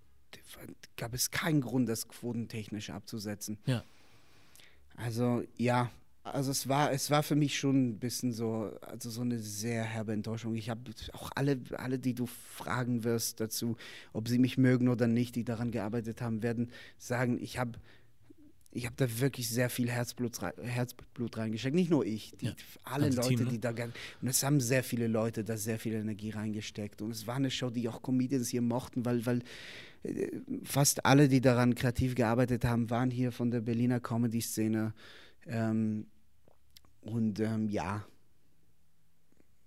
Speaker 1: gab es keinen Grund, das quotentechnisch abzusetzen.
Speaker 2: Ja.
Speaker 1: Also, ja, also es war, es war für mich schon ein bisschen so, also so eine sehr herbe Enttäuschung. Ich habe auch alle, alle, die du fragen wirst dazu, ob sie mich mögen oder nicht, die daran gearbeitet haben, werden sagen, ich habe ich habe da wirklich sehr viel Herzblut, Herzblut reingesteckt. Nicht nur ich, die, ja, alle Leute, Team, ne? die da, und es haben sehr viele Leute da sehr viel Energie reingesteckt. Und es war eine Show, die auch Comedians hier mochten, weil, weil fast alle, die daran kreativ gearbeitet haben, waren hier von der Berliner Comedy-Szene. Ähm, und ähm, ja,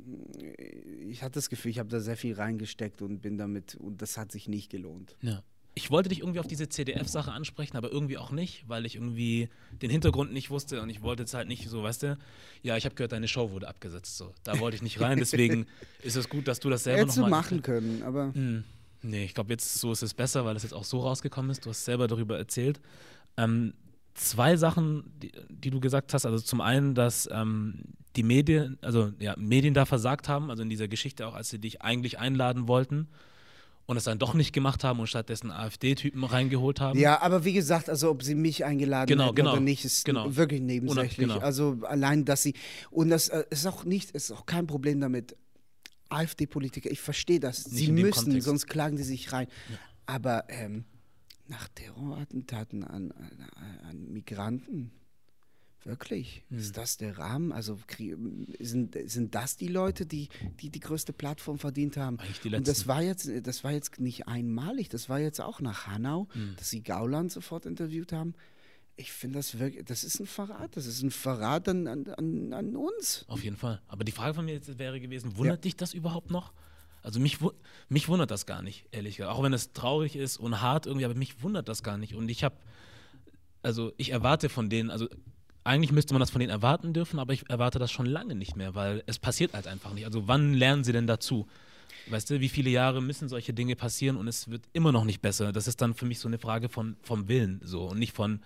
Speaker 1: ich hatte das Gefühl, ich habe da sehr viel reingesteckt und bin damit, und das hat sich nicht gelohnt.
Speaker 2: Ja. ich wollte dich irgendwie auf diese C D F-Sache ansprechen, aber irgendwie auch nicht, weil ich irgendwie den Hintergrund nicht wusste und ich wollte jetzt halt nicht so, weißt du, ja, ich habe gehört, deine Show wurde abgesetzt, so. Da wollte ich nicht rein, deswegen ist es gut, dass du das selber
Speaker 1: Hättest du
Speaker 2: nochmal...
Speaker 1: machen können, aber...
Speaker 2: Hm, nee, ich glaube, jetzt so ist es besser, weil es jetzt auch so rausgekommen ist. Du hast selber darüber erzählt. Ähm, zwei Sachen, die, die du gesagt hast, also zum einen, dass ähm, die Medien, also ja, Medien da versagt haben, also in dieser Geschichte auch, als sie dich eigentlich einladen wollten und es dann doch nicht gemacht haben und stattdessen AfD-Typen reingeholt haben.
Speaker 1: Ja, aber wie gesagt, also ob sie mich eingeladen
Speaker 2: Genau,
Speaker 1: hätten
Speaker 2: genau,
Speaker 1: oder nicht, ist
Speaker 2: genau.
Speaker 1: wirklich nebensächlich.
Speaker 2: Genau.
Speaker 1: Also allein, dass sie, und das äh, ist auch nicht, ist auch kein Problem damit, AfD-Politiker, ich verstehe das,
Speaker 2: Nicht
Speaker 1: sie
Speaker 2: in dem
Speaker 1: müssen,
Speaker 2: Kontext.
Speaker 1: sonst klagen die sich rein.
Speaker 2: Ja.
Speaker 1: Aber ähm, nach Terrorattentaten an, an, an Migranten, wirklich,
Speaker 2: Hm.
Speaker 1: ist das der Rahmen? Also krie- sind, sind das die Leute, die, die die größte Plattform verdient haben?
Speaker 2: Eigentlich die
Speaker 1: Und
Speaker 2: letzten.
Speaker 1: das war jetzt, das war jetzt nicht einmalig, das war jetzt auch nach Hanau,
Speaker 2: Hm.
Speaker 1: dass sie Gauland sofort interviewt haben. Ich finde das wirklich, das ist ein Verrat, das ist ein Verrat an, an, an, an uns.
Speaker 2: Auf jeden Fall. Aber die Frage von mir jetzt wäre gewesen, wundert dich das überhaupt noch? Also mich, wu- mich wundert das gar nicht, ehrlich gesagt. Auch wenn es traurig ist und hart irgendwie, aber mich wundert das gar nicht. Und ich habe, also ich erwarte von denen, also eigentlich müsste man das von denen erwarten dürfen, aber ich erwarte das schon lange nicht mehr, weil es passiert halt einfach nicht. Also wann lernen sie denn dazu? Weißt du, wie viele Jahre müssen solche Dinge passieren und es wird immer noch nicht besser? Das ist dann für mich so eine Frage von, vom Willen so und nicht von,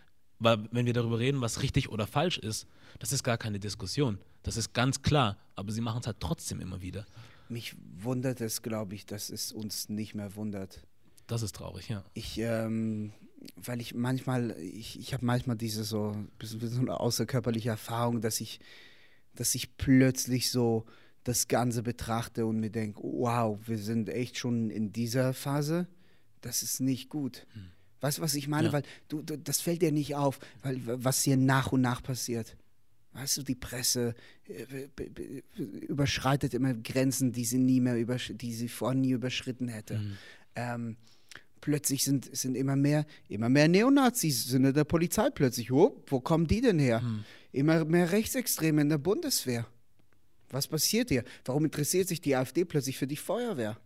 Speaker 2: weil wenn wir darüber reden, was richtig oder falsch ist, das ist gar keine Diskussion. Das ist ganz klar, aber sie machen es halt trotzdem immer wieder.
Speaker 1: Mich wundert es, glaube ich, dass es uns nicht mehr wundert.
Speaker 2: Das ist traurig, ja.
Speaker 1: Ich, ähm, weil ich manchmal, ich, ich habe manchmal diese so, bisschen wie so eine außerkörperliche Erfahrung, dass ich, dass ich plötzlich so das Ganze betrachte und mir denke, wow, wir sind echt schon in dieser Phase, das ist nicht gut.
Speaker 2: Hm.
Speaker 1: Weißt du, was ich meine?
Speaker 2: Ja.
Speaker 1: Weil du, du, das fällt dir nicht auf, weil was hier nach und nach passiert. Weißt du, die Presse äh, b- b- überschreitet immer Grenzen, die sie nie mehr übersch- die sie vorher nie überschritten hätte.
Speaker 2: Mhm.
Speaker 1: Ähm, plötzlich sind, sind immer mehr, immer mehr Neonazis sind in der Polizei plötzlich. Oh, wo kommen die denn her?
Speaker 2: Mhm.
Speaker 1: Immer mehr Rechtsextreme in der Bundeswehr. Was passiert hier? Warum interessiert sich die AfD plötzlich für die Feuerwehr?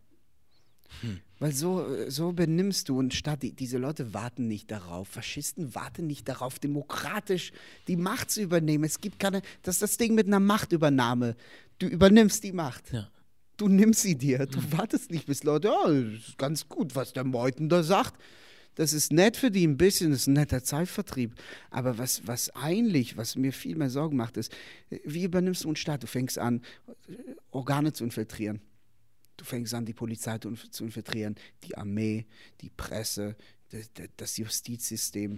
Speaker 2: Hm.
Speaker 1: Weil so, so benimmst du und statt die, diese Leute warten nicht darauf, Faschisten warten nicht darauf, demokratisch die Macht zu übernehmen. Es gibt keine, das ist das Ding mit einer Machtübernahme. Du übernimmst die Macht.
Speaker 2: Ja.
Speaker 1: Du nimmst sie dir. Du wartest nicht, bis Leute, ja, das ist ganz gut, was der Meuthen da sagt. Das ist nett für die ein bisschen, das ist ein netter Zeitvertrieb. Aber was, was eigentlich, was mir viel mehr Sorgen macht, ist, wie übernimmst du einen Staat? Du fängst an, Organe zu infiltrieren. Du fängst an, die Polizei zu zu infiltrieren, die Armee, die Presse, das, das Justizsystem.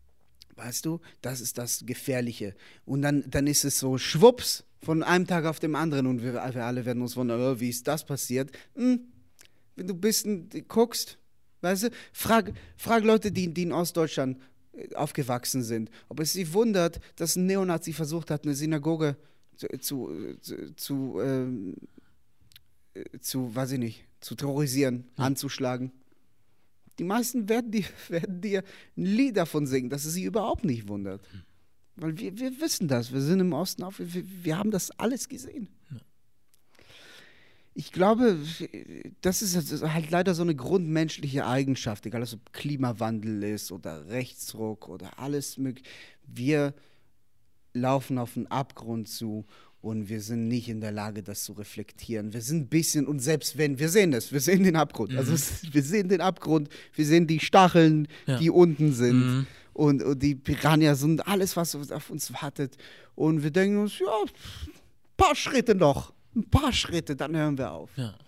Speaker 1: Weißt du, das ist das Gefährliche. Und dann, dann ist es so schwupps von einem Tag auf den anderen und wir, wir alle werden uns wundern, oh, wie ist das passiert? Hm, wenn du ein bisschen guckst, weißt du, frag, frag Leute, die, die in Ostdeutschland äh, aufgewachsen sind, ob es sie wundert, dass ein Neonazi versucht hat, eine Synagoge zu, zu, zu, zu ähm, zu, weiß ich nicht, zu terrorisieren,
Speaker 2: Ja.
Speaker 1: anzuschlagen. Die meisten werden, die, werden dir ein Lied davon singen, dass es sie überhaupt nicht wundert. Weil wir, wir wissen das, wir sind im Osten auf, wir, wir haben das alles gesehen.
Speaker 2: Ja.
Speaker 1: Ich glaube, das ist jetzt halt leider so eine grundmenschliche Eigenschaft, egal ob es Klimawandel ist oder Rechtsruck oder alles mögliche. Wir laufen auf einen Abgrund zu und wir sind nicht in der Lage, das zu reflektieren. Wir sind ein bisschen, und selbst wenn, wir sehen das, wir sehen den Abgrund.
Speaker 2: Mhm.
Speaker 1: Also es, wir sehen den Abgrund, wir sehen die Stacheln,
Speaker 2: Ja.
Speaker 1: die unten sind.
Speaker 2: Mhm.
Speaker 1: Und, und die Piranhas und alles, was auf uns wartet. Und wir denken uns, ja, ein paar Schritte noch, ein paar Schritte, dann hören wir auf.
Speaker 2: Ja.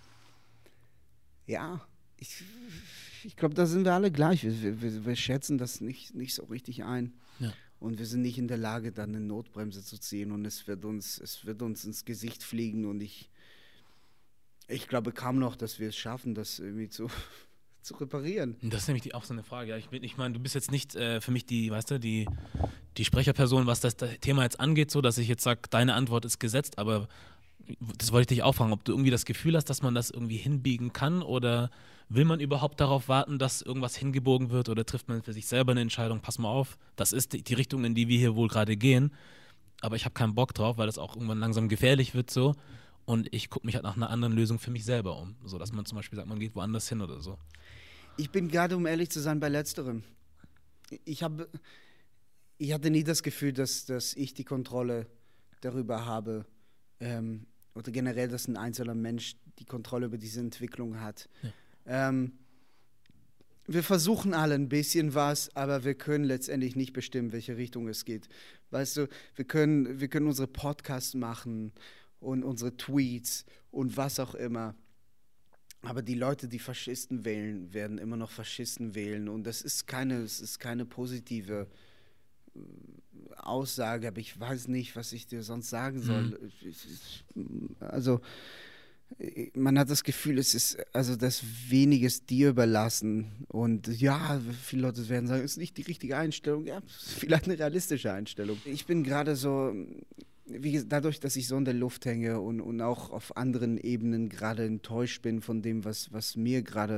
Speaker 1: Ja, ich, ich glaube, da sind wir alle gleich. Wir, wir, wir schätzen das nicht, nicht so richtig ein.
Speaker 2: Ja.
Speaker 1: Und wir sind nicht in der Lage, dann eine Notbremse zu ziehen und es wird uns, es wird uns ins Gesicht fliegen und ich, ich glaube kaum noch, dass wir es schaffen, das irgendwie zu, zu reparieren.
Speaker 2: Das ist nämlich die, auch so eine Frage. Ja, ich, bin- ich meine, du bist jetzt nicht äh, für mich die, weißt du, die, die Sprecherperson, was das, das Thema jetzt angeht, so dass ich jetzt sage, deine Antwort ist gesetzt, aber das wollte ich dich auch fragen, ob du irgendwie das Gefühl hast, dass man das irgendwie hinbiegen kann oder will man überhaupt darauf warten, dass irgendwas hingebogen wird oder trifft man für sich selber eine Entscheidung, pass mal auf, das ist die, die Richtung, in die wir hier wohl gerade gehen, aber ich habe keinen Bock drauf, weil das auch irgendwann langsam gefährlich wird so und ich gucke mich halt nach einer anderen Lösung für mich selber um, so dass man zum Beispiel sagt, man geht woanders hin oder so.
Speaker 1: Ich bin gerade, um ehrlich zu sein, bei Letzterem. Ich habe, ich hatte nie das Gefühl, dass, dass ich die Kontrolle darüber habe, ähm, oder generell, dass ein einzelner Mensch die Kontrolle über diese Entwicklung hat. Ja. Ähm, wir versuchen alle ein bisschen was, aber wir können letztendlich nicht bestimmen, welche Richtung es geht. Weißt du, wir können, wir können unsere Podcasts machen und unsere Tweets und was auch immer. Aber die Leute, die Faschisten wählen, werden immer noch Faschisten wählen. Und das ist keine, es ist keine positive Aussage, aber ich weiß nicht, was ich dir sonst sagen soll. Mhm. Also, man hat das Gefühl, es ist, also das weniges dir überlassen. Und ja, viele Leute werden sagen, es ist nicht die richtige Einstellung. Ja, vielleicht eine realistische Einstellung. Ich bin gerade so, wie gesagt, dadurch, dass ich so in der Luft hänge und, und auch auf anderen Ebenen gerade enttäuscht bin von dem, was, was mir gerade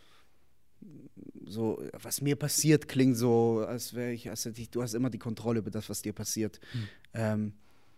Speaker 1: so, was mir passiert, klingt so, als wäre ich, als hätte ich, du hast immer die Kontrolle über das, was dir passiert. Hm. Ähm,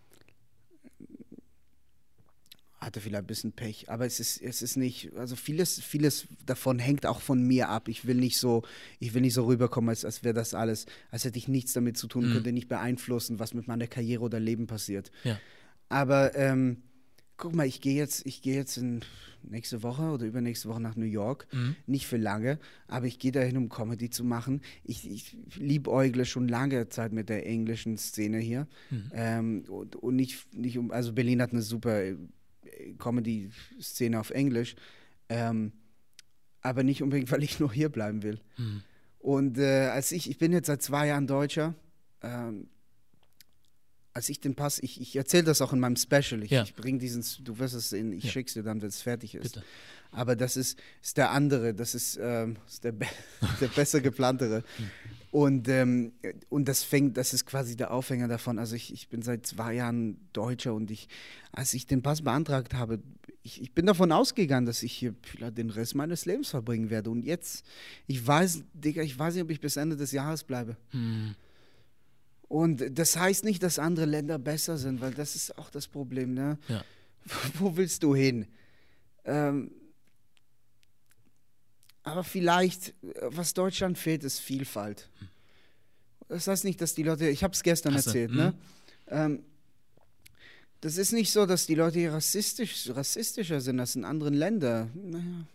Speaker 1: hatte vielleicht ein bisschen Pech, aber es ist, es ist nicht, also vieles, vieles davon hängt auch von mir ab. Ich will nicht so, ich will nicht so rüberkommen, als, als wäre das alles, als hätte ich nichts damit zu tun, mhm. könnte nicht beeinflussen, was mit meiner Karriere oder Leben passiert. Ja. Aber ähm, guck mal, ich gehe jetzt, ich gehe jetzt in nächste Woche oder übernächste Woche nach New York, mhm. nicht für lange, aber ich gehe dahin, um Comedy zu machen. Ich, ich liebäugle schon lange Zeit mit der englischen Szene hier. Mhm. Ähm, und, und nicht, nicht um, also Berlin hat eine super Comedy-Szene auf Englisch, ähm, aber nicht unbedingt, weil ich nur hier bleiben will. Mhm. Und äh, als ich, ich bin jetzt seit zwei Jahren Deutscher, ähm, als ich den Pass, ich, ich erzähle das auch in meinem Special, ich, ja. ich bringe diesen, du wirst es in, ich ja. schick's dir dann, wenn es fertig ist. Bitte. Aber das ist, ist der andere, das ist, ähm, ist der, be- der besser geplantere. Mhm. Und, ähm, und das fängt, das ist quasi der Aufhänger davon. Also ich, ich bin seit zwei Jahren Deutscher und ich, als ich den Pass beantragt habe, ich, ich bin davon ausgegangen, dass ich hier vielleicht den Rest meines Lebens verbringen werde. Und jetzt, ich weiß, Digga, ich weiß nicht, ob ich bis Ende des Jahres bleibe. Hm. Und das heißt nicht, dass andere Länder besser sind, weil das ist auch das Problem, ne? Ja. Wo willst du hin? Ähm, Aber vielleicht, was Deutschland fehlt, ist Vielfalt. Das heißt nicht, dass die Leute, ich habe es gestern Hast erzählt, ne? Ähm, das ist nicht so, dass die Leute hier rassistisch, rassistischer sind als in anderen Ländern. Naja.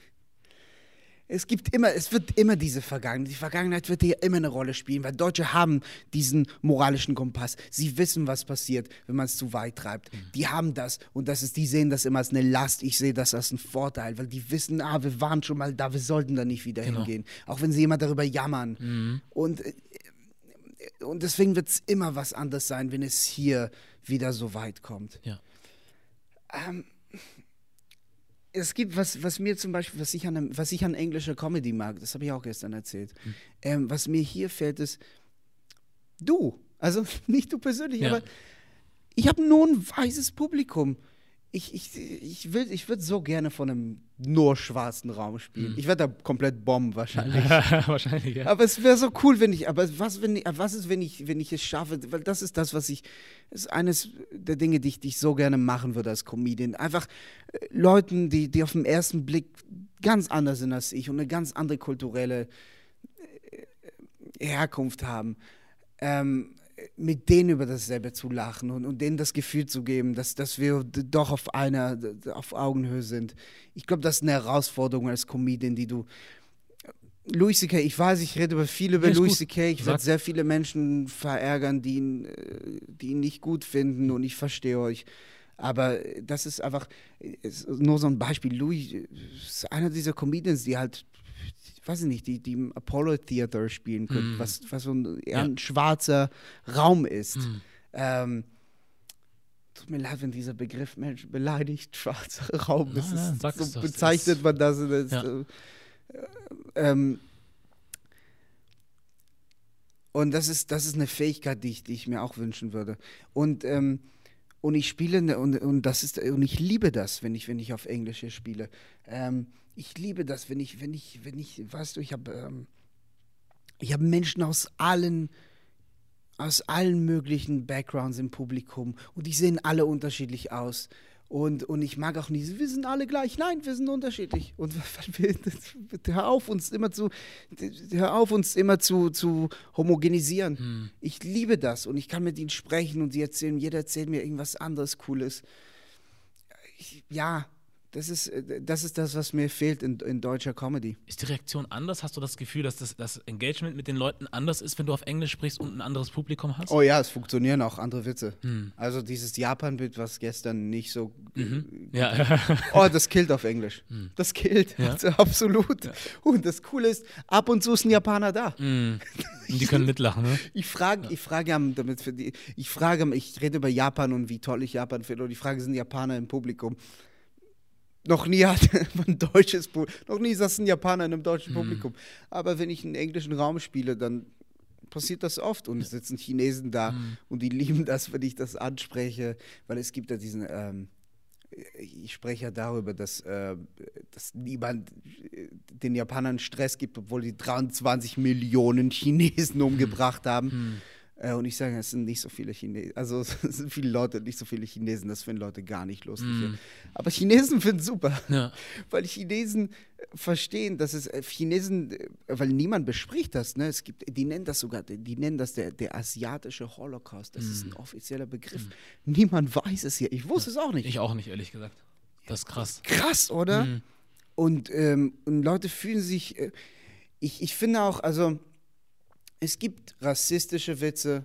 Speaker 1: Es gibt immer, es wird immer diese Vergangenheit, die Vergangenheit wird hier immer eine Rolle spielen, weil Deutsche haben diesen moralischen Kompass. Sie wissen, was passiert, wenn man es zu weit treibt. Mhm. Die haben das und das ist, die sehen das immer als eine Last. Ich sehe das als einen Vorteil, weil die wissen, ah, wir waren schon mal da, wir sollten da nicht wieder genau. hingehen. Auch wenn sie immer darüber jammern. Mhm. Und, und deswegen wird es immer was anderes sein, wenn es hier wieder so weit kommt. Ja. Ähm, Es gibt, was, was mir zum Beispiel, was ich an, was ich an englischer Comedy mag, das habe ich auch gestern erzählt, mhm. ähm, was mir hier fällt, ist du, also nicht du persönlich, ja. aber ich habe nur ein weißes Publikum. Ich, ich, ich, will, ich würde so gerne von einem nur schwarzen Raum spielen. Mhm. Ich werde da komplett bomben wahrscheinlich. wahrscheinlich, ja. Aber es wäre so cool, wenn ich, aber was, wenn, was ist, wenn ich, wenn ich es schaffe, weil das ist das, was ich, das ist eines der Dinge, die ich, die ich so gerne machen würde als Comedian. Einfach äh, Leuten, die, die auf den ersten Blick ganz anders sind als ich und eine ganz andere kulturelle äh, Herkunft haben, ähm, mit denen über dasselbe zu lachen und, und denen das Gefühl zu geben, dass, dass wir doch auf einer, auf Augenhöhe sind. Ich glaube, das ist eine Herausforderung als Comedian, die du... Louis C K, ich weiß, ich rede über viel über ja, Louis C K, ich werde sehr viele Menschen verärgern, die ihn, die ihn nicht gut finden und ich verstehe euch. Aber das ist einfach ist nur so ein Beispiel. Louis ist einer dieser Comedians, die halt, ich weiß nicht, die, die im Apollo Theater spielen können, mm. was, was so ein, eher ja. ein schwarzer Raum ist. Mm. Ähm, tut mir leid, wenn dieser Begriff Mensch beleidigt, schwarzer Raum, das ja, ist, so das, bezeichnet das. man das. das ja. äh, ähm, und das ist, das ist eine Fähigkeit, die ich, die ich mir auch wünschen würde. Und ähm, Und ich spiele, und, und das ist, und ich liebe das, wenn ich, wenn ich auf Englisch hier spiele. Ähm, ich liebe das, wenn ich, wenn ich, wenn ich, weißt du, ich habe ähm, ich habe Menschen aus allen, aus allen möglichen Backgrounds im Publikum und die sehen alle unterschiedlich aus. Und, und ich mag auch nicht, wir sind alle gleich. Nein, wir sind unterschiedlich. Und wir, hör auf, uns immer zu, hör auf, uns immer zu, zu homogenisieren. Hm. Ich liebe das und ich kann mit ihnen sprechen und sie erzählen, jeder erzählt mir irgendwas anderes Cooles. Ich, ja, das ist, das ist das, was mir fehlt in, in deutscher Comedy.
Speaker 2: Ist die Reaktion anders? Hast du das Gefühl, dass das, das Engagement mit den Leuten anders ist, wenn du auf Englisch sprichst und ein anderes Publikum hast?
Speaker 1: Oh ja, es funktionieren auch andere Witze.
Speaker 2: Hm.
Speaker 1: Also dieses Japan-Bild, was gestern nicht so...
Speaker 2: Mhm. Ja.
Speaker 1: Oh, das killt auf Englisch. Hm. Das killt,
Speaker 2: ja.
Speaker 1: also absolut. Ja. Und das Coole ist, ab und zu ist ein Japaner da.
Speaker 2: Hm. Und die können mitlachen, ne?
Speaker 1: Ich frage, ja. ich frage, damit für die, ich frage, ich rede über Japan und wie toll ich Japan finde. Und die Frage, sind Japaner im Publikum? Noch nie hat ein deutsches Publikum, noch nie saß ein Japaner in einem deutschen mm. Publikum. Aber wenn ich einen englischen Raum spiele, dann passiert das oft. Und es sitzen Chinesen da mm. und die lieben das, wenn ich das anspreche. Weil es gibt ja diesen, ähm, ich spreche ja darüber, dass, äh, dass niemand den Japanern Stress gibt, obwohl die dreiundzwanzig Millionen Chinesen umgebracht haben. Mm. Und ich sage, es sind nicht so viele Chinesen, also es sind viele Leute, nicht so viele Chinesen, das finden Leute gar nicht lustig. Mm. Aber Chinesen finden es super, ja. Weil Chinesen verstehen, dass es, Chinesen, weil niemand bespricht das, ne? Es gibt, die nennen das sogar, die nennen das der, der asiatische Holocaust, das mm. ist ein offizieller Begriff. Mm. Niemand weiß es hier, ich wusste ja. es auch nicht.
Speaker 2: Ich auch nicht, ehrlich gesagt. Das ist krass.
Speaker 1: Krass, oder? Mm. Und, ähm, und Leute fühlen sich, äh, ich, ich finde auch, also es gibt rassistische Witze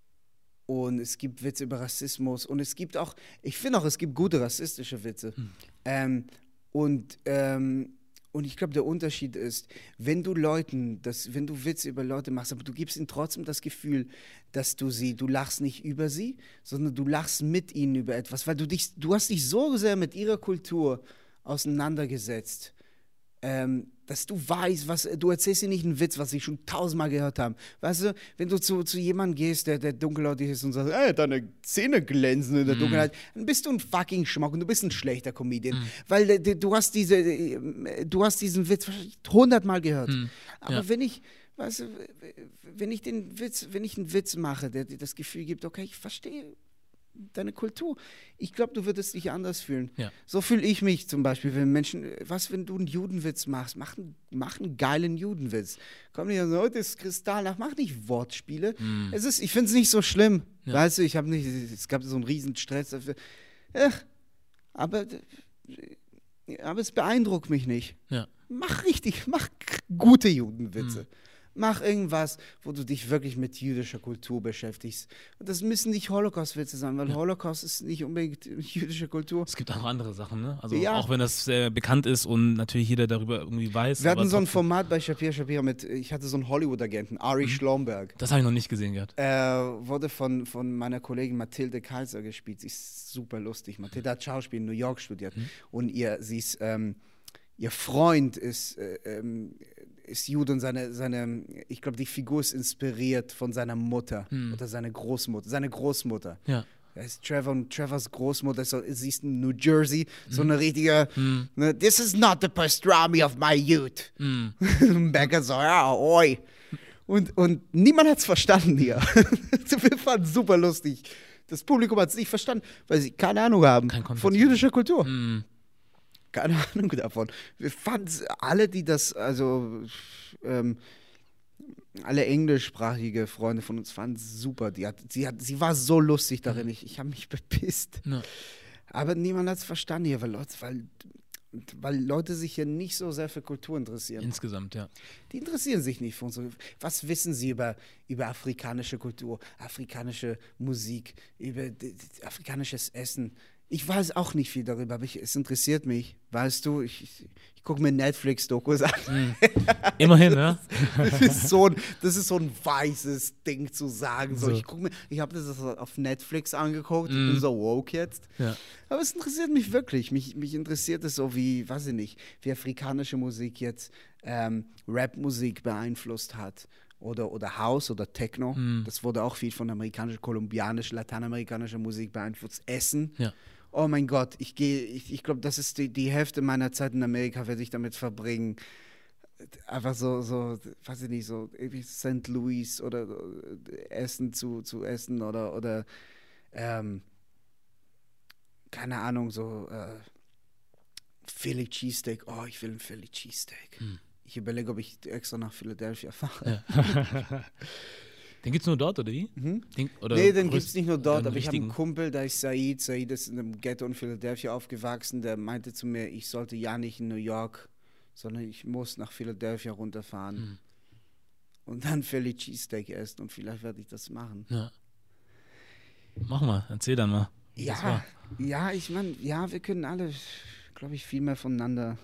Speaker 1: und es gibt Witze über Rassismus und es gibt auch, ich finde auch, es gibt gute rassistische Witze. Hm. Ähm, und, ähm, und ich glaube, der Unterschied ist, wenn du Leuten, das, wenn du Witze über Leute machst, aber du gibst ihnen trotzdem das Gefühl, dass du sie, du lachst nicht über sie, sondern du lachst mit ihnen über etwas, weil du dich, du hast dich so sehr mit ihrer Kultur auseinandergesetzt, Ähm, dass du weißt, was, du erzählst dir nicht einen Witz, was sie schon tausendmal gehört haben. Weißt du, wenn du zu, zu jemandem gehst, der, der dunkelhäutig ist und sagst, ey, deine Zähne glänzen in der mm. Dunkelheit, dann bist du ein fucking Schmuck und du bist ein schlechter Comedian. Mm. Weil äh, du hast diese, äh, du hast diesen Witz hundertmal gehört. Mm. Aber ja. wenn ich, weißt du, wenn ich den Witz, wenn ich einen Witz mache, der dir das Gefühl gibt, okay, ich verstehe deine Kultur. Ich glaube, du würdest dich anders fühlen. Ja. So fühle ich mich zum Beispiel, wenn Menschen, was, wenn du einen Judenwitz machst, mach, mach einen geilen Judenwitz. Komm nicht und so, heute ist Kristallnacht, mach nicht Wortspiele. Mm. Es ist, ich finde es nicht so schlimm. Ja. Weißt du, ich habe nicht, es gab so einen riesen Stress dafür. Ach, aber, aber es beeindruckt mich nicht. Ja. Mach richtig, mach gute Judenwitze. Mm. Mach irgendwas, wo du dich wirklich mit jüdischer Kultur beschäftigst. Und das müssen nicht Holocaust-Witze sein, weil ja. Holocaust ist nicht unbedingt jüdische Kultur.
Speaker 2: Es gibt auch andere Sachen, ne? Also ja. auch wenn das sehr bekannt ist und natürlich jeder darüber irgendwie weiß.
Speaker 1: Wir hatten so ein Format bei Shapira Shapira mit, ich hatte so einen Hollywood-Agenten, Ari mhm. Schlomberg.
Speaker 2: Das habe ich noch nicht gesehen gehabt.
Speaker 1: Er wurde von, von meiner Kollegin Mathilde Kaiser gespielt. Sie ist super lustig. Mathilde hat Schauspiel in New York studiert. Mhm. Und ihr, sie ist, ähm, ihr Freund ist, äh, ähm, ist Jude und seine, seine ich glaube, die Figur ist inspiriert von seiner Mutter hm. oder seiner Großmutter, seine Großmutter. Ja. Das ist Trevor und Trevors Großmutter, so, sie ist in New Jersey, hm. so eine richtige, hm. ne, this is not the pastrami of my youth. Hm. Und Becker so, ja, oi. Und, und niemand hat es verstanden hier. Wir fanden es super lustig. Das Publikum hat es nicht verstanden, weil sie keine Ahnung haben von jüdischer Kultur. Hm. Keine Ahnung davon. Wir fanden alle, die das, also ähm, alle englischsprachige Freunde von uns fanden es super. Die hat, sie, hat, sie war so lustig darin. Ich, ich habe mich bepisst. Ja. Aber niemand hat es verstanden hier, weil Leute, weil, weil Leute sich hier nicht so sehr für Kultur interessieren.
Speaker 2: Insgesamt, ja.
Speaker 1: Die interessieren sich nicht für unsere. Was wissen sie über, über afrikanische Kultur, afrikanische Musik, über d- d- afrikanisches Essen? Ich weiß auch nicht viel darüber, aber ich, es interessiert mich. Weißt du, ich, ich, ich gucke mir Netflix-Dokus an. Mm.
Speaker 2: Immerhin, ja.
Speaker 1: Das ist, so ein, das ist so ein weißes Ding zu sagen. So, so. Ich, ich habe das auf Netflix angeguckt, mm. ich bin so woke jetzt. Ja. Aber es interessiert mich wirklich. Mich, mich interessiert es so, wie, weiß ich nicht, wie afrikanische Musik jetzt ähm, Rap-Musik beeinflusst hat. Oder, oder House oder Techno. Mm. Das wurde auch viel von amerikanischer, kolumbianischer, lateinamerikanischer Musik beeinflusst. Essen. Ja. Oh mein Gott, ich gehe, ich, ich glaube, das ist die, die Hälfte meiner Zeit in Amerika, werde ich damit verbringen. Einfach so, so, weiß ich nicht, so Sankt Louis oder Essen zu, zu essen oder, oder ähm, keine Ahnung, so äh, Philly Cheesesteak. Oh, ich will ein Philly Cheesesteak. Hm. Ich überlege, ob ich extra nach Philadelphia fahre.
Speaker 2: Ja. Den gibt's nur dort, oder wie?
Speaker 1: Mhm.
Speaker 2: Den, oder
Speaker 1: nee, den gibt's nicht nur dort, aber
Speaker 2: richtigen?
Speaker 1: ich habe einen Kumpel, da ist Said. Said ist in einem Ghetto in Philadelphia aufgewachsen. Der meinte zu mir, ich sollte ja nicht in New York, sondern ich muss nach Philadelphia runterfahren. Hm. Und dann Philly Cheesesteak essen und vielleicht werde ich das machen.
Speaker 2: Ja. Mach mal, erzähl dann mal.
Speaker 1: Ja, ja, ich meine, ja, wir können alle, glaube ich, viel mehr voneinander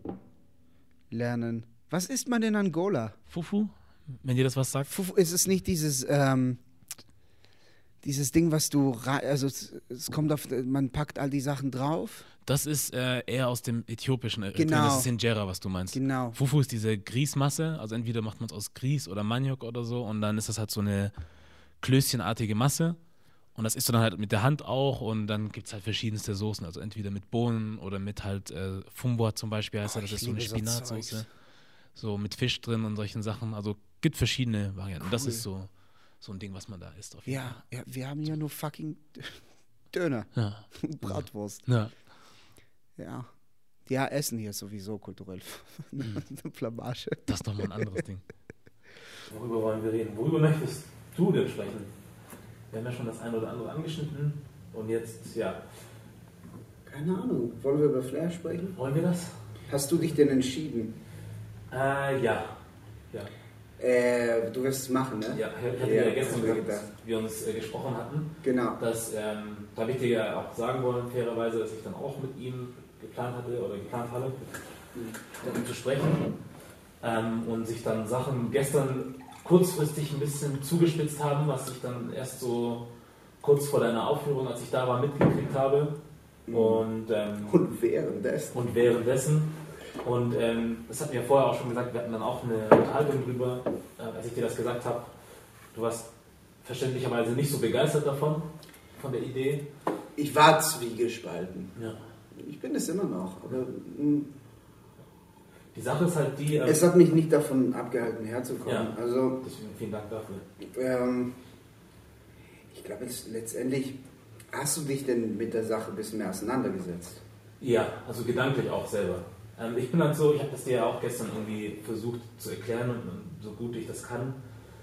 Speaker 1: lernen. Was isst man in Angola?
Speaker 2: Fufu? Wenn dir das was sagt?
Speaker 1: Fufu, ist es nicht dieses, ähm, dieses Ding, was du, also es, es kommt auf, man packt all die Sachen drauf?
Speaker 2: Das ist äh, eher aus dem äthiopischen Eritrea.
Speaker 1: Genau.
Speaker 2: Das ist Injera, was du meinst.
Speaker 1: Genau.
Speaker 2: Fufu ist diese Grießmasse, also entweder macht man es aus Grieß oder Maniok oder so und dann ist das halt so eine klößchenartige Masse und das isst du dann halt mit der Hand auch und dann gibt es halt verschiedenste Soßen, also entweder mit Bohnen oder mit halt äh, Fumboa zum Beispiel heißt oh, das, das ist so eine Spinatsoße, so mit Fisch drin und solchen Sachen, also gibt verschiedene Varianten. Cool. Das ist so, so ein Ding, was man da isst. Auf jeden
Speaker 1: ja,
Speaker 2: Fall.
Speaker 1: ja, wir haben ja nur fucking Döner,
Speaker 2: ja.
Speaker 1: Bratwurst.
Speaker 2: Ja.
Speaker 1: Ja. Ja, Essen hier sowieso kulturell.
Speaker 2: Mhm.
Speaker 1: Eine Blamage.
Speaker 2: Das ist nochmal ein anderes Ding. Worüber wollen wir reden? Worüber möchtest du denn sprechen? Wir haben ja schon das eine oder andere angeschnitten und jetzt, ja.
Speaker 1: Keine Ahnung. Wollen wir über Flair sprechen?
Speaker 2: Wollen wir das?
Speaker 1: Hast du dich denn entschieden?
Speaker 2: Äh, ja. Ja.
Speaker 1: Äh, du wirst es machen, ne?
Speaker 2: Ja, ich hatte ja, ja gestern gesagt, dass wir uns äh, gesprochen hatten.
Speaker 1: Genau.
Speaker 2: Dass, ähm, da habe ich dir ja auch sagen wollen, fairerweise, dass ich dann auch mit ihm geplant hatte oder geplant habe, mit ihm zu sprechen. Ähm, und sich dann Sachen gestern kurzfristig ein bisschen zugespitzt haben, was ich dann erst so kurz vor deiner Aufführung, als ich da war, mitgekriegt habe. Mhm. Und, ähm,
Speaker 1: und währenddessen.
Speaker 2: Und währenddessen. Und ähm, das hatten wir vorher auch schon gesagt, wir hatten dann auch eine Unterhaltung drüber, äh, als ich dir das gesagt habe. Du warst verständlicherweise nicht so begeistert davon, von der Idee.
Speaker 1: Ich war zwiegespalten.
Speaker 2: Ja.
Speaker 1: Ich bin es immer noch, aber mh,
Speaker 2: die Sache ist halt die... Ähm,
Speaker 1: es hat mich nicht davon abgehalten, herzukommen.
Speaker 2: Ja,
Speaker 1: also,
Speaker 2: deswegen vielen Dank dafür.
Speaker 1: Ähm, ich glaube, letztendlich hast du dich denn mit der Sache ein bisschen mehr auseinandergesetzt?
Speaker 2: Ja, also gedanklich auch selber. Ähm, ich bin halt so, ich habe das dir ja auch gestern irgendwie versucht zu erklären und, und so gut ich das kann.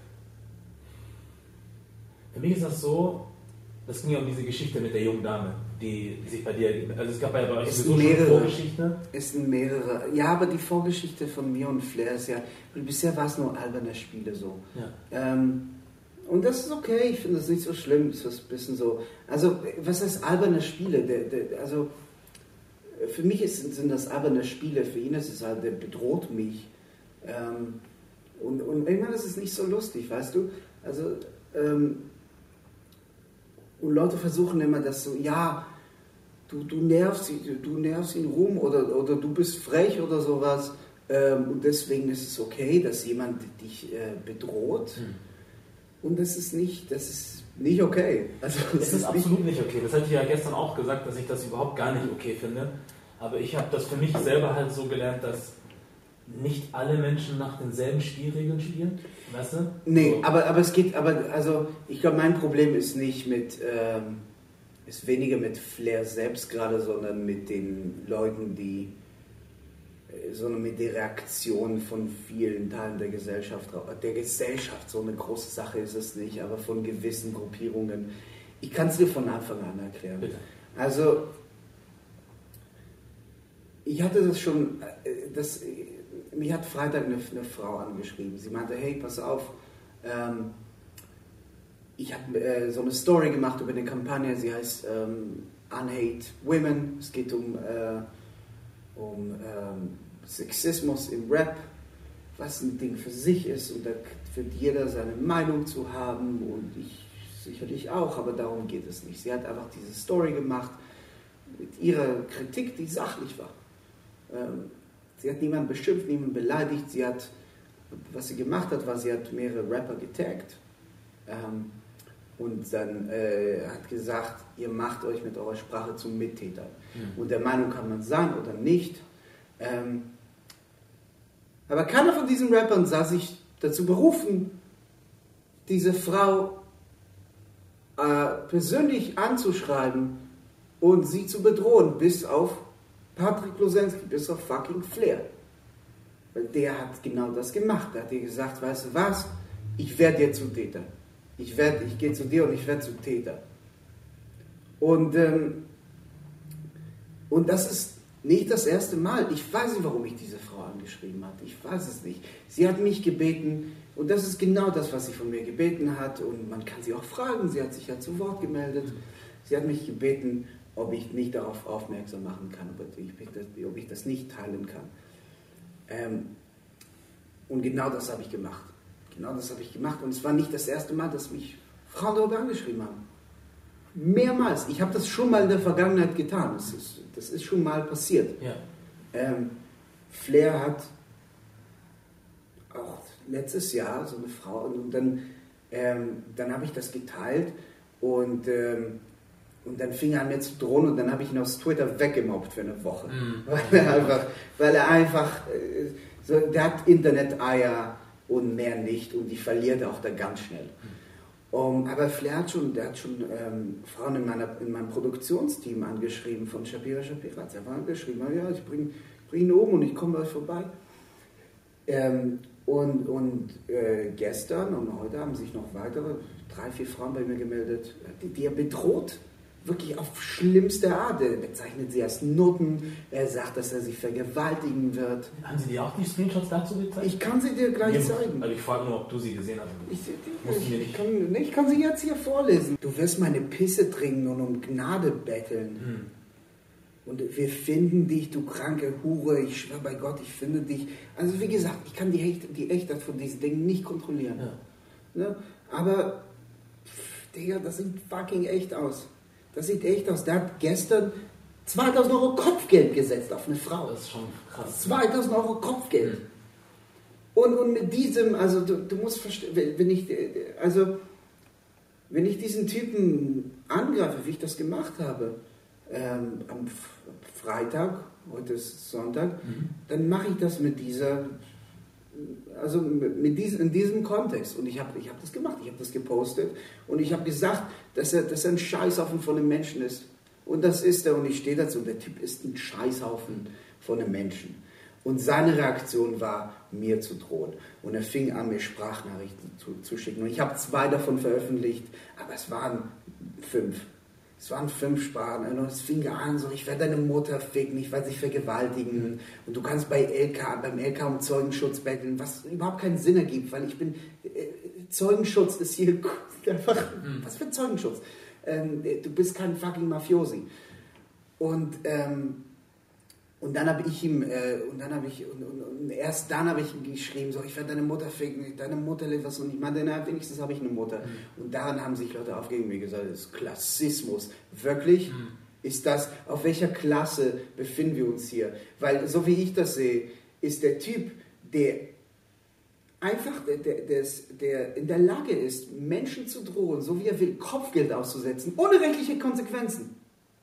Speaker 2: Für mich ist das so, das ging ja um diese Geschichte mit der jungen Dame, die, die sich bei dir, also es gab ja bei euch sowieso schon eine Vorgeschichte.
Speaker 1: Es sind mehrere, ja, aber die Vorgeschichte von mir und Flair ist ja, bisher war es nur alberne Spiele so.
Speaker 2: Ja.
Speaker 1: Ähm, und das ist okay, ich finde das nicht so schlimm, es ist ein bisschen so, also was heißt alberne Spiele, der, der, also für mich ist, sind das alberne Spiele, für ihn ist es halt, der bedroht mich. Ähm, und, und ich meine, das ist nicht so lustig, weißt du, also ähm, und Leute versuchen immer das so, ja, du, du, nervst, du nervst ihn rum oder, oder du bist frech oder sowas. Ähm, und deswegen ist es okay, dass jemand dich äh, bedroht. Hm. Und das ist nicht, das ist nicht okay. Also, das
Speaker 2: es ist, ist absolut nicht okay. Das hatte ich ja gestern auch gesagt, dass ich das überhaupt gar nicht okay finde. Aber ich habe das für mich selber halt so gelernt, dass nicht alle Menschen nach denselben Spielregeln spielen, weißt du?
Speaker 1: Nee,
Speaker 2: so.
Speaker 1: aber, aber es geht, aber also ich glaube, mein Problem ist nicht mit, ähm, ist weniger mit Flair selbst gerade, sondern mit den Leuten, die, äh, sondern mit der Reaktion von vielen Teilen der Gesellschaft, der Gesellschaft, so eine große Sache ist es nicht, aber von gewissen Gruppierungen. Ich kann es dir von Anfang an erklären.
Speaker 2: Bitte.
Speaker 1: Also, ich hatte das schon, das, mich hat Freitag eine, eine Frau angeschrieben. Sie meinte, hey, pass auf, ähm, ich habe äh, so eine Story gemacht über eine Kampagne, sie heißt ähm, Unhate Women. Es geht um, äh, um ähm, Sexismus im Rap, was ein Ding für sich ist und da wird jeder seine Meinung zu haben und ich sicherlich auch, aber darum geht es nicht. Sie hat einfach diese Story gemacht mit ihrer Kritik, die sachlich war. Ähm, Sie hat niemanden beschimpft, niemanden beleidigt. Sie hat, was sie gemacht hat, war, sie hat mehrere Rapper getaggt ähm, und dann äh, hat gesagt, ihr macht euch mit eurer Sprache zum Mittäter. Mhm. Und der Meinung kann man sein oder nicht. Ähm, aber keiner von diesen Rappern sah sich dazu berufen, diese Frau äh, persönlich anzuschreiben und sie zu bedrohen, bis auf Patrick Losensky, bis auf fucking Flair. Weil der hat genau das gemacht. Der hat dir gesagt, weißt du was, ich werde dir zu Täter. Ich, werd, ich gehe zu dir und ich werde zu Täter. Und, ähm, und das ist nicht das erste Mal. Ich weiß nicht, warum ich diese Frau angeschrieben habe. Ich weiß es nicht. Sie hat mich gebeten, und das ist genau das, was sie von mir gebeten hat. Und man kann sie auch fragen, sie hat sich ja zu Wort gemeldet. Sie hat mich gebeten, ob ich mich darauf aufmerksam machen kann, ob ich, das, ob ich das nicht teilen kann. Ähm, und genau das habe ich gemacht. Genau das habe ich gemacht. Und es war nicht das erste Mal, dass mich Frauen darüber angeschrieben haben. Mehrmals. Ich habe das schon mal in der Vergangenheit getan. Das ist, das ist schon mal passiert.
Speaker 2: Ja.
Speaker 1: Ähm, Flair hat auch letztes Jahr so eine Frau, und dann, ähm, dann habe ich das geteilt und, ähm, und dann fing er an mir zu drohen und dann habe ich ihn aus Twitter weggemobbt für eine Woche. Mhm. Weil er einfach, weil er einfach äh, so, der hat Internet-Eier und mehr nicht und die verliert er auch da ganz schnell. Mhm. Um, aber Flair hat schon, der hat schon ähm, Frauen in, meiner, in meinem Produktionsteam angeschrieben von Shapira Shapira. Hat einfach angeschrieben, ja, ich bringe bring ihn um und ich komme bei euch vorbei. Ähm, und und äh, gestern und heute haben sich noch weitere drei, vier Frauen bei mir gemeldet, die, die er bedroht. Wirklich auf schlimmste Art. Er bezeichnet sie als Nutten. Er sagt, dass er sie vergewaltigen wird.
Speaker 2: Haben Sie dir auch die Screenshots dazu gezeigt?
Speaker 1: Ich kann sie dir gleich
Speaker 2: ja,
Speaker 1: zeigen.
Speaker 2: Also ich frage nur, ob du sie gesehen hast.
Speaker 1: Ich, ich, ich, ich, kann, ich kann sie jetzt hier vorlesen. Du wirst meine Pisse trinken und um Gnade betteln. Hm. Und wir finden dich, du kranke Hure. Ich schwöre bei Gott, ich finde dich. Also wie gesagt, ich kann die, Echt, die Echtheit von diesen Dingen nicht kontrollieren. Ja. Ja, aber, pff, Digga, das sieht fucking echt aus. Das sieht echt aus. Der hat gestern zweitausend Euro Kopfgeld gesetzt auf eine Frau.
Speaker 2: Das ist schon krass.
Speaker 1: zweitausend Euro Kopfgeld. Mhm. Und, und mit diesem, also du, du musst verstehen, wenn ich, also, wenn ich diesen Typen angreife, wie ich das gemacht habe, ähm, am Freitag, heute ist Sonntag, mhm. dann mache ich das mit dieser, also mit diesem, in diesem Kontext. Und ich habe ich hab das gemacht, ich habe das gepostet und ich habe gesagt, dass er, dass er ein Scheißhaufen von einem Menschen ist. Und das ist er und ich stehe dazu. Der Typ ist ein Scheißhaufen von einem Menschen. Und seine Reaktion war, mir zu drohen. Und er fing an, mir Sprachnachrichten zu, zu schicken. Und ich habe zwei davon veröffentlicht, aber es waren fünf. Es waren fünf Sprachen und es fing an so, ich werde deine Mutter ficken, ich werde dich vergewaltigen und du kannst bei L K, beim L K um Zeugenschutz betteln, was überhaupt keinen Sinn ergibt, weil ich bin, äh, Zeugenschutz ist hier einfach, mhm. was für Zeugenschutz? Ähm, du bist kein fucking Mafiosi. Und, ähm, und dann habe ich ihm, äh, und dann habe ich, und, und, und erst dann habe ich ihm geschrieben, so, ich werde deine Mutter ficken, deine Mutter lebt was und ich meine, na, wenigstens habe ich eine Mutter. Mhm. Und daran haben sich Leute aufgegen mir gesagt, das ist Klassismus. Wirklich? Mhm. Ist das, auf welcher Klasse befinden wir uns hier? Weil, so wie ich das sehe, ist der Typ, der einfach, der, der, der, der in der Lage ist, Menschen zu drohen, so wie er will, Kopfgeld auszusetzen, ohne rechtliche Konsequenzen.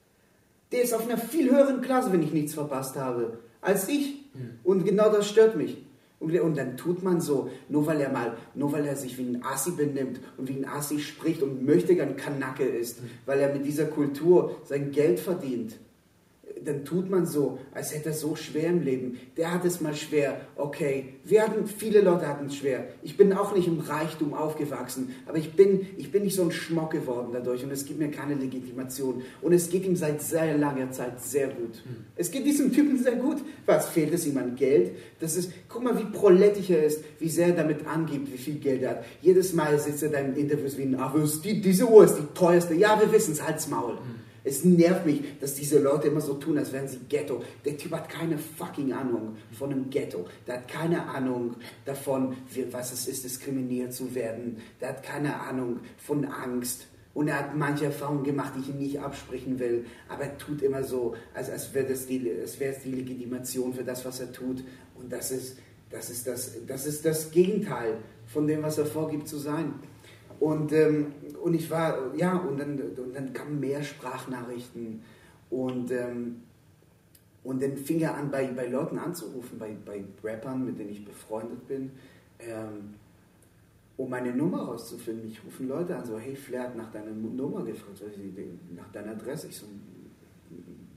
Speaker 1: Der ist auf einer viel höheren Klasse, wenn ich nichts verpasst habe, als ich. Mhm. Und genau das stört mich. Und, und dann tut man so, nur weil er mal, nur weil er sich wie ein Assi benimmt und wie ein Assi spricht und möchte gern Kanacke ist, mhm. weil er mit dieser Kultur sein Geld verdient. Dann tut man so, als hätte er so schwer im Leben. Der hat es mal schwer, okay. Wir hatten, viele Leute hatten es schwer. Ich bin auch nicht im Reichtum aufgewachsen, aber ich bin, ich bin nicht so ein Schmock geworden dadurch und es gibt mir keine Legitimation. Und es geht ihm seit sehr langer Zeit sehr gut. Mhm. Es geht diesem Typen sehr gut. Was, fehlt es ihm an Geld? Das ist, guck mal, wie prolettig er ist, wie sehr er damit angibt, wie viel Geld er hat. Jedes Mal sitzt er da in Interviews wie ein, ach, die, diese Uhr ist die teuerste. Ja, wir wissen es, halt's Maul. Mhm. Es nervt mich, dass diese Leute immer so tun, als wären sie Ghetto. Der Typ hat keine fucking Ahnung von einem Ghetto. Der hat keine Ahnung davon, was es ist, diskriminiert zu werden. Der hat keine Ahnung von Angst. Und er hat manche Erfahrungen gemacht, die ich ihm nicht absprechen will. Aber er tut immer so, als, als wäre es die, die Legitimation für das, was er tut. Und das ist das, ist das, das, ist das Gegenteil von dem, was er vorgibt zu sein. Und, ähm, und ich war, ja, und dann, und dann kamen mehr Sprachnachrichten und, ähm, und dann fing er an, bei, bei Leuten anzurufen, bei, bei Rappern, mit denen ich befreundet bin, ähm, um meine Nummer rauszufinden. Ich rufe Leute an, so, hey, Flair hat nach deiner Nummer gefragt, nach deiner Adresse. Ich so,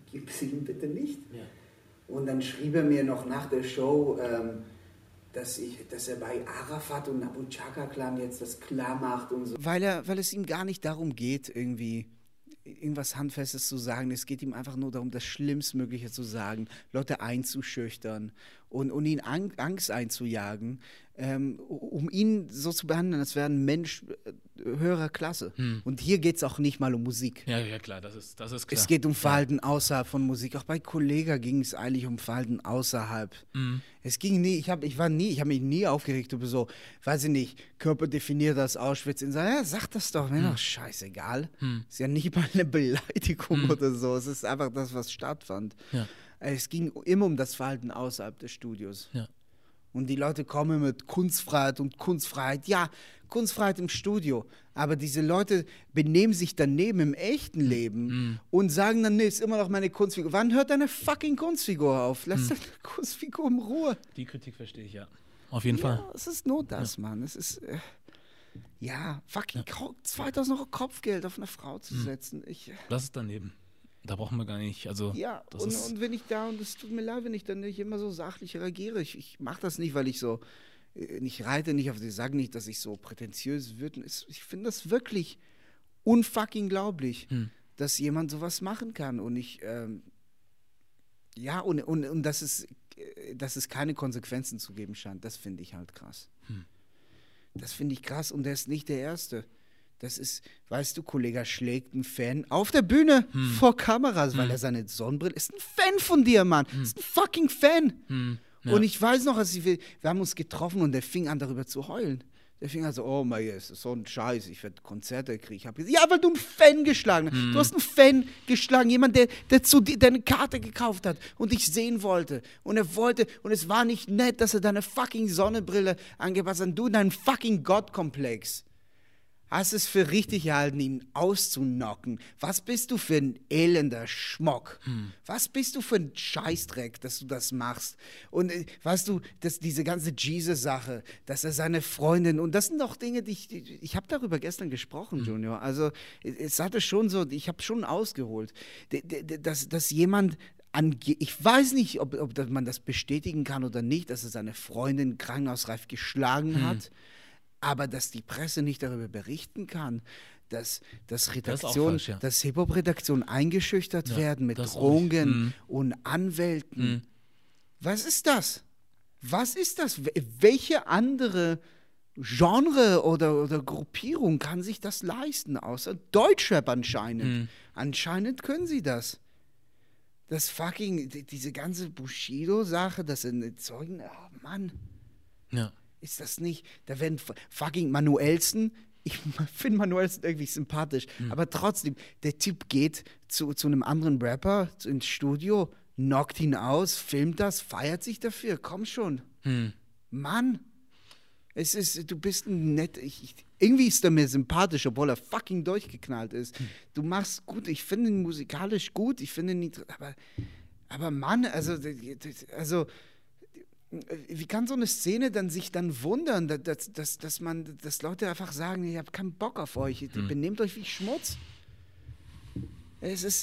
Speaker 1: gib sie ihm bitte nicht.
Speaker 2: Ja.
Speaker 1: Und dann schrieb er mir noch nach der Show, ähm, dass, ich, dass er bei Arafat und Abu Chaka Clan jetzt das klar macht und so. Weil, er, weil es ihm gar nicht darum geht, irgendwie irgendwas Handfestes zu sagen. Es geht ihm einfach nur darum, das Schlimmstmögliche zu sagen, Leute einzuschüchtern und, und ihn Ang- Angst einzujagen, ähm, um ihn so zu behandeln, als wäre ein Mensch äh, höherer Klasse. Hm. Und hier geht es auch nicht mal um Musik.
Speaker 2: Ja, ja, klar, das ist, das ist klar.
Speaker 1: Es geht um Verhalten ja. außerhalb von Musik. Auch bei Kollega ging es eigentlich um Verhalten außerhalb. Mhm. Es ging nie, ich, hab, ich war nie, ich habe mich nie aufgeregt über so, weiß ich nicht, Körper definiert als Auschwitz. Und so, ja, sag das doch, mir mhm. doch scheißegal. Mhm. Ist ja nicht mal eine Beleidigung mhm. oder so. Es ist einfach das, was stattfand. Ja. Es ging immer um das Verhalten außerhalb des Studios. Ja. Und die Leute kommen mit Kunstfreiheit und Kunstfreiheit. Ja, Kunstfreiheit im Studio. Aber diese Leute benehmen sich daneben im echten Leben mm. und sagen dann, nee, ist immer noch meine Kunstfigur. Wann hört deine fucking Kunstfigur auf? Lass mm. deine Kunstfigur in Ruhe.
Speaker 2: Die Kritik verstehe ich, ja. Auf jeden
Speaker 1: ja,
Speaker 2: Fall.
Speaker 1: Es ist nur das, ja. Mann. Es ist, äh, ja, fucking ja. zweitausend Euro Kopfgeld auf eine Frau zu mm. setzen. Ich, äh,
Speaker 2: das ist daneben. Da brauchen wir gar nicht, also...
Speaker 1: Ja,
Speaker 2: das
Speaker 1: und,
Speaker 2: ist
Speaker 1: und wenn ich da, und es tut mir leid, wenn ich dann nicht immer so sachlich reagiere. Ich, ich mache das nicht, weil ich so, ich reite nicht auf die, sage nicht, dass ich so prätentiös würde. Ich finde das wirklich unfucking glaublich, hm. dass jemand sowas machen kann. Und ich, ähm, ja, und, und, und dass, es, dass es keine Konsequenzen zu geben scheint, das finde ich halt krass. Hm. Das finde ich krass und der ist nicht der Erste. Das ist, weißt du, Kollege schlägt einen Fan auf der Bühne hm. vor Kameras, weil hm. er seine Sonnenbrille ist. Ein Fan von dir, Mann. Hm. Ist ein fucking Fan. Hm. Ja. Und ich weiß noch, als ich, wir haben uns getroffen und der fing an, darüber zu heulen. Der fing an so, oh mein Gott, das ist so ein Scheiß, ich werde Konzerte kriegen. Ich habe gesagt, ja, weil du einen Fan geschlagen hast. Hm. Du hast einen Fan geschlagen, jemand, der, der zu dir deine Karte gekauft hat und dich sehen wollte. Und er wollte, und es war nicht nett, dass er deine fucking Sonnenbrille angepasst hat. Du, deinen fucking Gottkomplex. Hast es für richtig gehalten, ihn auszunocken? Was bist du für ein elender Schmock? Hm. Was bist du für ein Scheißdreck, dass du das machst? Und äh, weißt du, dass diese ganze Jesus-Sache, dass er seine Freundin, und das sind doch Dinge, die ich, die, ich habe darüber gestern gesprochen, hm. Junior. Also es hatte schon so, ich habe schon ausgeholt, dass, dass jemand... Ange- ich weiß nicht, ob, ob man das bestätigen kann oder nicht, dass er seine Freundin krankenhausreif geschlagen hm. hat. Aber dass die Presse nicht darüber berichten kann, dass, dass Redaktion, das falsch, ja. dass Hip-Hop-Redaktionen eingeschüchtert ja, werden mit Drohungen mhm. und Anwälten. Mhm. Was ist das? Was ist das? Welche andere Genre oder, oder Gruppierung kann sich das leisten? Außer Deutschrap anscheinend. Mhm. Anscheinend können sie das. Das fucking, diese ganze Bushido-Sache, das sind Zeugen, oh Mann.
Speaker 2: Ja.
Speaker 1: Ist das nicht, da werden fucking Manuelsen, ich finde Manuelsen irgendwie sympathisch, mhm. aber trotzdem, der Typ geht zu, zu einem anderen Rapper ins Studio, knockt ihn aus, filmt das, feiert sich dafür, komm schon. Mhm. Mann, es ist, du bist ein nett, ich, ich, irgendwie ist er mir sympathisch, obwohl er fucking durchgeknallt ist. Mhm. Du machst gut, ich finde ihn musikalisch gut, ich finde ihn nicht, aber, aber Mann, also, also, wie kann so eine Szene dann sich dann wundern, dass, dass, dass, man, dass Leute einfach sagen, ich habe keinen Bock auf euch, hm. benehmt euch wie Schmutz. Es ist,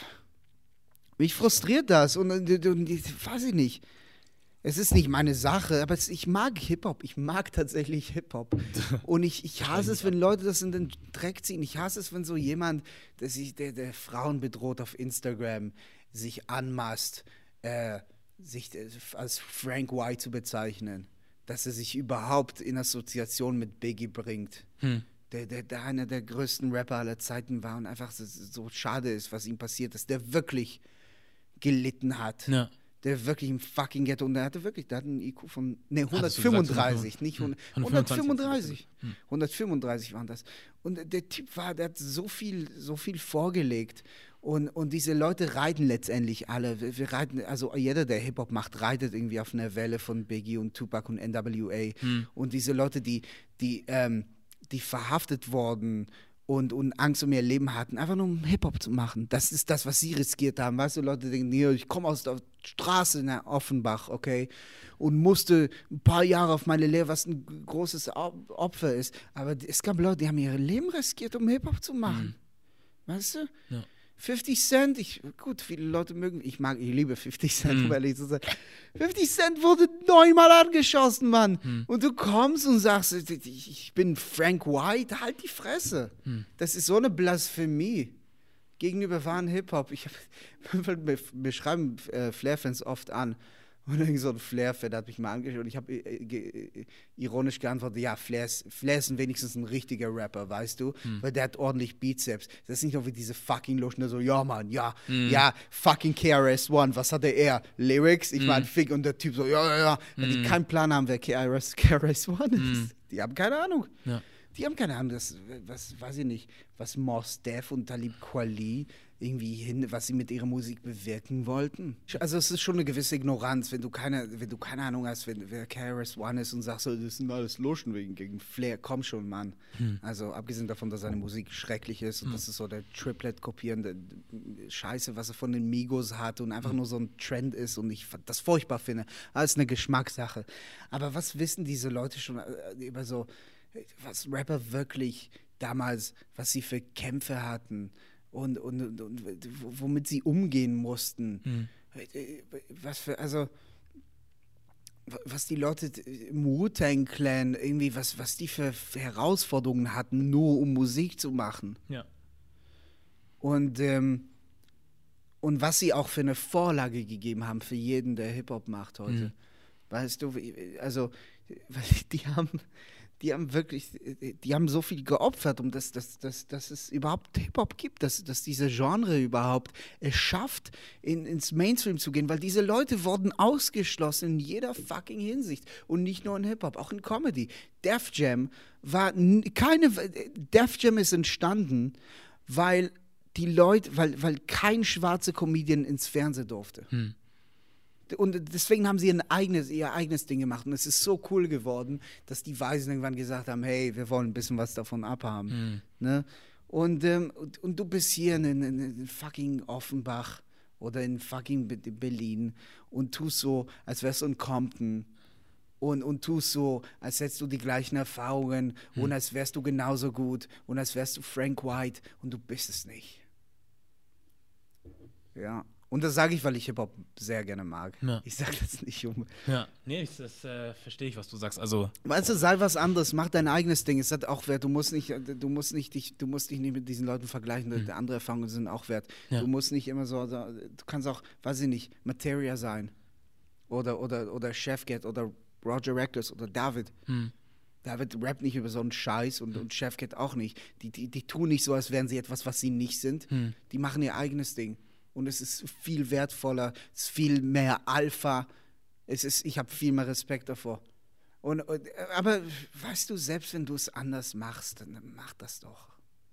Speaker 1: mich frustriert das und, und, und weiß ich nicht. Es ist nicht meine Sache, aber es, ich mag Hip-Hop, ich mag tatsächlich Hip-Hop. Und ich, ich hasse es, wenn Leute das in den Dreck ziehen. Ich hasse es, wenn so jemand, der, sich, der, der Frauen bedroht auf Instagram, sich anmaßt, äh, sich als Frank White zu bezeichnen, dass er sich überhaupt in Assoziation mit Biggie bringt, hm. der, der, der einer der größten Rapper aller Zeiten war und einfach so, so schade ist, was ihm passiert ist, der wirklich gelitten hat, ja. der wirklich im fucking Ghetto, und der hatte wirklich, der hat einen I Q von, ne, hundertfünfunddreißig, nicht hundert, hundertfünfunddreißig, hm. hundertfünfunddreißig waren das, und der Typ war, der hat so viel, so viel vorgelegt. Und, und diese Leute reiten letztendlich alle. Wir, wir reiten, also jeder, der Hip-Hop macht, reitet irgendwie auf einer Welle von Biggie und Tupac und N W A. Hm. Und diese Leute, die, die, ähm, die verhaftet wurden und, und Angst um ihr Leben hatten, einfach nur um Hip-Hop zu machen. Das ist das, was sie riskiert haben. Weißt du, Leute denken, nee, ich komme aus der Straße in Offenbach, okay, und musste ein paar Jahre auf meine Lehre, was ein großes Opfer ist. Aber es gab Leute, die haben ihr Leben riskiert, um Hip-Hop zu machen. Hm. Weißt du?
Speaker 2: Ja.
Speaker 1: fifty Cent, ich, gut, viele Leute mögen, ich mag, ich liebe fifty Cent, um
Speaker 2: Hm.
Speaker 1: ehrlich zu sein. fifty Cent wurde neunmal angeschossen, Mann.
Speaker 2: Hm.
Speaker 1: Und du kommst und sagst, ich, ich bin Frank White, halt die Fresse.
Speaker 2: Hm.
Speaker 1: Das ist so eine Blasphemie gegenüber wahren Hip-Hop. Ich hab, wir, wir schreiben äh, Flair-Fans oft an. Und irgend so ein Flair-Fan hat mich mal angeschaut und ich habe äh, ge- ironisch geantwortet, ja, Flair ist, Flair ist wenigstens ein richtiger Rapper, weißt du?
Speaker 2: Hm.
Speaker 1: Weil der hat ordentlich Bizeps. Das ist nicht nur wie diese fucking Luschen, so, ja, Mann, ja,
Speaker 2: Hm.
Speaker 1: ja, fucking K R S One, was hatte er? Lyrics? Ich
Speaker 2: Hm.
Speaker 1: meine, Fick, und der Typ so, ja, ja, ja. Weil die keinen Plan haben, wer K R S, K R S One ist.
Speaker 2: Hm.
Speaker 1: Die haben keine Ahnung.
Speaker 2: Ja.
Speaker 1: Die haben keine Ahnung, das, was, weiß ich nicht, was Mos Def und Talib Kweli irgendwie hin, was sie mit ihrer Musik bewirken wollten. Also es ist schon eine gewisse Ignoranz, wenn du keine, wenn du keine Ahnung hast, wenn, wer K R S One ist und sagst, so, das sind alles Luschen wegen gegen Flair, komm schon, Mann.
Speaker 2: Hm.
Speaker 1: Also abgesehen davon, dass seine Musik schrecklich ist und
Speaker 2: Hm.
Speaker 1: das ist so der Triplet-kopierende Scheiße, was er von den Migos hat und einfach nur so ein Trend ist und ich das furchtbar finde. Alles eine Geschmackssache. Aber was wissen diese Leute schon äh, über so, was Rapper wirklich damals, was sie für Kämpfe hatten und, und, und, und womit sie umgehen mussten.
Speaker 2: Hm.
Speaker 1: Was für, also, was die Leute im Wu-Tang Clan irgendwie, was, was die für Herausforderungen hatten, nur um Musik zu machen.
Speaker 2: Ja.
Speaker 1: Und, ähm, und was sie auch für eine Vorlage gegeben haben für jeden, der Hip-Hop macht heute.
Speaker 2: Mhm.
Speaker 1: Weißt du, also, die haben, die haben wirklich, die haben so viel geopfert, um das, dass, dass, dass es überhaupt Hip-Hop gibt, dass, dass diese Genre überhaupt es schafft, in, ins Mainstream zu gehen, weil diese Leute wurden ausgeschlossen in jeder fucking Hinsicht und nicht nur in Hip-Hop, auch in Comedy. Def Jam war n- keine, Def Jam ist entstanden, weil die Leute, weil, weil kein schwarzer Comedian ins Fernsehen durfte.
Speaker 2: Hm.
Speaker 1: Und deswegen haben sie ein eigenes, ihr eigenes Ding gemacht. Und es ist so cool geworden, dass die Weisen irgendwann gesagt haben, hey, wir wollen ein bisschen was davon abhaben.
Speaker 2: Hm.
Speaker 1: Ne? Und, ähm, und, und du bist hier in, in, in fucking Offenbach oder in fucking Be- Berlin und tust so, als wärst du in Compton. Und, und tust so, als hättest du die gleichen Erfahrungen
Speaker 2: Hm.
Speaker 1: und als wärst du genauso gut und als wärst du Frank White und du bist es nicht. Ja. Und das sage ich, weil ich Hip-Hop sehr gerne mag.
Speaker 2: Ja.
Speaker 1: Ich sage das nicht um.
Speaker 2: Ja. Nee, ich, das äh, verstehe ich, was du sagst. Also,
Speaker 1: Weißt du, sei was anderes, mach dein eigenes Ding. Es hat auch Wert. Du musst nicht, du musst nicht dich, du musst dich nicht mit diesen Leuten vergleichen.
Speaker 2: Hm.
Speaker 1: Andere Erfahrungen sind auch wert.
Speaker 2: Ja.
Speaker 1: Du musst nicht immer so, so, du kannst auch, weiß ich nicht, Materia sein. Oder, oder, oder Chefcat oder Roger Reckless oder David.
Speaker 2: hm.
Speaker 1: David rappt nicht über so einen Scheiß und, und Chefcat auch nicht. Die, die, die tun nicht so, als wären sie etwas, was sie nicht sind.
Speaker 2: Hm.
Speaker 1: Die machen ihr eigenes Ding. Und es ist viel wertvoller, es ist viel mehr Alpha. Es ist, ich habe viel mehr Respekt davor. Und, und, aber weißt du, selbst wenn du es anders machst, dann mach das doch.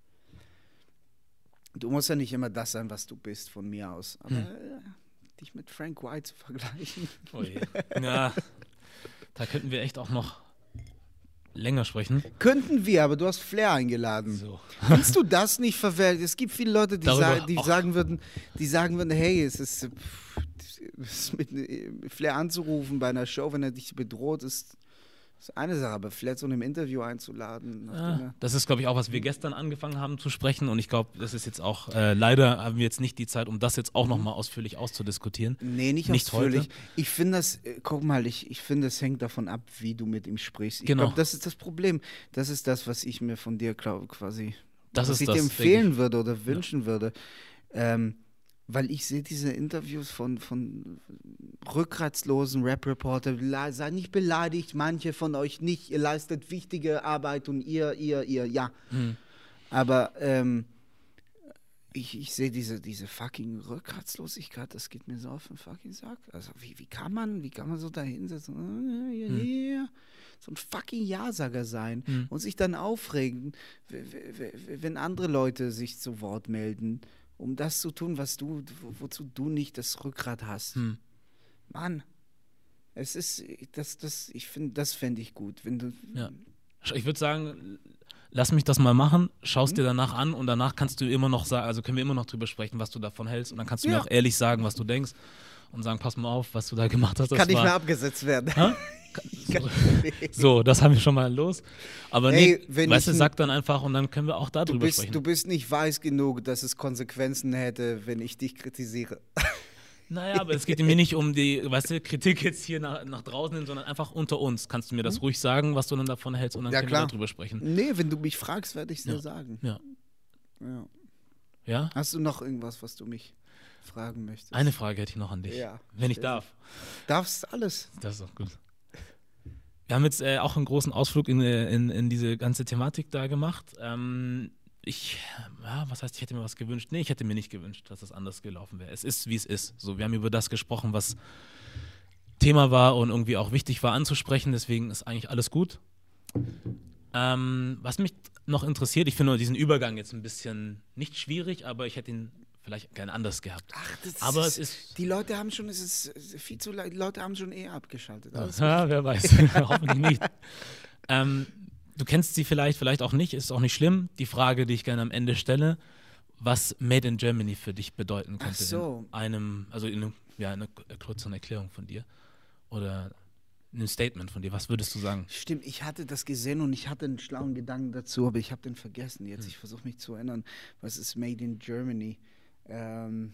Speaker 1: Du musst ja nicht immer das sein, was du bist, von mir aus. Aber
Speaker 2: Hm.
Speaker 1: äh, dich mit Frank White zu vergleichen.
Speaker 2: Oh je. Ja, da könnten wir echt auch noch länger sprechen.
Speaker 1: Könnten wir, aber du hast Flair eingeladen.
Speaker 2: So.
Speaker 1: Kannst du das nicht verwelten? Es gibt viele Leute, die,
Speaker 2: Darüber
Speaker 1: sa die
Speaker 2: auch.
Speaker 1: sagen würden, die sagen würden, hey, es ist, äh, pff, es ist mit äh, Flair anzurufen bei einer Show, wenn er dich bedroht, ist, ist eine Sache, aber Flair zu einem Interview einzuladen. nachdem
Speaker 2: Ja,
Speaker 1: er-
Speaker 2: das ist, glaube ich, auch, was wir gestern angefangen haben zu sprechen. Und ich glaube, das ist jetzt auch, äh, leider haben wir jetzt nicht die Zeit, um das jetzt auch nochmal ausführlich auszudiskutieren.
Speaker 1: Nee, nicht,
Speaker 2: Nicht
Speaker 1: ausführlich.
Speaker 2: heute.
Speaker 1: Ich finde das, äh, guck mal, ich, ich finde, es hängt davon ab, wie du mit ihm sprichst. Ich
Speaker 2: Genau.
Speaker 1: glaube, das ist das Problem. Das ist das, was ich mir von dir glaube, quasi,
Speaker 2: Das
Speaker 1: was
Speaker 2: ist
Speaker 1: ich
Speaker 2: das,
Speaker 1: dir
Speaker 2: denke
Speaker 1: empfehlen
Speaker 2: ich.
Speaker 1: würde oder wünschen würde. Ähm, weil ich sehe diese Interviews von, von rückgratslosen Rap-Reporter, le- sei nicht beleidigt, manche von euch nicht, ihr leistet wichtige Arbeit und ihr, ihr, ihr, ja.
Speaker 2: Hm.
Speaker 1: Aber ähm, ich, ich sehe diese, diese fucking Rückgratslosigkeit, das geht mir so auf den fucking Sack. Also wie, wie kann man, wie kann man so da hinsetzen, äh, ja,
Speaker 2: Hm.
Speaker 1: ja, so ein fucking Ja-Sager sein
Speaker 2: Hm.
Speaker 1: und sich dann aufregen, w- w- w- wenn andere Leute sich zu Wort melden, um das zu tun, was du, wo, wozu du nicht das Rückgrat hast.
Speaker 2: Hm.
Speaker 1: Mann, es ist, das, das, ich finde, das fände ich gut, wenn du,
Speaker 2: Ja. Ich würde sagen, lass mich das mal machen, schaust dir danach an und danach kannst du immer noch sagen, also können wir immer noch drüber sprechen, was du davon hältst und dann kannst du
Speaker 1: Ja.
Speaker 2: mir auch ehrlich sagen, was du denkst und sagen, pass mal auf, was du da gemacht hast. Das
Speaker 1: kann nicht
Speaker 2: war,
Speaker 1: mehr abgesetzt werden.
Speaker 2: Hä? So, so, das haben wir schon mal los. Aber
Speaker 1: Ey,
Speaker 2: nee,
Speaker 1: wenn
Speaker 2: weißt du,
Speaker 1: ich-
Speaker 2: sag dann einfach und dann können wir auch
Speaker 1: Du
Speaker 2: darüber
Speaker 1: bist,
Speaker 2: sprechen.
Speaker 1: du bist nicht weiß genug, dass es Konsequenzen hätte, wenn ich dich kritisiere.
Speaker 2: Naja, aber es geht mir nicht um die, weißt du, Kritik jetzt hier nach, nach draußen hin, sondern einfach unter uns. Kannst du mir das ruhig sagen, was du dann davon hältst und dann
Speaker 1: Ja,
Speaker 2: können
Speaker 1: klar.
Speaker 2: wir darüber sprechen.
Speaker 1: Nee, wenn du mich fragst, werde ich es dir
Speaker 2: Ja.
Speaker 1: sagen.
Speaker 2: Ja.
Speaker 1: Ja.
Speaker 2: Ja?
Speaker 1: Hast du noch irgendwas, was du mich fragen möchtest?
Speaker 2: Eine Frage hätte ich noch an dich.
Speaker 1: Ja,
Speaker 2: Wenn ich
Speaker 1: stell
Speaker 2: darf.
Speaker 1: Darfst alles.
Speaker 2: Das ist auch gut. Wir haben jetzt äh, auch einen großen Ausflug in, äh, in, in diese ganze Thematik da gemacht. Ähm, ich, ja, was heißt, ich hätte mir was gewünscht? Nee, ich hätte mir nicht gewünscht, dass das anders gelaufen wäre. Es ist, wie es ist. So, wir haben über das gesprochen, was Thema war und irgendwie auch wichtig war anzusprechen. Deswegen ist eigentlich alles gut. Ähm, was mich noch interessiert, ich finde nur diesen Übergang jetzt ein bisschen nicht schwierig, aber ich hätte ihn vielleicht gerne anders gehabt.
Speaker 1: Ach, das
Speaker 2: Aber
Speaker 1: ist,
Speaker 2: es ist-
Speaker 1: Die Leute haben schon, es ist viel zu leid, die Leute haben schon eh abgeschaltet. Alles
Speaker 2: Ja, wer weiß. Hoffentlich nicht. Ähm, du kennst sie vielleicht, vielleicht auch nicht, ist auch nicht schlimm. Die Frage, die ich gerne am Ende stelle, was Made in Germany für dich bedeuten
Speaker 1: Ach
Speaker 2: könnte.
Speaker 1: so.
Speaker 2: In einem, also in einem, ja, einer kürzeren Erklärung von dir. Oder ein Statement von dir. Was würdest du sagen?
Speaker 1: Stimmt, ich hatte das gesehen und ich hatte einen schlauen Gedanken dazu, aber ich habe den vergessen jetzt.
Speaker 2: Hm.
Speaker 1: Ich versuche mich zu erinnern. Was ist Made in Germany? Ähm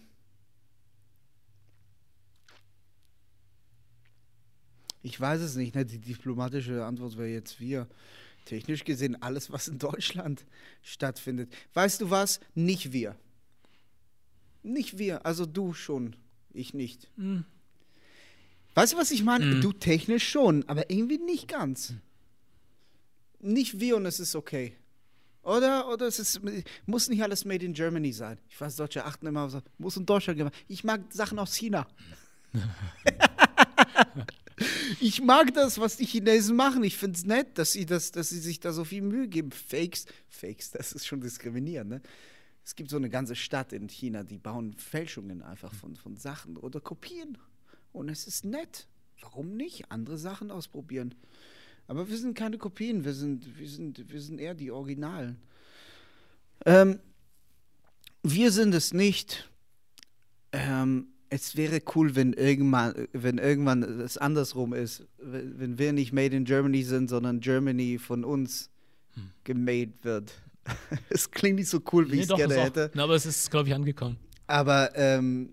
Speaker 1: ich weiß es nicht. Ne? Die diplomatische Antwort wäre jetzt wir. Technisch gesehen alles, was in Deutschland stattfindet. Weißt du was? Nicht wir. Nicht wir. Also du schon. Ich nicht.
Speaker 2: Hm.
Speaker 1: Weißt du, was ich meine?
Speaker 2: Mhm.
Speaker 1: Du technisch schon, aber irgendwie nicht ganz. Nicht wir und es ist okay. Oder, oder es ist, muss nicht alles made in Germany sein. Ich weiß, Deutsche achten immer auf so, muss in Deutschland gemacht. Ich mag Sachen aus China. Ich mag das, was die Chinesen machen. Ich finde es nett, dass sie, das, dass sie sich da so viel Mühe geben. Fakes, Fakes, das ist schon diskriminierend, ne? Es gibt so eine ganze Stadt in China, die bauen Fälschungen einfach von, von Sachen oder Kopien. Und es ist nett. Warum nicht? Andere Sachen ausprobieren. Aber wir sind keine Kopien, wir sind, wir sind, wir sind eher die Originalen. Ähm, wir sind es nicht. Ähm, es wäre cool, wenn irgendwann, wenn irgendwann es andersrum ist. Wenn wenn wir nicht made in Germany sind, sondern Germany von uns
Speaker 2: Hm.
Speaker 1: gemade wird. Es klingt nicht so cool, wie ich es
Speaker 2: doch,
Speaker 1: gerne
Speaker 2: ist auch-
Speaker 1: hätte.
Speaker 2: Na, aber es ist, glaube ich, angekommen.
Speaker 1: Aber ähm,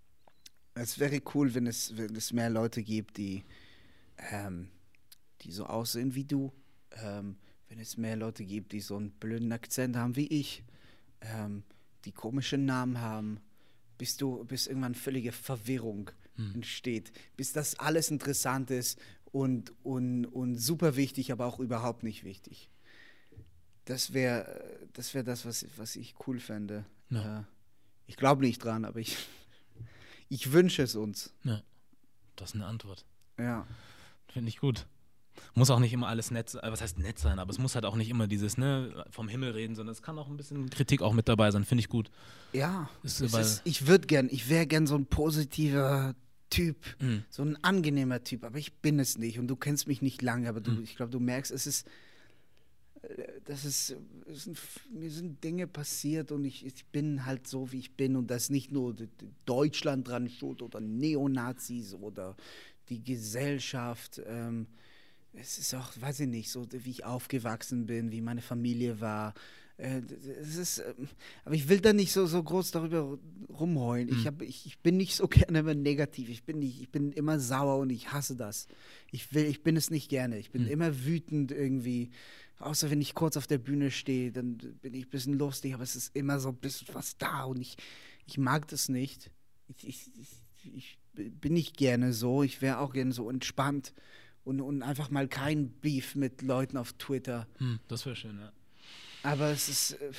Speaker 1: es wäre cool, wenn es, wenn es mehr Leute gibt, die, ähm, die so aussehen wie du. Ähm, wenn es mehr Leute gibt, die so einen blöden Akzent haben wie ich. Ähm, die komische Namen haben. Bis, du, bis irgendwann völlige Verwirrung
Speaker 2: Hm.
Speaker 1: entsteht. Bis das alles interessant ist und, und, und super wichtig, aber auch überhaupt nicht wichtig. Das wäre das, wär das was, was ich cool fände.
Speaker 2: Ja.
Speaker 1: Äh, ich glaube nicht dran, aber ich, ich wünsche es uns.
Speaker 2: Ja, das ist eine Antwort.
Speaker 1: Ja.
Speaker 2: Finde ich gut. Muss auch nicht immer alles nett sein, was heißt nett sein, aber es muss halt auch nicht immer dieses, ne, vom Himmel reden, sondern es kann auch ein bisschen Kritik auch mit dabei sein, finde ich gut.
Speaker 1: Ja.
Speaker 2: Ist,
Speaker 1: Es
Speaker 2: weil-
Speaker 1: ist, ich würde gern, ich wäre gern so ein positiver Typ,
Speaker 2: Mhm.
Speaker 1: so ein angenehmer Typ, aber ich bin es nicht und du kennst mich nicht lange, aber du,
Speaker 2: Mhm.
Speaker 1: ich glaube, du merkst, es ist, äh, das ist, es sind, mir sind Dinge passiert und ich, ich bin halt so, wie ich bin und das ist nicht nur d- d- Deutschland dran schuld oder Neonazis oder die Gesellschaft, ähm, es ist auch, weiß ich nicht, so wie ich aufgewachsen bin, wie meine Familie war. Äh, es ist, ähm, aber ich will da nicht so, so groß darüber rumheulen. Ich, hab, ich, ich bin nicht so gerne immer negativ. Ich bin, nicht, ich bin immer sauer und ich hasse das. Ich, will, ich bin es nicht gerne. Ich bin
Speaker 2: Mhm.
Speaker 1: immer wütend irgendwie. Außer wenn ich kurz auf der Bühne stehe, dann bin ich ein bisschen lustig, aber es ist immer so ein bisschen was da und ich, ich mag das nicht. Ich, ich, ich, ich bin nicht gerne so. Ich wäre auch gerne so entspannt. Und, und einfach mal kein Beef mit Leuten auf Twitter.
Speaker 2: Hm, das wäre schön, ja.
Speaker 1: Aber es ist. Äh,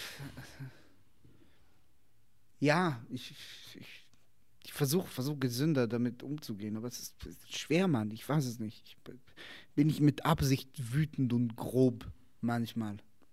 Speaker 1: ja, ich, ich, ich versuche versuch gesünder damit umzugehen. Aber es ist, es ist schwer, Mann. Ich weiß es nicht. Ich b- bin nicht mit Absicht wütend und grob manchmal.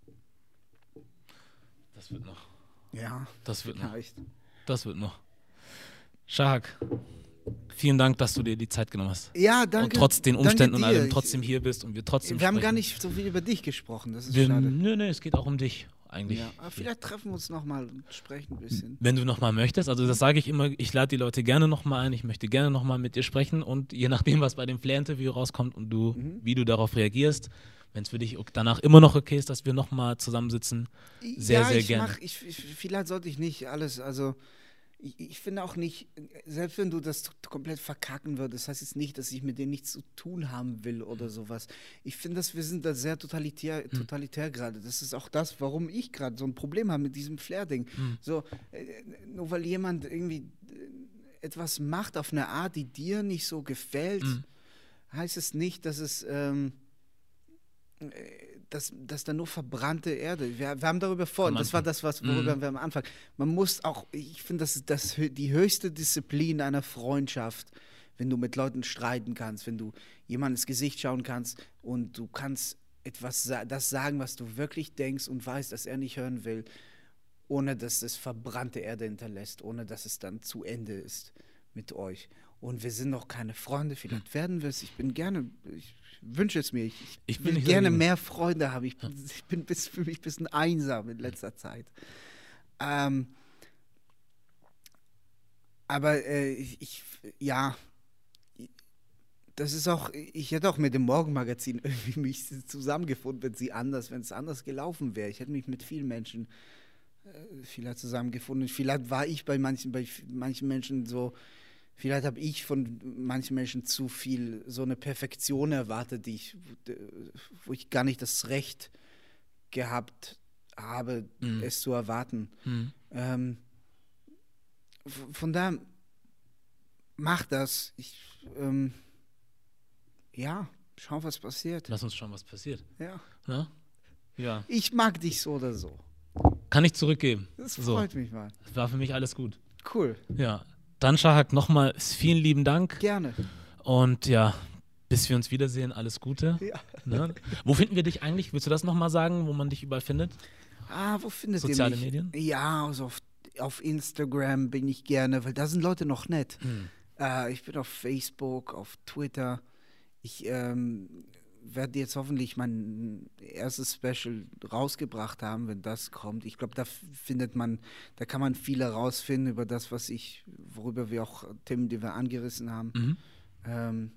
Speaker 2: Das wird noch.
Speaker 1: Ja,
Speaker 2: Das wird noch.
Speaker 1: vielleicht.
Speaker 2: Das wird noch. Shahak, vielen Dank, dass du dir die Zeit genommen hast.
Speaker 1: Ja, danke.
Speaker 2: Und trotz den
Speaker 1: danke
Speaker 2: Umständen und allem
Speaker 1: dir.
Speaker 2: trotzdem hier bist und wir trotzdem
Speaker 1: Wir haben gar
Speaker 2: sprechen.
Speaker 1: nicht so viel über dich gesprochen. Das ist
Speaker 2: Wir,
Speaker 1: schade.
Speaker 2: nö, nö, es geht auch um dich. eigentlich.
Speaker 1: Ja, aber vielleicht treffen wir uns nochmal und sprechen ein bisschen.
Speaker 2: Wenn du nochmal möchtest, also das sage ich immer, ich lade die Leute gerne nochmal ein, ich möchte gerne nochmal mit dir sprechen und je nachdem, was bei dem Flair-Interview rauskommt und du, mhm. wie du darauf reagierst, wenn es für dich danach immer noch okay ist, dass wir nochmal zusammensitzen, sehr,
Speaker 1: ja,
Speaker 2: sehr
Speaker 1: ich
Speaker 2: gerne.
Speaker 1: Mach, ich, ich, vielleicht sollte ich nicht alles, also ich, ich finde auch nicht, selbst wenn du das komplett verkacken würdest, das heißt jetzt nicht, dass ich mit denen nichts zu tun haben will oder sowas. Ich finde, dass wir sind da sehr totalitär, hm. totalitär gerade. Das ist auch das, warum ich gerade so ein Problem habe mit diesem Flair-Ding. Hm. So, äh, nur weil jemand irgendwie etwas macht auf eine Art, die dir nicht so gefällt, hm. heißt es nicht, dass es ähm, dass, dass da nur verbrannte Erde, wir, wir haben darüber vorhin, das war das, was, worüber mhm. wir am Anfang, man muss auch, ich finde, das ist das, die höchste Disziplin einer Freundschaft, wenn du mit Leuten streiten kannst, wenn du jemandem ins Gesicht schauen kannst und du kannst etwas, das sagen, was du wirklich denkst und weißt, dass er nicht hören will, ohne dass es verbrannte Erde hinterlässt, ohne dass es dann zu Ende ist mit euch. Und wir sind noch keine Freunde, vielleicht werden wir es. Ich bin gerne, ich wünsche es mir, ich, ich will gerne mehr Freunde haben. Ich bin, ich bin bis, für mich ein bisschen einsam in letzter Zeit. Ähm, aber äh, ich, ja, das ist auch, ich hätte auch mit dem Morgenmagazin irgendwie mich zusammengefunden, wenn sie anders, wenn es anders gelaufen wäre. Ich hätte mich mit vielen Menschen äh, vielleicht zusammengefunden. Vielleicht war ich bei manchen, bei manchen Menschen so, vielleicht habe ich von manchen Menschen zu viel so eine Perfektion erwartet, die ich, wo ich gar nicht das Recht gehabt habe, mhm. es zu erwarten. Mhm. Ähm, von daher, mach das. Ich, ähm, ja, schau, was passiert.
Speaker 2: Lass uns schauen, was passiert.
Speaker 1: Ja.
Speaker 2: Na? Ja.
Speaker 1: Ich mag dich so oder so.
Speaker 2: Kann ich zurückgeben.
Speaker 1: Das freut so. mich mal.
Speaker 2: Das war für mich alles gut.
Speaker 1: Cool.
Speaker 2: Ja. Dann, Shahak, nochmal vielen lieben Dank.
Speaker 1: Gerne.
Speaker 2: Und ja, bis wir uns wiedersehen, alles Gute.
Speaker 1: Ja.
Speaker 2: Ne? Wo finden wir dich eigentlich? Willst du das nochmal sagen, wo man dich überall findet?
Speaker 1: Ah, wo findet
Speaker 2: Soziale
Speaker 1: ihr mich?
Speaker 2: Medien?
Speaker 1: Ja, also auf, auf Instagram bin ich gerne, weil da sind Leute noch nett. Hm. Äh, ich bin auf Facebook, auf Twitter. Ich ähm, werde jetzt hoffentlich mein erstes Special rausgebracht haben, wenn das kommt. Ich glaube, da findet man, da kann man viel herausfinden über das, was ich, worüber wir auch Themen, die wir angerissen haben. Mhm. Ähm,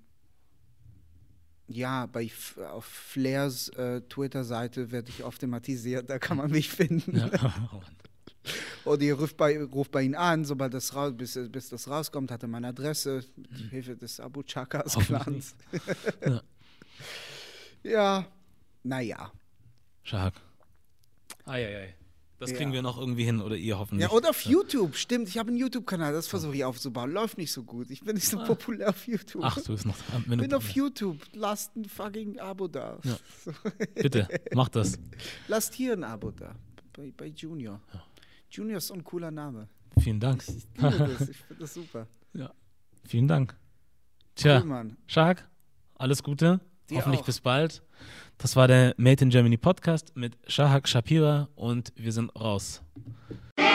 Speaker 1: ja, bei auf Flairs äh, Twitter-Seite werde ich oft thematisiert, da kann man mich finden. Ja. Oder ihr ruft bei, ruft bei ihnen an, sobald das raus, bis, bis das rauskommt, hat er meine Adresse, mit mhm. Hilfe des Abu Chakas-Clans. Ja. Ja, naja.
Speaker 2: Shahak. Eieiei. Das kriegen ja. wir noch irgendwie hin, oder ihr hoffentlich.
Speaker 1: Ja, oder auf ja. YouTube, stimmt. Ich habe einen YouTube-Kanal, das versuche ich aufzubauen. Läuft nicht so gut. Ich bin nicht so ah. populär auf YouTube.
Speaker 2: Ach, du bist noch.
Speaker 1: Ich bin auf YouTube. Lasst ein fucking Abo da.
Speaker 2: Ja. Bitte, mach das.
Speaker 1: Lasst hier ein Abo da. Bei, bei Junior. Ja. Junior ist so ein cooler Name.
Speaker 2: Vielen Dank.
Speaker 1: Ich, ich liebe das. Ich finde das super.
Speaker 2: Ja. Vielen Dank. Tja,
Speaker 1: cool,
Speaker 2: Shahak, alles Gute.
Speaker 1: Dir
Speaker 2: Hoffentlich
Speaker 1: auch.
Speaker 2: bis bald. Das war der Made in Germany Podcast mit Shahak Shapira und wir sind raus.